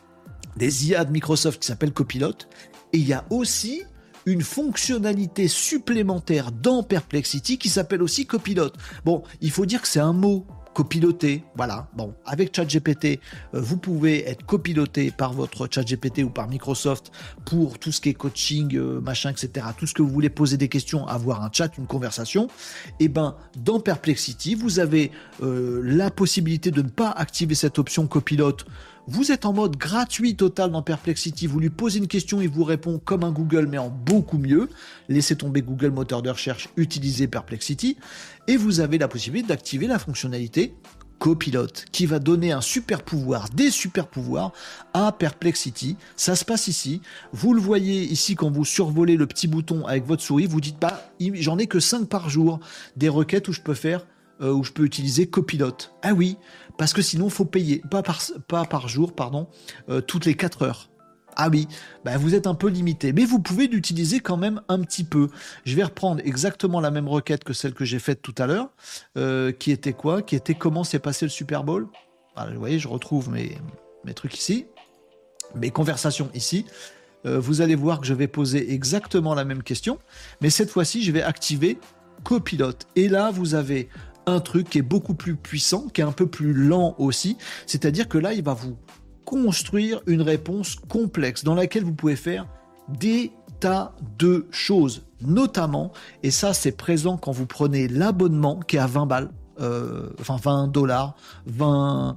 des I A de Microsoft qui s'appelle Copilot, et il y a aussi une fonctionnalité supplémentaire dans Perplexity qui s'appelle aussi Copilot. Bon, il faut dire que c'est un mot. Copiloté, voilà. Bon, avec ChatGPT, euh, vous pouvez être copiloté par votre ChatGPT ou par Microsoft pour tout ce qui est coaching, euh, machin, et cetera. Tout ce que vous voulez poser des questions, avoir un chat, une conversation. Et ben, dans Perplexity, vous avez euh, la possibilité de ne pas activer cette option copilote. Vous êtes en mode gratuit total dans Perplexity, vous lui posez une question, il vous répond comme un Google, mais en beaucoup mieux. Laissez tomber Google moteur de recherche, utilisez Perplexity, et vous avez la possibilité d'activer la fonctionnalité Copilot, qui va donner un super pouvoir, des super pouvoirs à Perplexity. Ça se passe ici. Vous le voyez ici quand vous survolez le petit bouton avec votre souris, vous dites, bah, j'en ai que cinq par jour, des requêtes où je peux faire Euh, où je peux utiliser Copilot. Ah oui, parce que sinon, il faut payer, pas par, pas par jour, pardon, euh, toutes les quatre heures. Ah oui, bah vous êtes un peu limité, mais vous pouvez l'utiliser quand même un petit peu. Je vais reprendre exactement la même requête que celle que j'ai faite tout à l'heure, euh, qui était quoi? Qui était comment s'est passé le Super Bowl? Voilà, vous voyez, je retrouve mes, mes trucs ici, mes conversations ici. Euh, vous allez voir que je vais poser exactement la même question, mais cette fois-ci, je vais activer Copilot. Et là, vous avez un truc qui est beaucoup plus puissant, qui est un peu plus lent aussi, c'est-à-dire que là, il va vous construire une réponse complexe dans laquelle vous pouvez faire des tas de choses, notamment, et ça c'est présent quand vous prenez l'abonnement qui est à vingt balles, euh, enfin vingt dollars, vingt...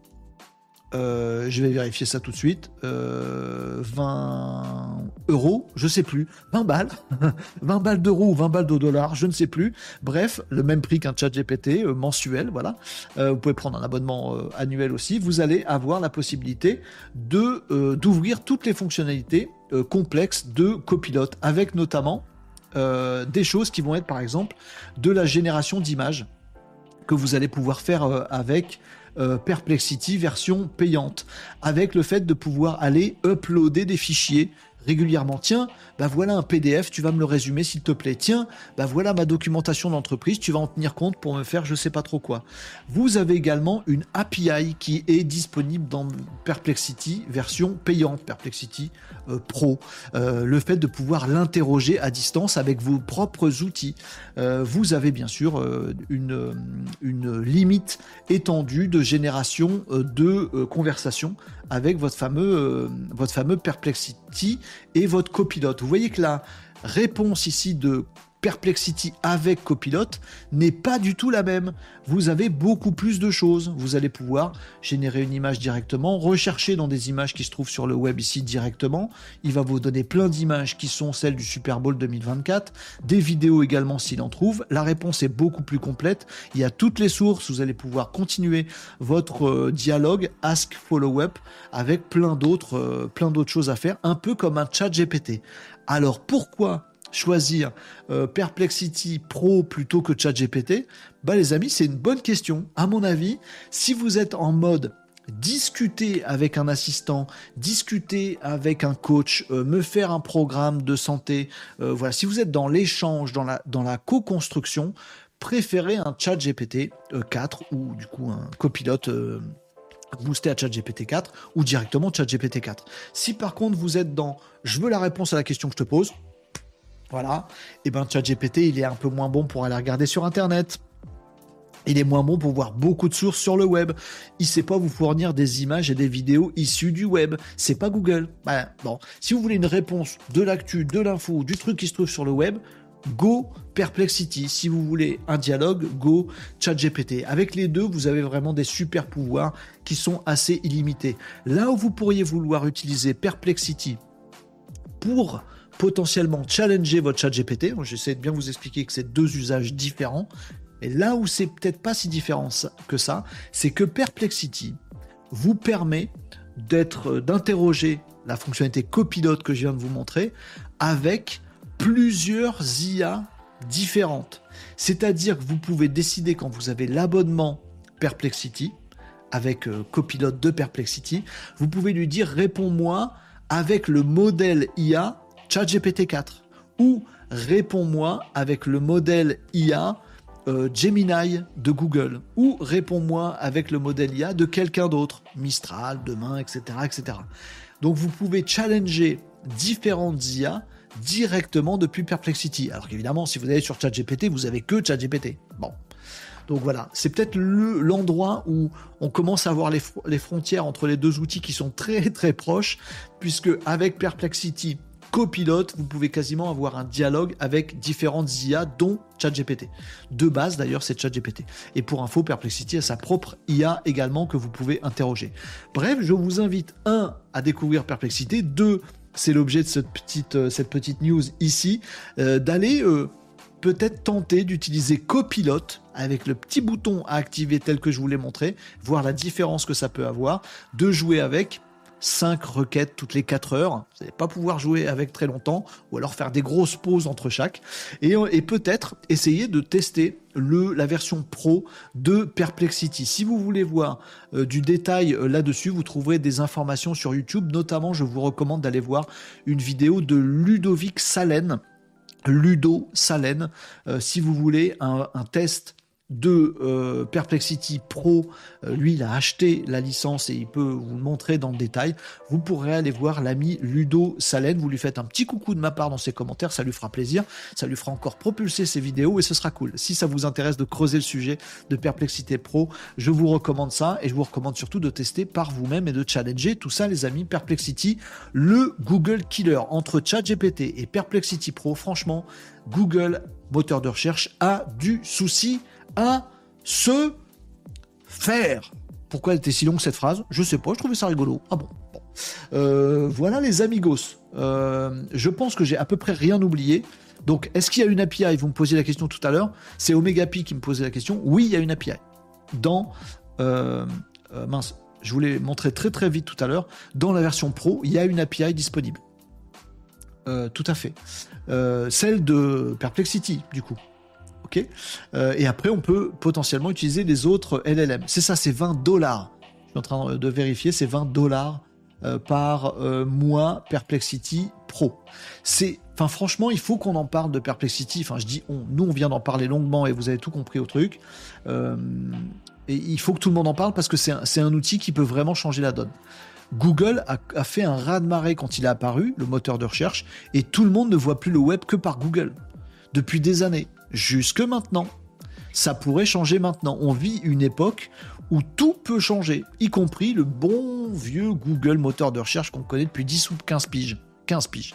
Euh, je vais vérifier ça tout de suite. Euh, vingt euros, je sais plus. vingt balles. vingt balles d'euros ou vingt balles de dollars, je ne sais plus. Bref, le même prix qu'un ChatGPT euh, mensuel, voilà. Euh, vous pouvez prendre un abonnement euh, annuel aussi. Vous allez avoir la possibilité de, euh, d'ouvrir toutes les fonctionnalités euh, complexes de Copilot, avec notamment euh, des choses qui vont être, par exemple, de la génération d'images que vous allez pouvoir faire euh, avec Euh, Perplexity version payante, avec le fait de pouvoir aller uploader des fichiers régulièrement. Tiens, bah voilà un P D F, tu vas me le résumer s'il te plaît. Tiens, bah voilà ma documentation d'entreprise, tu vas en tenir compte pour me faire je sais pas trop quoi. Vous avez également une A P I qui est disponible dans Perplexity version payante, Perplexity euh, Pro. Euh, le fait de pouvoir l'interroger à distance avec vos propres outils. Euh, vous avez bien sûr euh, une, une limite étendue de génération euh, de euh, conversations avec votre fameux, euh, votre fameux Perplexity et votre Copilot. Vous voyez que la réponse ici de Perplexity avec Copilot n'est pas du tout la même. Vous avez beaucoup plus de choses. Vous allez pouvoir générer une image directement, rechercher dans des images qui se trouvent sur le web ici directement. Il va vous donner plein d'images qui sont celles du Super Bowl deux mille vingt-quatre, des vidéos également s'il en trouve. La réponse est beaucoup plus complète. Il y a toutes les sources. Vous allez pouvoir continuer votre euh, dialogue Ask Follow Up avec plein d'autres, euh, plein d'autres choses à faire, un peu comme un chat G P T. Alors pourquoi choisir euh, Perplexity Pro plutôt que ChatGPT? Bah les amis, c'est une bonne question. À mon avis, si vous êtes en mode discuter avec un assistant, discuter avec un coach, euh, me faire un programme de santé, euh, voilà, si vous êtes dans l'échange, dans la, dans la co-construction, préférez un ChatGPT euh, quatre ou du coup un copilote euh, boosté à ChatGPT quatre ou directement ChatGPT quatre. Si par contre vous êtes dans je veux la réponse à la question que je te pose, voilà, et ben ChatGPT, il est un peu moins bon pour aller regarder sur Internet. Il est moins bon pour voir beaucoup de sources sur le web. Il sait pas vous fournir des images et des vidéos issues du web. C'est pas Google. Ben, bon, si vous voulez une réponse de l'actu, de l'info, du truc qui se trouve sur le web, go Perplexity. Si vous voulez un dialogue, go ChatGPT. Avec les deux, vous avez vraiment des super pouvoirs qui sont assez illimités. Là où vous pourriez vouloir utiliser Perplexity pour potentiellement challenger votre ChatGPT. J'essaie de bien vous expliquer que c'est deux usages différents. Et là où c'est peut-être pas si différent que ça, c'est que Perplexity vous permet d'être, d'interroger la fonctionnalité copilote que je viens de vous montrer avec plusieurs I A différentes. C'est-à-dire que vous pouvez décider quand vous avez l'abonnement Perplexity, avec euh, copilote de Perplexity, vous pouvez lui dire « Réponds-moi avec le modèle I A ChatGPT quatre » ou « Réponds-moi avec le modèle I A euh, Gemini de Google » ou « Réponds-moi avec le modèle I A de quelqu'un d'autre, Mistral, demain, et cetera, et cetera » Donc vous pouvez challenger différentes I A directement depuis Perplexity. Alors qu'évidemment, si vous allez sur ChatGPT, vous avez que ChatGPT. Bon. Donc voilà, c'est peut-être le, l'endroit où on commence à voir les, fr- les frontières entre les deux outils qui sont très très proches, puisque avec Perplexity Copilot, vous pouvez quasiment avoir un dialogue avec différentes I A, dont ChatGPT. De base d'ailleurs, c'est ChatGPT. Et pour info, Perplexity a sa propre I A également que vous pouvez interroger. Bref, je vous invite, un, à découvrir Perplexity, deux, c'est l'objet de cette petite, euh, cette petite news ici, euh, d'aller... Euh, peut-être tenter d'utiliser Copilot avec le petit bouton à activer tel que je vous l'ai montré, voir la différence que ça peut avoir, de jouer avec cinq requêtes toutes les quatre heures. Vous n'allez pas pouvoir jouer avec très longtemps, ou alors faire des grosses pauses entre chaque, et, et peut-être essayer de tester le, la version pro de Perplexity. Si vous voulez voir euh, du détail euh, là-dessus, vous trouverez des informations sur YouTube, notamment je vous recommande d'aller voir une vidéo de Ludovic Salen, Ludo Salen, euh, si vous voulez un, un test de euh, Perplexity Pro, euh, lui il a acheté la licence et il peut vous le montrer dans le détail. Vous pourrez aller voir l'ami Ludo Salen, vous lui faites un petit coucou de ma part dans ses commentaires, ça lui fera plaisir, ça lui fera encore propulser ses vidéos et ce sera cool. Si ça vous intéresse de creuser le sujet de Perplexity Pro, je vous recommande ça et je vous recommande surtout de tester par vous-même et de challenger tout ça les amis. Perplexity, le Google Killer. Entre ChatGPT et Perplexity Pro, franchement, Google, moteur de recherche, a du souci à se faire. Pourquoi elle était si longue cette phrase ? Je sais pas, je trouvais ça rigolo. Ah bon, bon. Euh, voilà les amigos. Euh, je pense que j'ai à peu près rien oublié. Donc, est-ce qu'il y a une A P I ? Vous me posiez la question tout à l'heure. C'est OmegaPi qui me posait la question. Oui, il y a une A P I. Dans... Euh, euh, mince, je vous l'ai montré très très vite tout à l'heure. Dans la version Pro, il y a une A P I disponible. Euh, tout à fait. Euh, celle de Perplexity, du coup. Okay. Euh, et après, on peut potentiellement utiliser les autres L L M. C'est ça, c'est vingt dollars. Je suis en train de vérifier, c'est vingt dollars euh, par euh, mois Perplexity Pro. C'est, enfin, franchement, il faut qu'on en parle de Perplexity. Enfin, je dis on. Nous, on vient d'en parler longuement et vous avez tout compris au truc. Euh, et il faut que tout le monde en parle parce que c'est un, c'est un outil qui peut vraiment changer la donne. Google a, a fait un raz-de-marée quand il est apparu, le moteur de recherche, et tout le monde ne voit plus le web que par Google. Depuis des années. Jusque maintenant. Ça pourrait changer maintenant. On vit une époque où tout peut changer, y compris le bon vieux Google moteur de recherche qu'on connaît depuis dix ou quinze piges. quinze piges.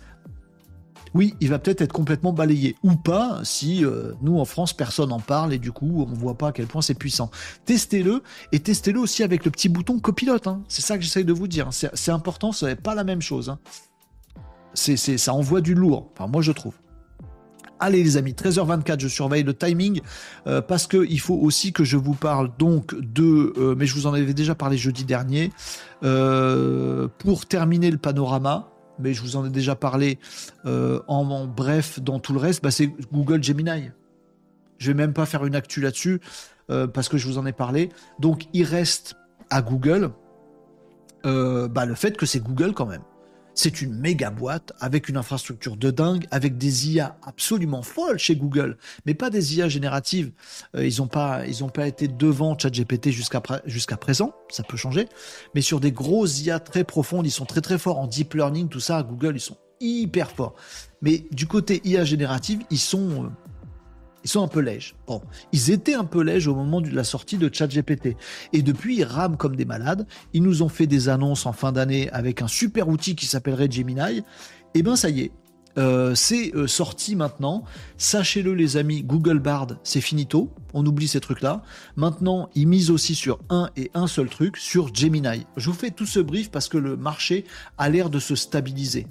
Oui, il va peut-être être complètement balayé. Ou pas, si euh, nous, en France, personne n'en parle et du coup, on ne voit pas à quel point c'est puissant. Testez-le et testez-le aussi avec le petit bouton copilote. Hein. C'est ça que j'essaye de vous dire. C'est, c'est important, ce n'est pas la même chose. Hein. C'est, c'est, ça envoie du lourd. Enfin, moi, je trouve. Allez les amis, treize heures vingt-quatre, je surveille le timing euh, parce qu'il faut aussi que je vous parle donc de, euh, mais je vous en avais déjà parlé jeudi dernier, euh, pour terminer le panorama, mais je vous en ai déjà parlé euh, en, en bref dans tout le reste, bah, c'est Google Gemini. Je vais même pas faire une actu là-dessus euh, parce que je vous en ai parlé. Donc il reste à Google euh, bah, le fait que c'est Google quand même. C'est une méga boîte avec une infrastructure de dingue, avec des I A absolument folles chez Google, mais pas des I A génératives. Euh, ils n'ont pas, ils ont pas été devant ChatGPT jusqu'à, jusqu'à présent, ça peut changer, mais sur des grosses I A très profondes, ils sont très très forts en deep learning, tout ça, à Google, ils sont hyper forts. Mais du côté I A générative, ils sont... Euh, Ils sont un peu lèges. Bon, ils étaient un peu lèges au moment de la sortie de ChatGPT. Et depuis, ils rament comme des malades. Ils nous ont fait des annonces en fin d'année avec un super outil qui s'appellerait Gemini. Et ben ça y est, euh, c'est euh, sorti maintenant. Sachez-le les amis, Google Bard, c'est finito. On oublie ces trucs-là. Maintenant, ils misent aussi sur un et un seul truc, sur Gemini. Je vous fais tout ce brief parce que le marché a l'air de se stabiliser.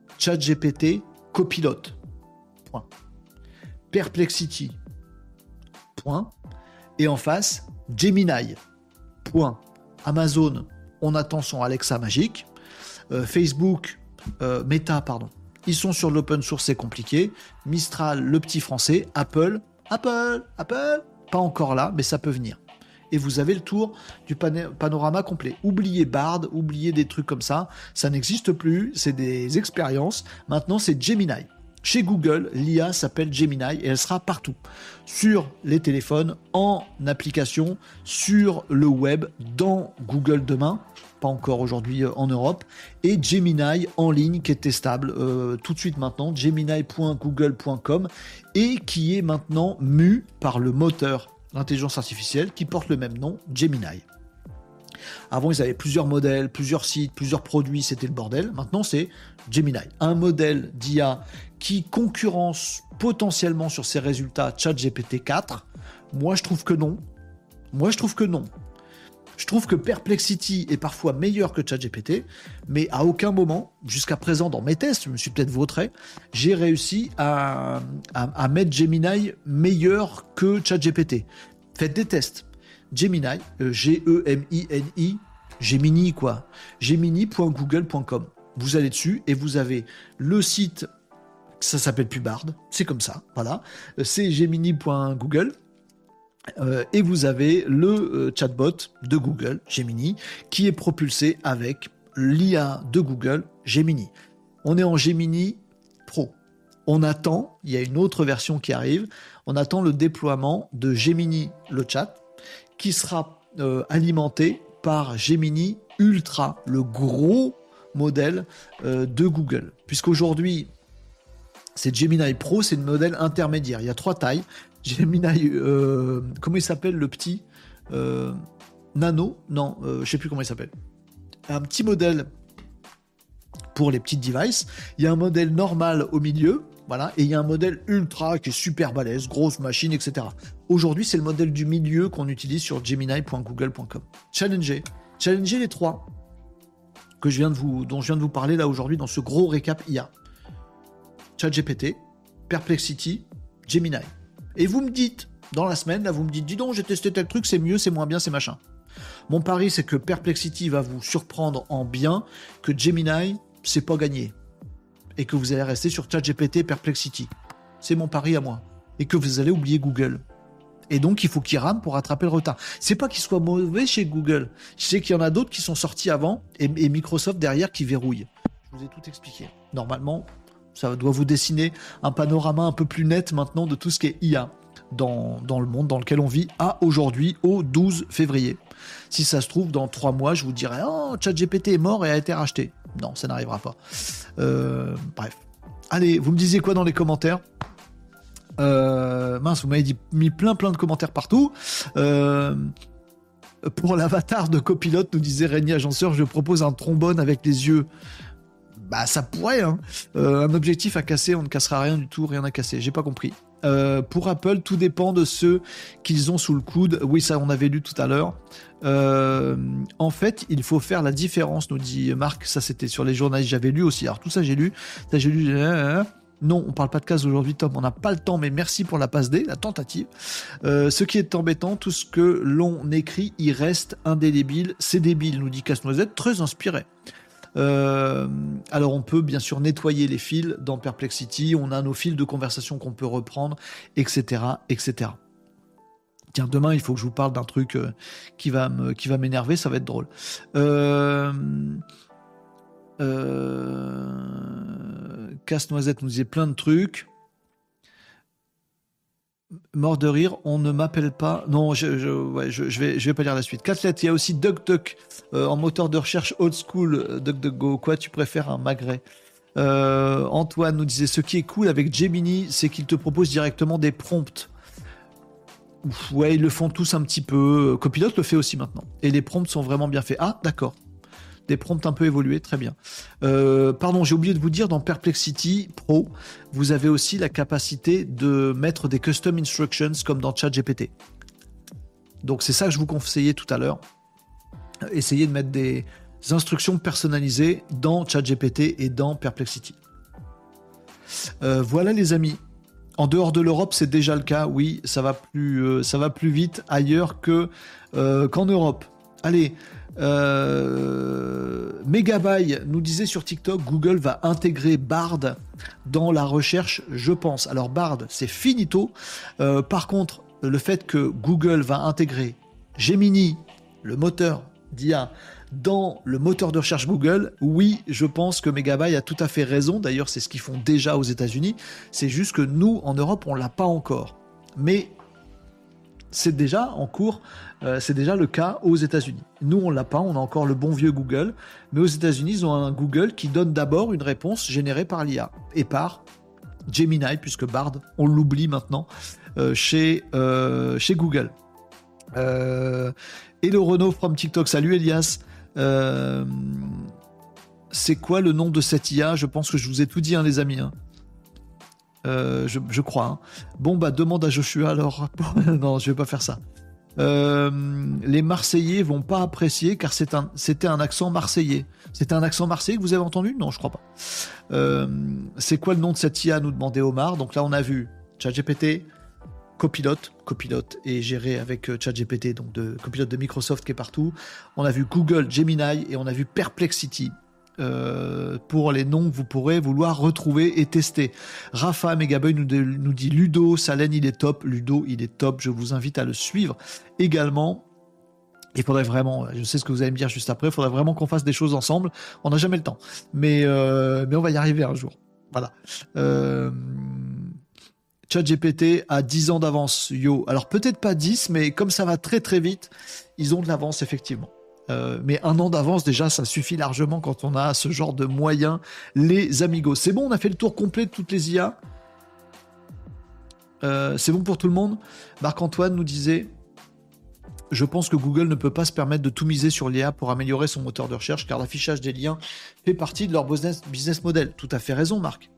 ChatGPT, copilote. Point. Perplexity, point. Et en face, Gemini, point. Amazon, on attend son Alexa magique. Euh, Facebook, euh, Meta, pardon. Ils sont sur l'open source, c'est compliqué. Mistral, le petit français. Apple, Apple, Apple, pas encore là, mais ça peut venir. Et vous avez le tour du pan- panorama complet. Oubliez Bard, oubliez des trucs comme ça. Ça n'existe plus, c'est des expériences. Maintenant, c'est Gemini. Chez Google, l'I A s'appelle Gemini et elle sera partout. Sur les téléphones, en application, sur le web, dans Google demain, pas encore aujourd'hui en Europe, et Gemini en ligne qui est testable euh, tout de suite maintenant, gemini point google point com, et qui est maintenant mu par le moteur l'intelligence artificielle qui porte le même nom, Gemini. Avant, ils avaient plusieurs modèles, plusieurs sites, plusieurs produits, c'était le bordel. Maintenant, c'est Gemini. Un modèle d'I A qui concurrence potentiellement sur ses résultats ChatGPT quatre. Moi, je trouve que non. Moi, je trouve que non. Je trouve que Perplexity est parfois meilleur que ChatGPT, mais à aucun moment, jusqu'à présent dans mes tests, je me suis peut-être vautré, j'ai réussi à, à, à mettre Gemini meilleur que ChatGPT. Faites des tests. Gemini, euh, G E M I N I, Gemini quoi, gemini point google point com. Vous allez dessus et vous avez le site, ça s'appelle plus Bard, c'est comme ça, voilà, c'est gemini point google. Euh, et vous avez le euh, chatbot de Google, Gemini, qui est propulsé avec l'I A de Google, Gemini. On est en Gemini Pro. On attend, il y a une autre version qui arrive, on attend le déploiement de Gemini, le chat, qui sera euh, alimenté par Gemini Ultra, le gros modèle euh, de Google. Puisqu'aujourd'hui, c'est Gemini Pro, c'est le modèle intermédiaire. Il y a trois tailles. Gemini, euh, comment il s'appelle le petit euh, Nano, non, euh, je ne sais plus comment il s'appelle. Un petit modèle pour les petites devices. Il y a un modèle normal au milieu, voilà, et il y a un modèle ultra qui est super balèze, grosse machine, et cetera. Aujourd'hui, c'est le modèle du milieu qu'on utilise sur gemini point google point com. Challengez, challengez les trois que je viens de vous, dont je viens de vous parler là aujourd'hui dans ce gros récap I A. ChatGPT, Perplexity, Gemini. Et vous me dites, dans la semaine, là, vous me dites, dis donc, j'ai testé tel truc, c'est mieux, c'est moins bien, c'est machin. Mon pari, c'est que Perplexity va vous surprendre en bien, que Gemini, c'est pas gagné. Et que vous allez rester sur ChatGPT et Perplexity. C'est mon pari à moi. Et que vous allez oublier Google. Et donc, il faut qu'il rame pour rattraper le retard. C'est pas qu'il soit mauvais chez Google. Je sais qu'il y en a d'autres qui sont sortis avant, et, et Microsoft derrière qui verrouille. Je vous ai tout expliqué. Normalement, ça doit vous dessiner un panorama un peu plus net maintenant de tout ce qui est I A dans, dans le monde dans lequel on vit à aujourd'hui, au douze février. Si ça se trouve, dans trois mois, je vous dirai « Oh, ChatGPT est mort et a été racheté ». Non, ça n'arrivera pas. Euh, bref. Allez, vous me disiez quoi dans les commentaires ? euh, Mince, vous m'avez dit, mis plein plein de commentaires partout. Euh, pour l'avatar de copilote, nous disait Régnier Agenceur, je propose un trombone avec les yeux. Bah ça pourrait, hein. Euh, un objectif à casser, on ne cassera rien du tout, rien à casser, j'ai pas compris. Euh, pour Apple, tout dépend de ceux qu'ils ont sous le coude. Oui, ça on avait lu tout à l'heure. Euh, en fait, il faut faire la différence, nous dit Marc, ça c'était sur les journalistes, j'avais lu aussi. Alors tout ça j'ai lu, ça j'ai lu... Non, on parle pas de casse aujourd'hui, Tom, on n'a pas le temps, mais merci pour la passe D, la tentative. Euh, ce qui est embêtant, tout ce que l'on écrit, il reste indélébile, c'est débile, nous dit Casse-Noisette, très inspiré. Euh, alors on peut bien sûr nettoyer les fils dans Perplexity, on a nos fils de conversation qu'on peut reprendre, et cetera, et cetera. Tiens, demain il faut que je vous parle d'un truc euh, qui va me, qui va m'énerver, ça va être drôle. Euh, euh, Casse-Noisette nous disait plein de trucs. Mort de rire, on ne m'appelle pas. Non, je, je, ouais, je, je vais, je vais pas lire la suite. Catlet, il y a aussi DuckDuck euh, en moteur de recherche old school. euh, DuckDuckGo, quoi, tu préfères un magret euh, Antoine nous disait ce qui est cool avec Gemini, c'est qu'il te propose directement des prompts. Ouf, ouais, ils le font tous un petit peu. Copilot le fait aussi maintenant. Et les prompts sont vraiment bien faits. Ah, d'accord. Des prompts un peu évolués, très bien. Euh, pardon, j'ai oublié de vous dire, dans Perplexity Pro, vous avez aussi la capacité de mettre des custom instructions comme dans ChatGPT. Donc c'est ça que je vous conseillais tout à l'heure. Essayez de mettre des instructions personnalisées dans ChatGPT et dans Perplexity. Euh, voilà les amis. En dehors de l'Europe, c'est déjà le cas. Oui, ça va plus, euh, ça va plus vite ailleurs que, euh, qu'en Europe. Allez, euh, Megabyte nous disait sur TikTok, Google va intégrer Bard dans la recherche, je pense. Alors Bard, c'est finito. Euh, par contre, le fait que Google va intégrer Gemini, le moteur d'I A, dans le moteur de recherche Google, oui, je pense que Megabyte a tout à fait raison. D'ailleurs, c'est ce qu'ils font déjà aux États-Unis. C'est juste que nous, en Europe, on l'a pas encore. Mais c'est déjà en cours. Euh, c'est déjà le cas aux États-Unis. Nous, on l'a pas. On a encore le bon vieux Google. Mais aux États-Unis, ils ont un Google qui donne d'abord une réponse générée par l'I A et par Gemini, puisque Bard, on l'oublie maintenant euh, chez euh, chez Google. Euh, et le Renault from TikTok. Salut Elias. Euh, c'est quoi le nom de cette I A? Je pense que je vous ai tout dit, hein, les amis. Hein. Euh, je, je crois. Hein. Bon, bah, demande à Joshua alors. Non, je vais pas faire ça. Euh, les Marseillais vont pas apprécier car c'est un, c'était un accent marseillais. C'était un accent marseillais que vous avez entendu? Non, je crois pas. Euh, c'est quoi le nom de cette I A? Nous demandait Omar. Donc là, on a vu ChatGPT, Copilot, Copilot est géré avec ChatGPT, donc de Copilot de Microsoft qui est partout. On a vu Google, Gemini et on a vu Perplexity. Euh, pour les noms que vous pourrez vouloir retrouver et tester. Rafa Megaboy nous, nous dit Ludo, Salen il est top, Ludo il est top, je vous invite à le suivre également. Il faudrait vraiment, je sais ce que vous allez me dire juste après, il faudrait vraiment qu'on fasse des choses ensemble, on n'a jamais le temps, mais, euh, mais on va y arriver un jour. Voilà. Euh... ChatGPT a dix ans d'avance, yo. Alors peut-être pas dix, mais comme ça va très très vite, ils ont de l'avance effectivement. Euh, mais un an d'avance, déjà, ça suffit largement quand on a ce genre de moyens, les amigos. C'est bon, on a fait le tour complet de toutes les I A. Euh, c'est bon pour tout le monde. Marc-Antoine nous disait « Je pense que Google ne peut pas se permettre de tout miser sur l'I A pour améliorer son moteur de recherche, car l'affichage des liens fait partie de leur business, business model. » Tout à fait raison, Marc.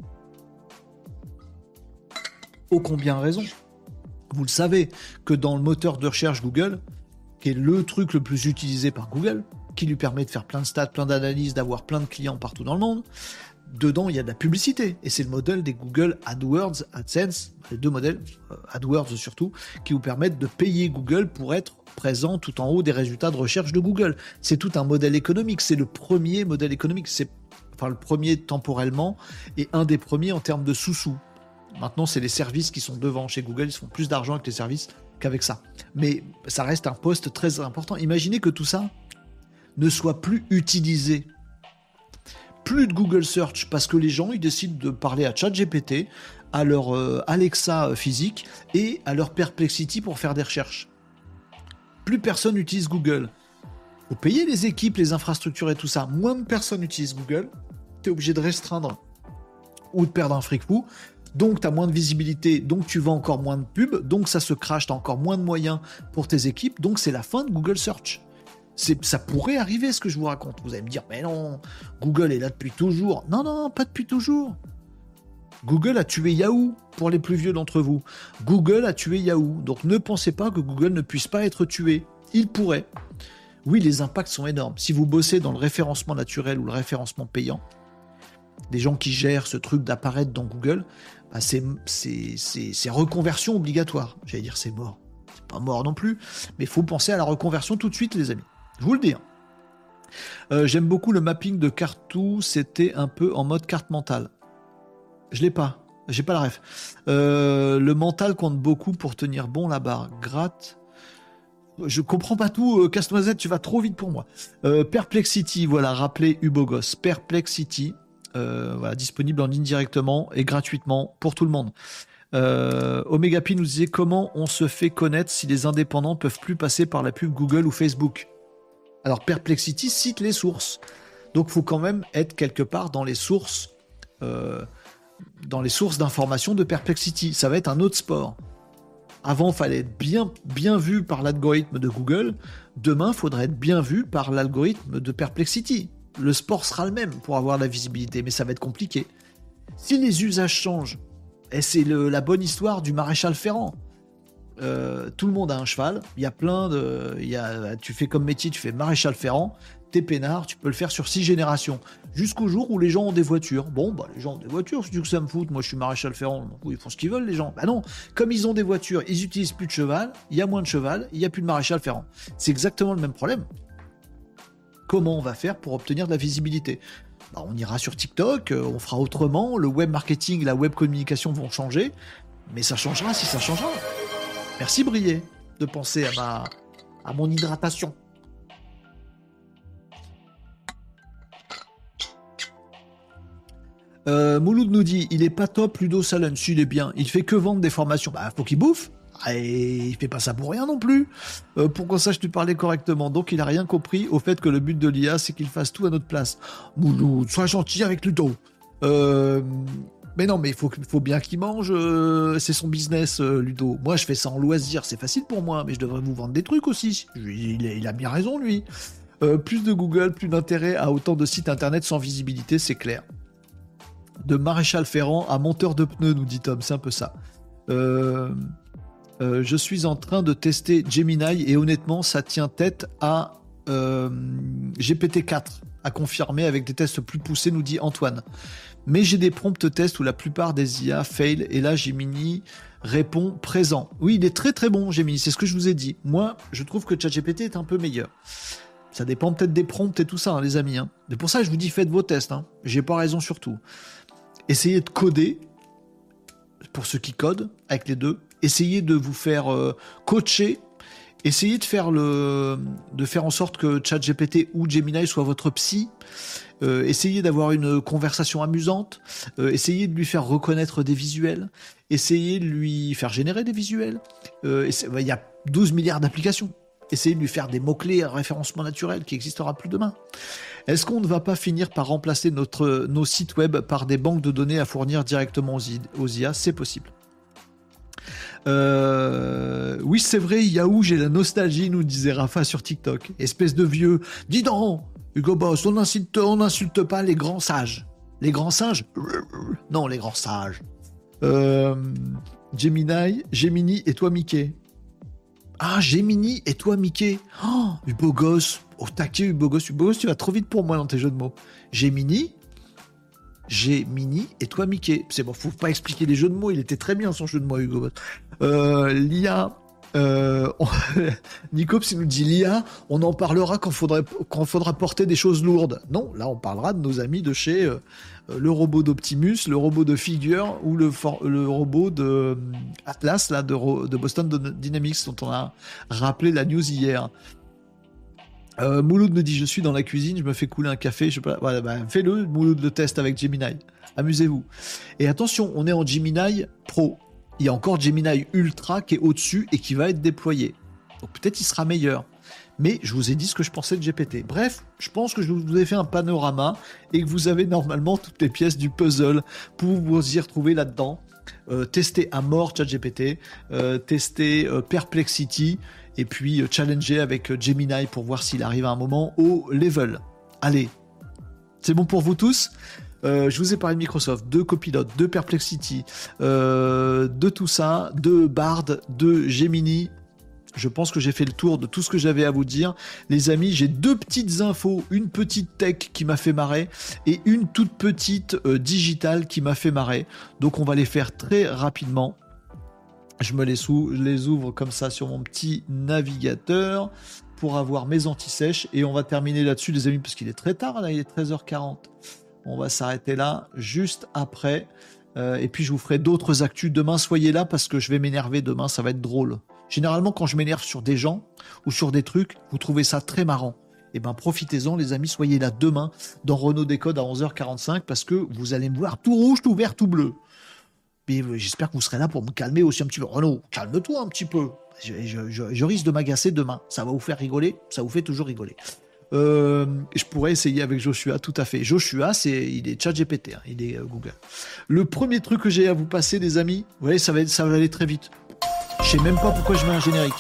Ô combien raison. Vous le savez que dans le moteur de recherche Google, qui est le truc le plus utilisé par Google, qui lui permet de faire plein de stats, plein d'analyses, d'avoir plein de clients partout dans le monde. Dedans, il y a de la publicité. Et c'est le modèle des Google AdWords, AdSense, les deux modèles, AdWords surtout, qui vous permettent de payer Google pour être présent tout en haut des résultats de recherche de Google. C'est tout un modèle économique. C'est le premier modèle économique. C'est enfin le premier temporellement et un des premiers en termes de sous-sous. Maintenant, c'est les services qui sont devant chez Google. Ils se font plus d'argent avec les services qu'avec ça. Mais ça reste un poste très important. Imaginez que tout ça ne soit plus utilisé. Plus de Google Search, parce que les gens, ils décident de parler à ChatGPT, à leur euh, Alexa physique et à leur Perplexity pour faire des recherches. Plus personne n'utilise Google. Vous payez les équipes, les infrastructures et tout ça. Moins de personnes utilisent Google. Tu es obligé de restreindre ou de perdre un fric fou. Donc, tu as moins de visibilité, donc tu vends encore moins de pubs, donc ça se crache, tu as encore moins de moyens pour tes équipes, donc c'est la fin de Google Search. C'est, ça pourrait arriver ce que je vous raconte. Vous allez me dire, mais non, Google est là depuis toujours. Non, non, pas depuis toujours. Google a tué Yahoo, pour les plus vieux d'entre vous. Google a tué Yahoo, donc ne pensez pas que Google ne puisse pas être tué. Il pourrait. Oui, les impacts sont énormes. Si vous bossez dans le référencement naturel ou le référencement payant, des gens qui gèrent ce truc d'apparaître dans Google, bah c'est, c'est, c'est, c'est reconversion obligatoire. J'allais dire c'est mort. C'est pas mort non plus, mais il faut penser à la reconversion tout de suite, les amis. Je vous le dis. Hein. Euh, j'aime beaucoup le mapping de Cartou, c'était un peu en mode carte mentale. Je l'ai pas, j'ai pas la ref. Euh, le mental compte beaucoup pour tenir bon la barre. Gratte. Je comprends pas tout, euh, Casse-Noisette, tu vas trop vite pour moi. Euh, Perplexity, voilà, rappelez Ubogos. Perplexity, euh, voilà, disponible en ligne directement et gratuitement pour tout le monde. Euh, Omega P nous disait comment on se fait connaître si les indépendants peuvent plus passer par la pub Google ou Facebook. Alors Perplexity cite les sources, donc il faut quand même être quelque part dans les sources, euh, dans les sources d'informations de Perplexity. Ça va être un autre sport. Avant, il fallait être bien, bien vu par l'algorithme de Google. Demain, il faudrait être bien vu par l'algorithme de Perplexity. Le sport sera le même pour avoir la visibilité, mais ça va être compliqué. Si les usages changent, et c'est le, la bonne histoire du maréchal Ferrand. Euh, tout le monde a un cheval. Il y a plein de, il y a, tu fais comme métier, tu fais maréchal Ferrand. t'es peinard, tu peux le faire sur six générations. Jusqu'au jour où les gens ont des voitures. Bon, bah les gens ont des voitures, c'est que ça me fout. Moi, je suis maréchal Ferrand, donc ils font ce qu'ils veulent, les gens. Bah non, comme ils ont des voitures, ils utilisent plus de cheval, il y a moins de cheval, il n'y a plus de maréchal Ferrand. C'est exactement le même problème. Comment on va faire pour obtenir de la visibilité ? Bah, on ira sur TikTok, on fera autrement, le web marketing, la web communication vont changer, mais ça changera si ça changera. Merci Brié de penser à ma, à mon hydratation. Euh, Mouloud nous dit, il est pas top Ludo Salen, s'il est bien, il fait que vendre des formations. Bah faut qu'il bouffe. Et il fait pas ça pour rien non plus. Euh, pour qu'on sache lui parler correctement. Donc il a rien compris au fait que le but de l'I A c'est qu'il fasse tout à notre place. Mouloud, sois gentil avec Ludo. Euh, mais non, mais il faut, faut bien qu'il mange. Euh, c'est son business, euh, Ludo. Moi je fais ça en loisir, c'est facile pour moi, mais je devrais vous vendre des trucs aussi. Il, il a bien raison lui. Euh, plus de Google, plus d'intérêt à autant de sites internet sans visibilité, c'est clair. De maréchal Ferrand à monteur de pneus, nous dit Tom, c'est un peu ça. Euh, euh, je suis en train de tester Gemini et honnêtement, ça tient tête à euh, G P T quatre, à confirmer avec des tests plus poussés, nous dit Antoine. Mais j'ai des prompts tests où la plupart des I A fail et là, Gemini répond présent. Oui, il est très très bon, Gemini, c'est ce que je vous ai dit. Moi, je trouve que ChatGPT est un peu meilleur. Ça dépend peut-être des prompts et tout ça, hein, les amis. Hein. C'est pour ça que je vous dis, faites vos tests. Hein. J'ai pas raison sur tout. Essayez de coder, pour ceux qui codent, avec les deux. Essayez de vous faire euh, coacher. Essayez de faire, le, de faire en sorte que ChatGPT ou Gemini soit votre psy. Euh, essayez d'avoir une conversation amusante. Euh, essayez de lui faire reconnaître des visuels. Essayez de lui faire générer des visuels. Euh, il y a douze milliards d'applications. Essayez de lui faire des mots-clés à référencement naturel qui n'existera plus demain. Est-ce qu'on ne va pas finir par remplacer notre, nos sites web par des banques de données à fournir directement aux, I, aux I A ? C'est possible. Euh, oui, c'est vrai, Yahoo, j'ai la nostalgie, nous disait Rafa sur TikTok. Espèce de vieux. Dis donc, Hugo Boss, on n'insulte, on n'insulte pas les grands sages. Les grands singes ? Non, les grands sages. Euh, Gemini, Gemini et toi, Mickey. Ah, Gemini et toi, Mickey. Oh, Hugo Gosse. Au taquet, Hugo Gosse. Hugo Gosse, tu vas trop vite pour moi dans tes jeux de mots. Gemini, Gemini et toi, Mickey. C'est bon, faut pas expliquer les jeux de mots. Il était très bien son jeu de mots, Hugo Gosse. Euh, L'I A. Euh, on... Nicops, il nous dit l'I A, on en parlera quand, faudrait, quand faudra porter des choses lourdes. Non, là, on parlera de nos amis de chez euh, le robot d'Optimus, le robot de Figure ou le, for... le robot de euh, Atlas, là, de, Ro... de Boston Dynamics, dont on a rappelé la news hier. Euh, Mouloud me dit, je suis dans la cuisine, je me fais couler un café, je sais pas, voilà, bah, fais-le, Mouloud, le test avec Gemini. Amusez-vous. Et attention, on est en Gemini Pro. Il y a encore Gemini Ultra qui est au-dessus et qui va être déployé. Donc peut-être il sera meilleur. Mais je vous ai dit ce que je pensais de G P T. Bref, je pense que je vous ai fait un panorama et que vous avez normalement toutes les pièces du puzzle pour vous y retrouver là-dedans. Euh, tester à mort ChatGPT, euh, tester euh, Perplexity et puis euh, challenger avec euh, Gemini pour voir s'il arrive à un moment au level. Allez, c'est bon pour vous tous ? Euh, je vous ai parlé de Microsoft, de Copilot, de Perplexity, euh, de tout ça, de Bard, de Gemini. Je pense que j'ai fait le tour de tout ce que j'avais à vous dire. Les amis, j'ai deux petites infos, une petite tech qui m'a fait marrer et une toute petite euh, digitale qui m'a fait marrer. Donc on va les faire très rapidement. Je me les, sou- je les ouvre comme ça sur mon petit navigateur pour avoir mes anti-sèches et on va terminer là-dessus les amis parce qu'il est très tard, là il est treize heures quarante. On va s'arrêter là juste après. Euh, et puis je vous ferai d'autres actus demain. Soyez là parce que je vais m'énerver demain. Ça va être drôle. Généralement, quand je m'énerve sur des gens ou sur des trucs, vous trouvez ça très marrant. Eh ben, profitez-en, les amis. Soyez là demain dans Renaud Décode à onze heures quarante-cinq parce que vous allez me voir tout rouge, tout vert, tout bleu. Et euh, j'espère que vous serez là pour me calmer aussi un petit peu. Renaud, calme-toi un petit peu. Je, je, je, je risque de m'agacer demain. Ça va vous faire rigoler. Ça vous fait toujours rigoler. Euh, je pourrais essayer avec Joshua, tout à fait. Joshua, c'est, il est ChatGPT, hein, il est euh, Google. Le premier truc que j'ai à vous passer, les amis, vous voyez, ça va, ça va aller très vite. Je sais même pas pourquoi je mets un générique.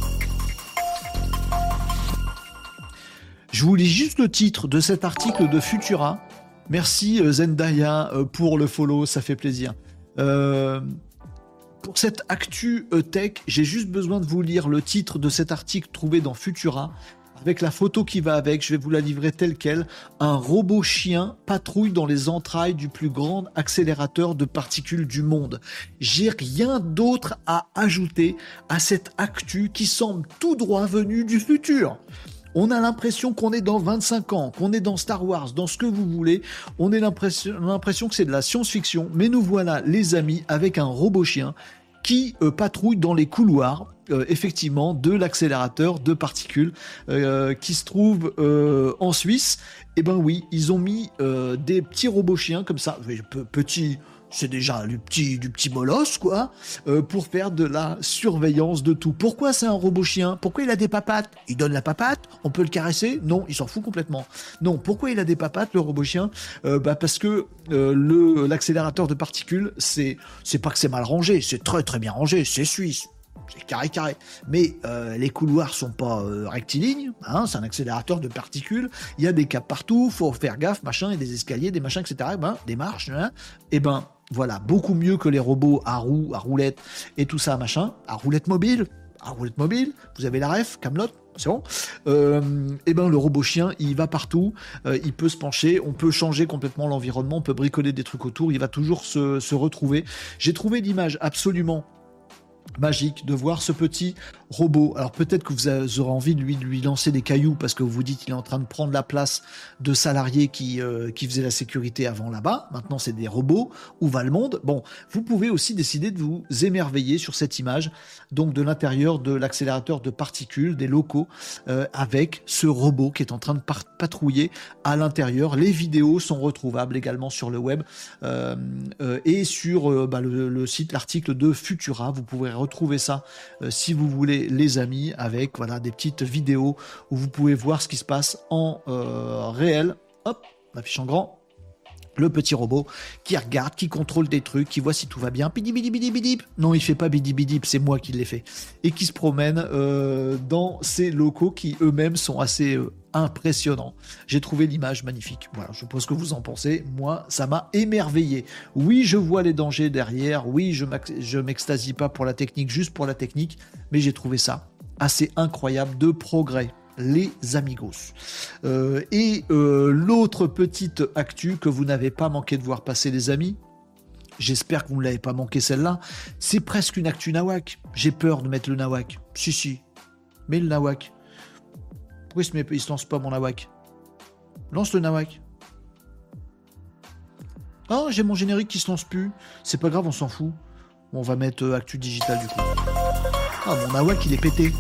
Je vous lis juste le titre de cet article de Futura. Merci euh, Zendaya euh, pour le follow, ça fait plaisir. Euh, pour cette actu euh, tech, j'ai juste besoin de vous lire le titre de cet article trouvé dans Futura. avec la photo qui va avec, je vais vous la livrer telle quelle. Un robot chien patrouille dans les entrailles du plus grand accélérateur de particules du monde. J'ai rien d'autre à ajouter à cette actu qui semble tout droit venue du futur. On a l'impression qu'on est dans vingt-cinq ans, qu'on est dans Star Wars, dans ce que vous voulez. On a l'impression, l'impression que c'est de la science-fiction. Mais nous voilà, les amis, avec un robot chien qui euh, patrouille dans les couloirs, euh, effectivement, de l'accélérateur de particules euh, qui se trouve euh, en Suisse. Eh ben oui, ils ont mis euh, des petits robots chiens comme ça, petits... C'est déjà du petit, du petit molosse, quoi, euh, pour faire de la surveillance de tout. Pourquoi c'est un robot chien? Pourquoi il a des papates? Il donne la papate? On peut le caresser? Non, il s'en fout complètement. Non, pourquoi il a des papates, le robot chien? euh, bah Parce que euh, le, l'accélérateur de particules, c'est, c'est pas que c'est mal rangé, c'est très très bien rangé, c'est suisse. C'est carré carré, mais euh, les couloirs sont pas euh, rectilignes, hein, c'est un accélérateur de particules, il y a des câbles partout, faut faire gaffe, machin, il y a des escaliers, des machins, et cetera. Ben, des marches, hein, et ben voilà, beaucoup mieux que les robots à roues, à roulettes et tout ça, machin, à roulette mobile, à roulette mobile, vous avez la ref, Camelot, c'est bon. Euh, et ben le robot chien, il va partout, euh, il peut se pencher, on peut changer complètement l'environnement, on peut bricoler des trucs autour, il va toujours se, se retrouver. J'ai trouvé l'image absolument magique de voir ce petit robot. Alors peut-être que vous aurez envie de lui, de lui lancer des cailloux parce que vous vous dites qu'il est en train de prendre la place de salariés qui, euh, qui faisaient la sécurité avant là-bas. Maintenant c'est des robots. Où va le monde? Bon, vous pouvez aussi décider de vous émerveiller sur cette image, donc de l'intérieur de l'accélérateur de particules, des locaux, euh, avec ce robot qui est en train de par- patrouiller à l'intérieur. Les vidéos sont retrouvables également sur le web euh, euh, et sur euh, bah, le, le site, l'article de Futura. Vous pouvez retrouver ça euh, si vous voulez, les amis, avec voilà des petites vidéos où vous pouvez voir ce qui se passe en euh, réel. Hop, on affiche en grand. Le petit robot qui regarde, qui contrôle des trucs, qui voit si tout va bien. Bidi bidi bidi bidi. Non, il fait pas bidi bidi, c'est moi qui l'ai fait. Et qui se promène euh, dans ces locaux qui eux-mêmes sont assez euh, impressionnants. J'ai trouvé l'image magnifique. Voilà, je pense que vous en pensez. Moi, ça m'a émerveillé. Oui, je vois les dangers derrière. Oui, je je m'extasie pas pour la technique, juste pour la technique. Mais j'ai trouvé ça assez incroyable de progrès. Les amigos. Euh, et euh, l'autre petite actu que vous n'avez pas manqué de voir passer, les amis, j'espère que vous ne l'avez pas manqué celle-là, c'est presque une actu nawak. J'ai peur de mettre le nawak. Si, si. Mais le nawak. Pourquoi il se, met, il se lance pas mon nawak? Lance le nawak. Ah, j'ai mon générique qui se lance plus. C'est pas grave, on s'en fout. Bon, on va mettre euh, actu digital du coup. Ah, mon nawak, il est pété.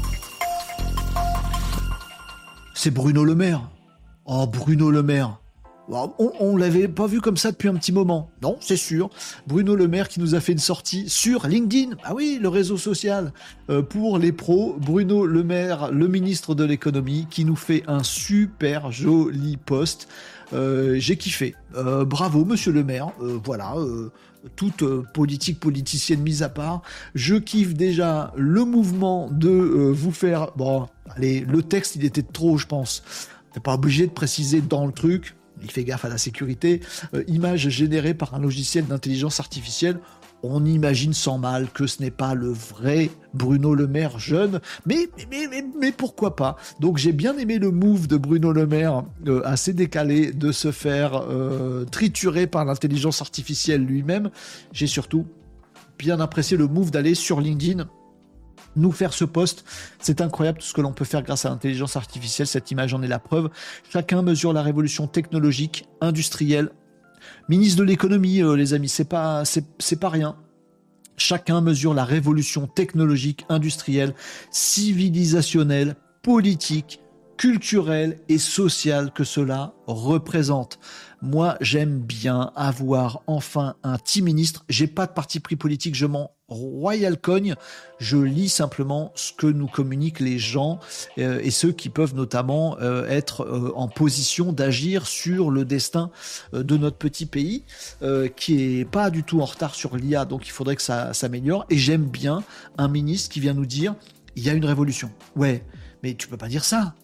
C'est Bruno Le Maire. Oh, Bruno Le Maire. On, on l'avait pas vu comme ça depuis un petit moment. Non, c'est sûr. Bruno Le Maire qui nous a fait une sortie sur LinkedIn. Ah oui, le réseau social euh, pour les pros. Bruno Le Maire, le ministre de l'économie, qui nous fait un super joli post. Euh, j'ai kiffé. Euh, bravo, monsieur Le Maire. Euh, voilà. Euh, toute euh, politique politicienne mise à part. Je kiffe déjà le mouvement de euh, vous faire... Bon, allez, le texte, il était trop, je pense. T'es pas obligé de préciser dans le truc. Il fait gaffe à la sécurité. Euh, image générée par un logiciel d'intelligence artificielle. On imagine sans mal que ce n'est pas le vrai Bruno Le Maire jeune, mais, mais, mais, mais pourquoi pas. Donc j'ai bien aimé le move de Bruno Le Maire, euh, assez décalé, de se faire euh, triturer par l'intelligence artificielle lui-même. J'ai surtout bien apprécié le move d'aller sur LinkedIn, nous faire ce post. C'est incroyable tout ce que l'on peut faire grâce à l'intelligence artificielle. Cette image en est la preuve. Chacun mesure la révolution technologique, industrielle. Ministre de l'économie, euh, les amis, c'est pas, c'est, c'est pas rien. Chacun mesure la révolution technologique, industrielle, civilisationnelle, politique, culturelle et sociale que cela représente. Moi, j'aime bien avoir enfin un petit ministre. J'ai pas de parti pris politique, je m'en royal cogne. Je lis simplement ce que nous communiquent les gens euh, et ceux qui peuvent notamment euh, être euh, en position d'agir sur le destin euh, de notre petit pays, euh, qui est pas du tout en retard sur l'I A, donc il faudrait que ça s'améliore. Et j'aime bien un ministre qui vient nous dire il y a une révolution. Ouais, mais tu peux pas dire ça.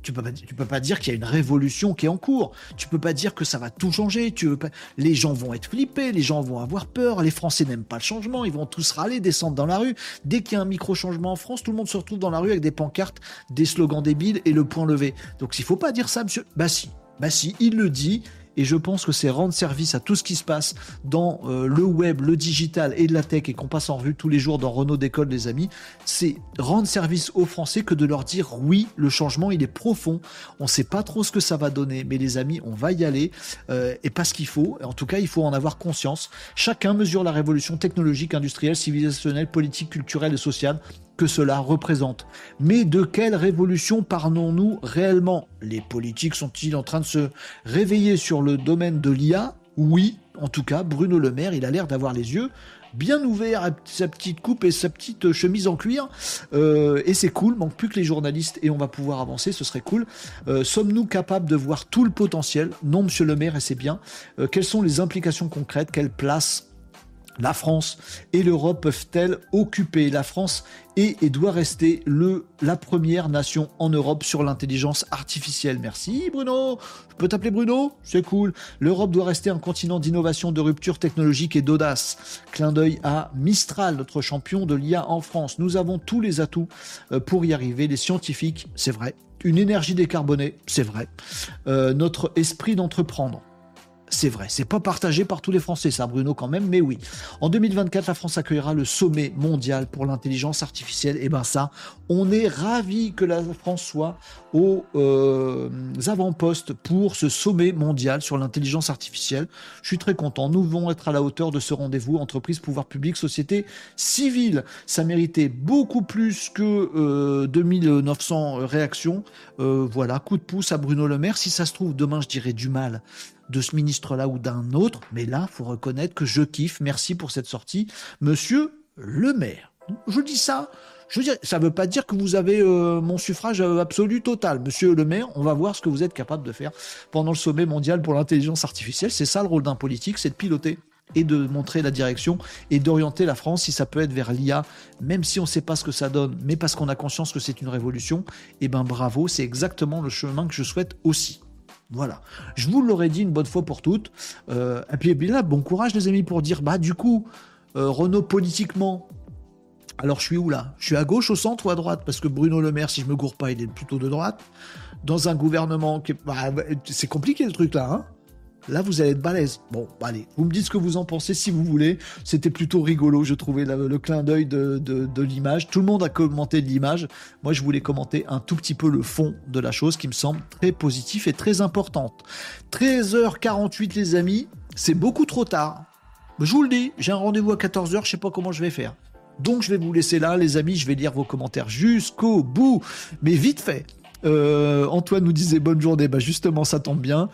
Tu peux pas, tu peux pas dire qu'il y a une révolution qui est en cours. Tu peux pas dire que ça va tout changer. Tu veux pas... Les gens vont être flippés, les gens vont avoir peur. Les Français n'aiment pas le changement. Ils vont tous râler, descendre dans la rue. Dès qu'il y a un micro-changement en France, tout le monde se retrouve dans la rue avec des pancartes, des slogans débiles et le poing levé. Donc, il faut pas dire ça, monsieur. Bah si, bah si, il le dit. Et je pense que c'est rendre service à tout ce qui se passe dans euh, le web, le digital et de la tech et qu'on passe en revue tous les jours dans Renault Décode, les amis. C'est rendre service aux Français que de leur dire oui, le changement, il est profond. On ne sait pas trop ce que ça va donner, mais les amis, on va y aller euh, et pas ce qu'il faut. En tout cas, il faut en avoir conscience. Chacun mesure la révolution technologique, industrielle, civilisationnelle, politique, culturelle et sociale que cela représente. Mais de quelle révolution parlons-nous réellement? Les politiques sont-ils en train de se réveiller sur le domaine de l'I A? Oui, en tout cas, Bruno Le Maire, il a l'air d'avoir les yeux bien ouverts à sa petite coupe et sa petite chemise en cuir. Euh, et c'est cool, manque plus que les journalistes et on va pouvoir avancer, ce serait cool. Euh, sommes-nous capables de voir tout le potentiel? Non, monsieur Le Maire, et c'est bien. Euh, quelles sont les implications concrètes? Quelle place la France et l'Europe peuvent-elles occuper? La France est et doit rester le, la première nation en Europe sur l'intelligence artificielle. Merci Bruno. Je peux t'appeler Bruno? C'est cool. L'Europe doit rester un continent d'innovation, de rupture technologique et d'audace. Clin d'œil à Mistral, notre champion de l'I A en France. Nous avons tous les atouts pour y arriver. Les scientifiques, c'est vrai. Une énergie décarbonée, c'est vrai. Euh, notre esprit d'entreprendre. C'est vrai, c'est pas partagé par tous les Français, ça, Bruno, quand même, mais oui. En deux mille vingt-quatre, la France accueillera le sommet mondial pour l'intelligence artificielle. Et ben ça, on est ravis que la France soit aux euh, avant-postes pour ce sommet mondial sur l'intelligence artificielle. Je suis très content. Nous devons être à la hauteur de ce rendez-vous. Entreprises, pouvoir public, société civile. Ça méritait beaucoup plus que euh, deux mille neuf cents réactions. Euh, voilà, coup de pouce à Bruno Le Maire. Si ça se trouve, demain, je dirais du mal de ce ministre-là ou d'un autre, mais là, faut reconnaître que je kiffe. Merci pour cette sortie, monsieur le maire. Je dis ça, je veux dire, ça veut pas dire que vous avez euh, mon suffrage absolu total. Monsieur le maire, on va voir ce que vous êtes capable de faire pendant le sommet mondial pour l'intelligence artificielle. C'est ça le rôle d'un politique, c'est de piloter et de montrer la direction et d'orienter la France, si ça peut être vers l'I A, même si on ne sait pas ce que ça donne, mais parce qu'on a conscience que c'est une révolution, et ben bravo, c'est exactement le chemin que je souhaite aussi. Voilà, je vous l'aurais dit une bonne fois pour toutes. Euh, et puis, et puis là, bon courage les amis pour dire, bah du coup, euh, Renault politiquement, alors je suis où là? Je suis à gauche, au centre ou à droite? Parce que Bruno Le Maire, si je me gourre pas, il est plutôt de droite. Dans un gouvernement qui est... Bah, c'est compliqué le truc là, hein. Là, vous allez être balèze. Bon, bah, allez, vous me dites ce que vous en pensez si vous voulez. C'était plutôt rigolo, je trouvais le, le clin d'œil de, de, de l'image. Tout le monde a commenté de l'image. Moi, je voulais commenter un tout petit peu le fond de la chose qui me semble très positif et très importante. treize heures quarante-huit, les amis, c'est beaucoup trop tard. Je vous le dis, j'ai un rendez-vous à quatorze heures, je sais pas comment je vais faire. Donc, je vais vous laisser là, les amis. Je vais lire vos commentaires jusqu'au bout, mais vite fait. Euh, Antoine nous disait bonne journée, bah justement ça tombe bien.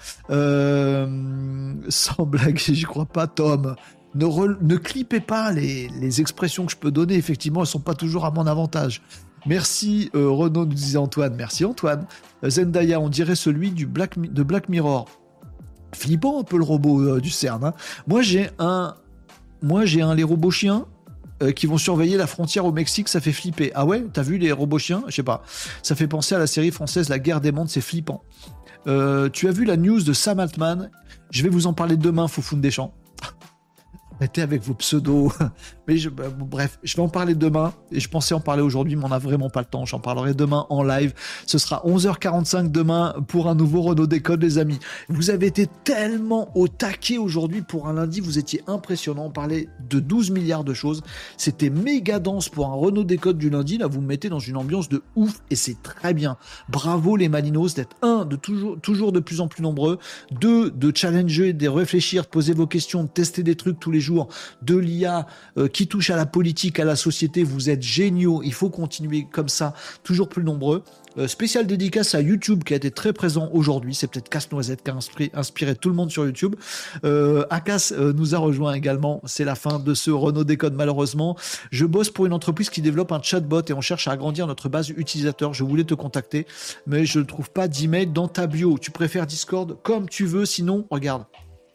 Euh, sans blague, j'y crois pas, Tom. Ne, re, ne clippez pas les, les expressions que je peux donner, effectivement, elles sont pas toujours à mon avantage. Merci euh, Renaud, nous disait Antoine. Merci Antoine. Euh, Zendaya, on dirait celui du Black, de Black Mirror. Flippant un peu le robot euh, du CERN. Hein. Moi j'ai un, moi j'ai un les robots chiens. Qui vont surveiller la frontière au Mexique, ça fait flipper. Ah ouais, t'as vu les robots chiens? Je sais pas. Ça fait penser à la série française La Guerre des Mondes, c'est flippant. Euh, tu as vu la news de Sam Altman? Je vais vous en parler demain, Foufoune Deschamps. Arrêtez avec vos pseudos. Mais je, bah, bref, je vais en parler demain. Et je pensais en parler aujourd'hui, mais on n'a vraiment pas le temps. J'en parlerai demain en live. Ce sera onze heures quarante-cinq demain pour un nouveau Renault Décode, les amis. Vous avez été tellement au taquet aujourd'hui pour un lundi. Vous étiez impressionnant. On parlait de douze milliards de choses. C'était méga dense pour un Renault Décode du lundi. Là, vous me mettez dans une ambiance de ouf. Et c'est très bien. Bravo les Malinos d'être un, de toujours, toujours de plus en plus nombreux. Deux, de challenger, de réfléchir, de poser vos questions, de tester des trucs tous les jours. De l'I A euh, qui touche à la politique, à la société, vous êtes géniaux, il faut continuer comme ça, toujours plus nombreux. Euh, spécial dédicace à YouTube qui a été très présent aujourd'hui, c'est peut-être Casse-Noisette qui a inspiré, inspiré tout le monde sur YouTube. Euh, Akas euh, nous a rejoint également, c'est la fin de ce Renault Décode malheureusement. Je bosse pour une entreprise qui développe un chatbot et on cherche à agrandir notre base utilisateur. Je voulais te contacter, mais je ne trouve pas d'email dans ta bio. Tu préfères Discord? Comme tu veux, sinon, regarde.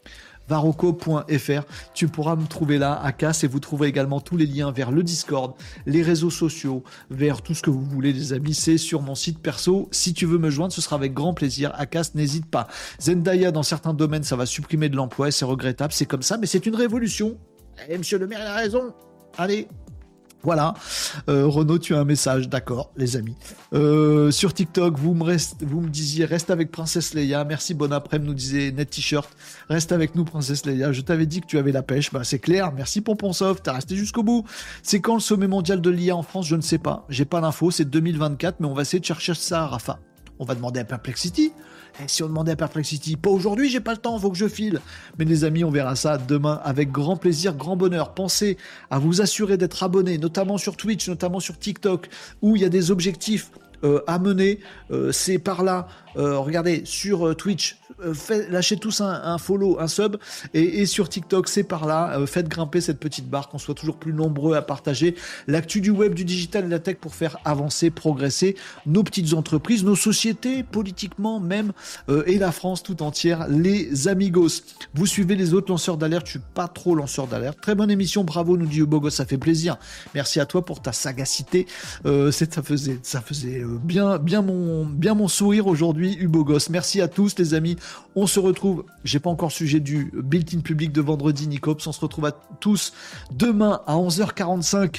varroco point f r. Tu pourras me trouver là à Casse et vous trouverez également tous les liens vers le Discord, les réseaux sociaux, vers tout ce que vous voulez, les amis. C'est sur mon site perso. Si tu veux me joindre, ce sera avec grand plaisir. À Casse, n'hésite pas. Zendaya, dans certains domaines, ça va supprimer de l'emploi et c'est regrettable. C'est comme ça, mais c'est une révolution. Eh, monsieur le maire, il a raison. Allez. Voilà, euh, Renaud, tu as un message, d'accord, les amis. Euh, sur TikTok, vous me, reste, vous me disiez, reste avec Princesse Leia. Merci, bon après-midi, nous disait Net T-shirt. Reste avec nous, Princesse Leia. Je t'avais dit que tu avais la pêche. Bah, c'est clair. Merci, Pomponsoft. T'as resté jusqu'au bout. C'est quand le sommet mondial de l'I A en France? Je ne sais pas. J'ai pas l'info. C'est deux mille vingt-quatre, mais on va essayer de chercher ça, Rafa. On va demander à Perplexity. Et si on demandait à Perplexity, pas aujourd'hui, j'ai pas le temps, faut que je file. Mais les amis, on verra ça demain avec grand plaisir, grand bonheur. Pensez à vous assurer d'être abonné, notamment sur Twitch, notamment sur TikTok, où il y a des objectifs euh, à mener. Euh, c'est par là. Euh, regardez, sur euh, Twitch, euh, fait, lâchez tous un, un follow, un sub, et, et sur TikTok, c'est par là. Euh, faites grimper cette petite barre, qu'on soit toujours plus nombreux à partager l'actu du web, du digital et de la tech pour faire avancer, progresser nos petites entreprises, nos sociétés, politiquement même, euh, et la France tout entière, les amigos. Vous suivez les autres lanceurs d'alerte, je suis pas trop lanceur d'alerte. Très bonne émission, bravo, nous dit Hugo, ça fait plaisir. Merci à toi pour ta sagacité. Euh, c'est, ça faisait, ça faisait euh, bien, bien mon, bien mon sourire aujourd'hui. Hugo Goss. Merci à tous les amis. On se retrouve, j'ai pas encore sujet du built-in public de vendredi, Nicops. On se retrouve à tous demain à onze heures quarante-cinq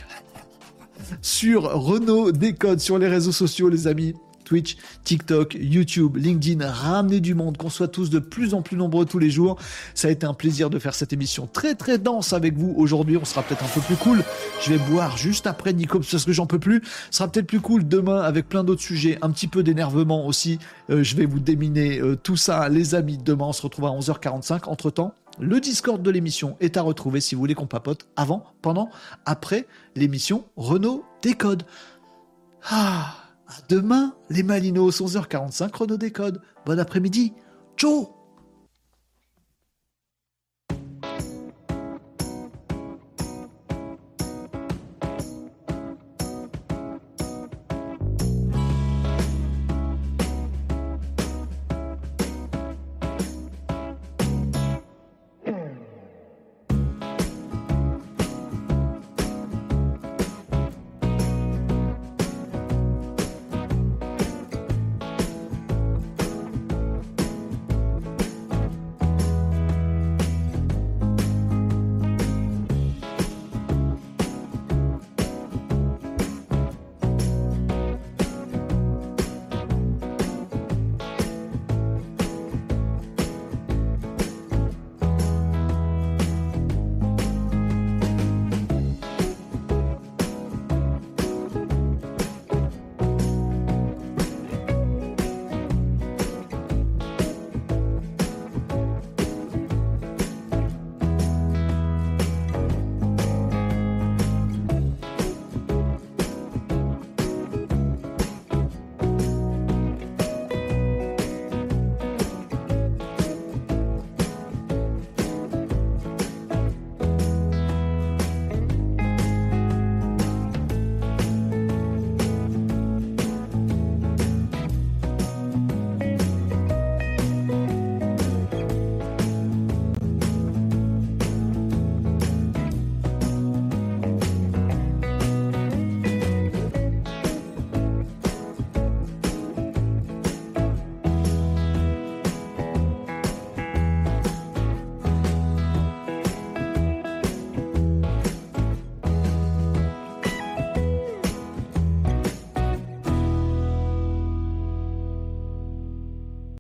sur Renaud Décode sur les réseaux sociaux, les amis. Twitch, TikTok, YouTube, LinkedIn, ramenez du monde, qu'on soit tous de plus en plus nombreux tous les jours. Ça a été un plaisir de faire cette émission très très dense avec vous. Aujourd'hui, on sera peut-être un peu plus cool. Je vais boire juste après Nico parce que j'en peux plus. Ce sera peut-être plus cool demain avec plein d'autres sujets, un petit peu d'énervement aussi. Euh, je vais vous déminer euh, tout ça, les amis. Demain, on se retrouve à onze heures quarante-cinq. Entre-temps, le Discord de l'émission est à retrouver si vous voulez qu'on papote avant, pendant, après l'émission Renaud Décode. Ah, à demain, les Malinos, onze heures quarante-cinq, Renaud Décode. Bon après-midi. Ciao.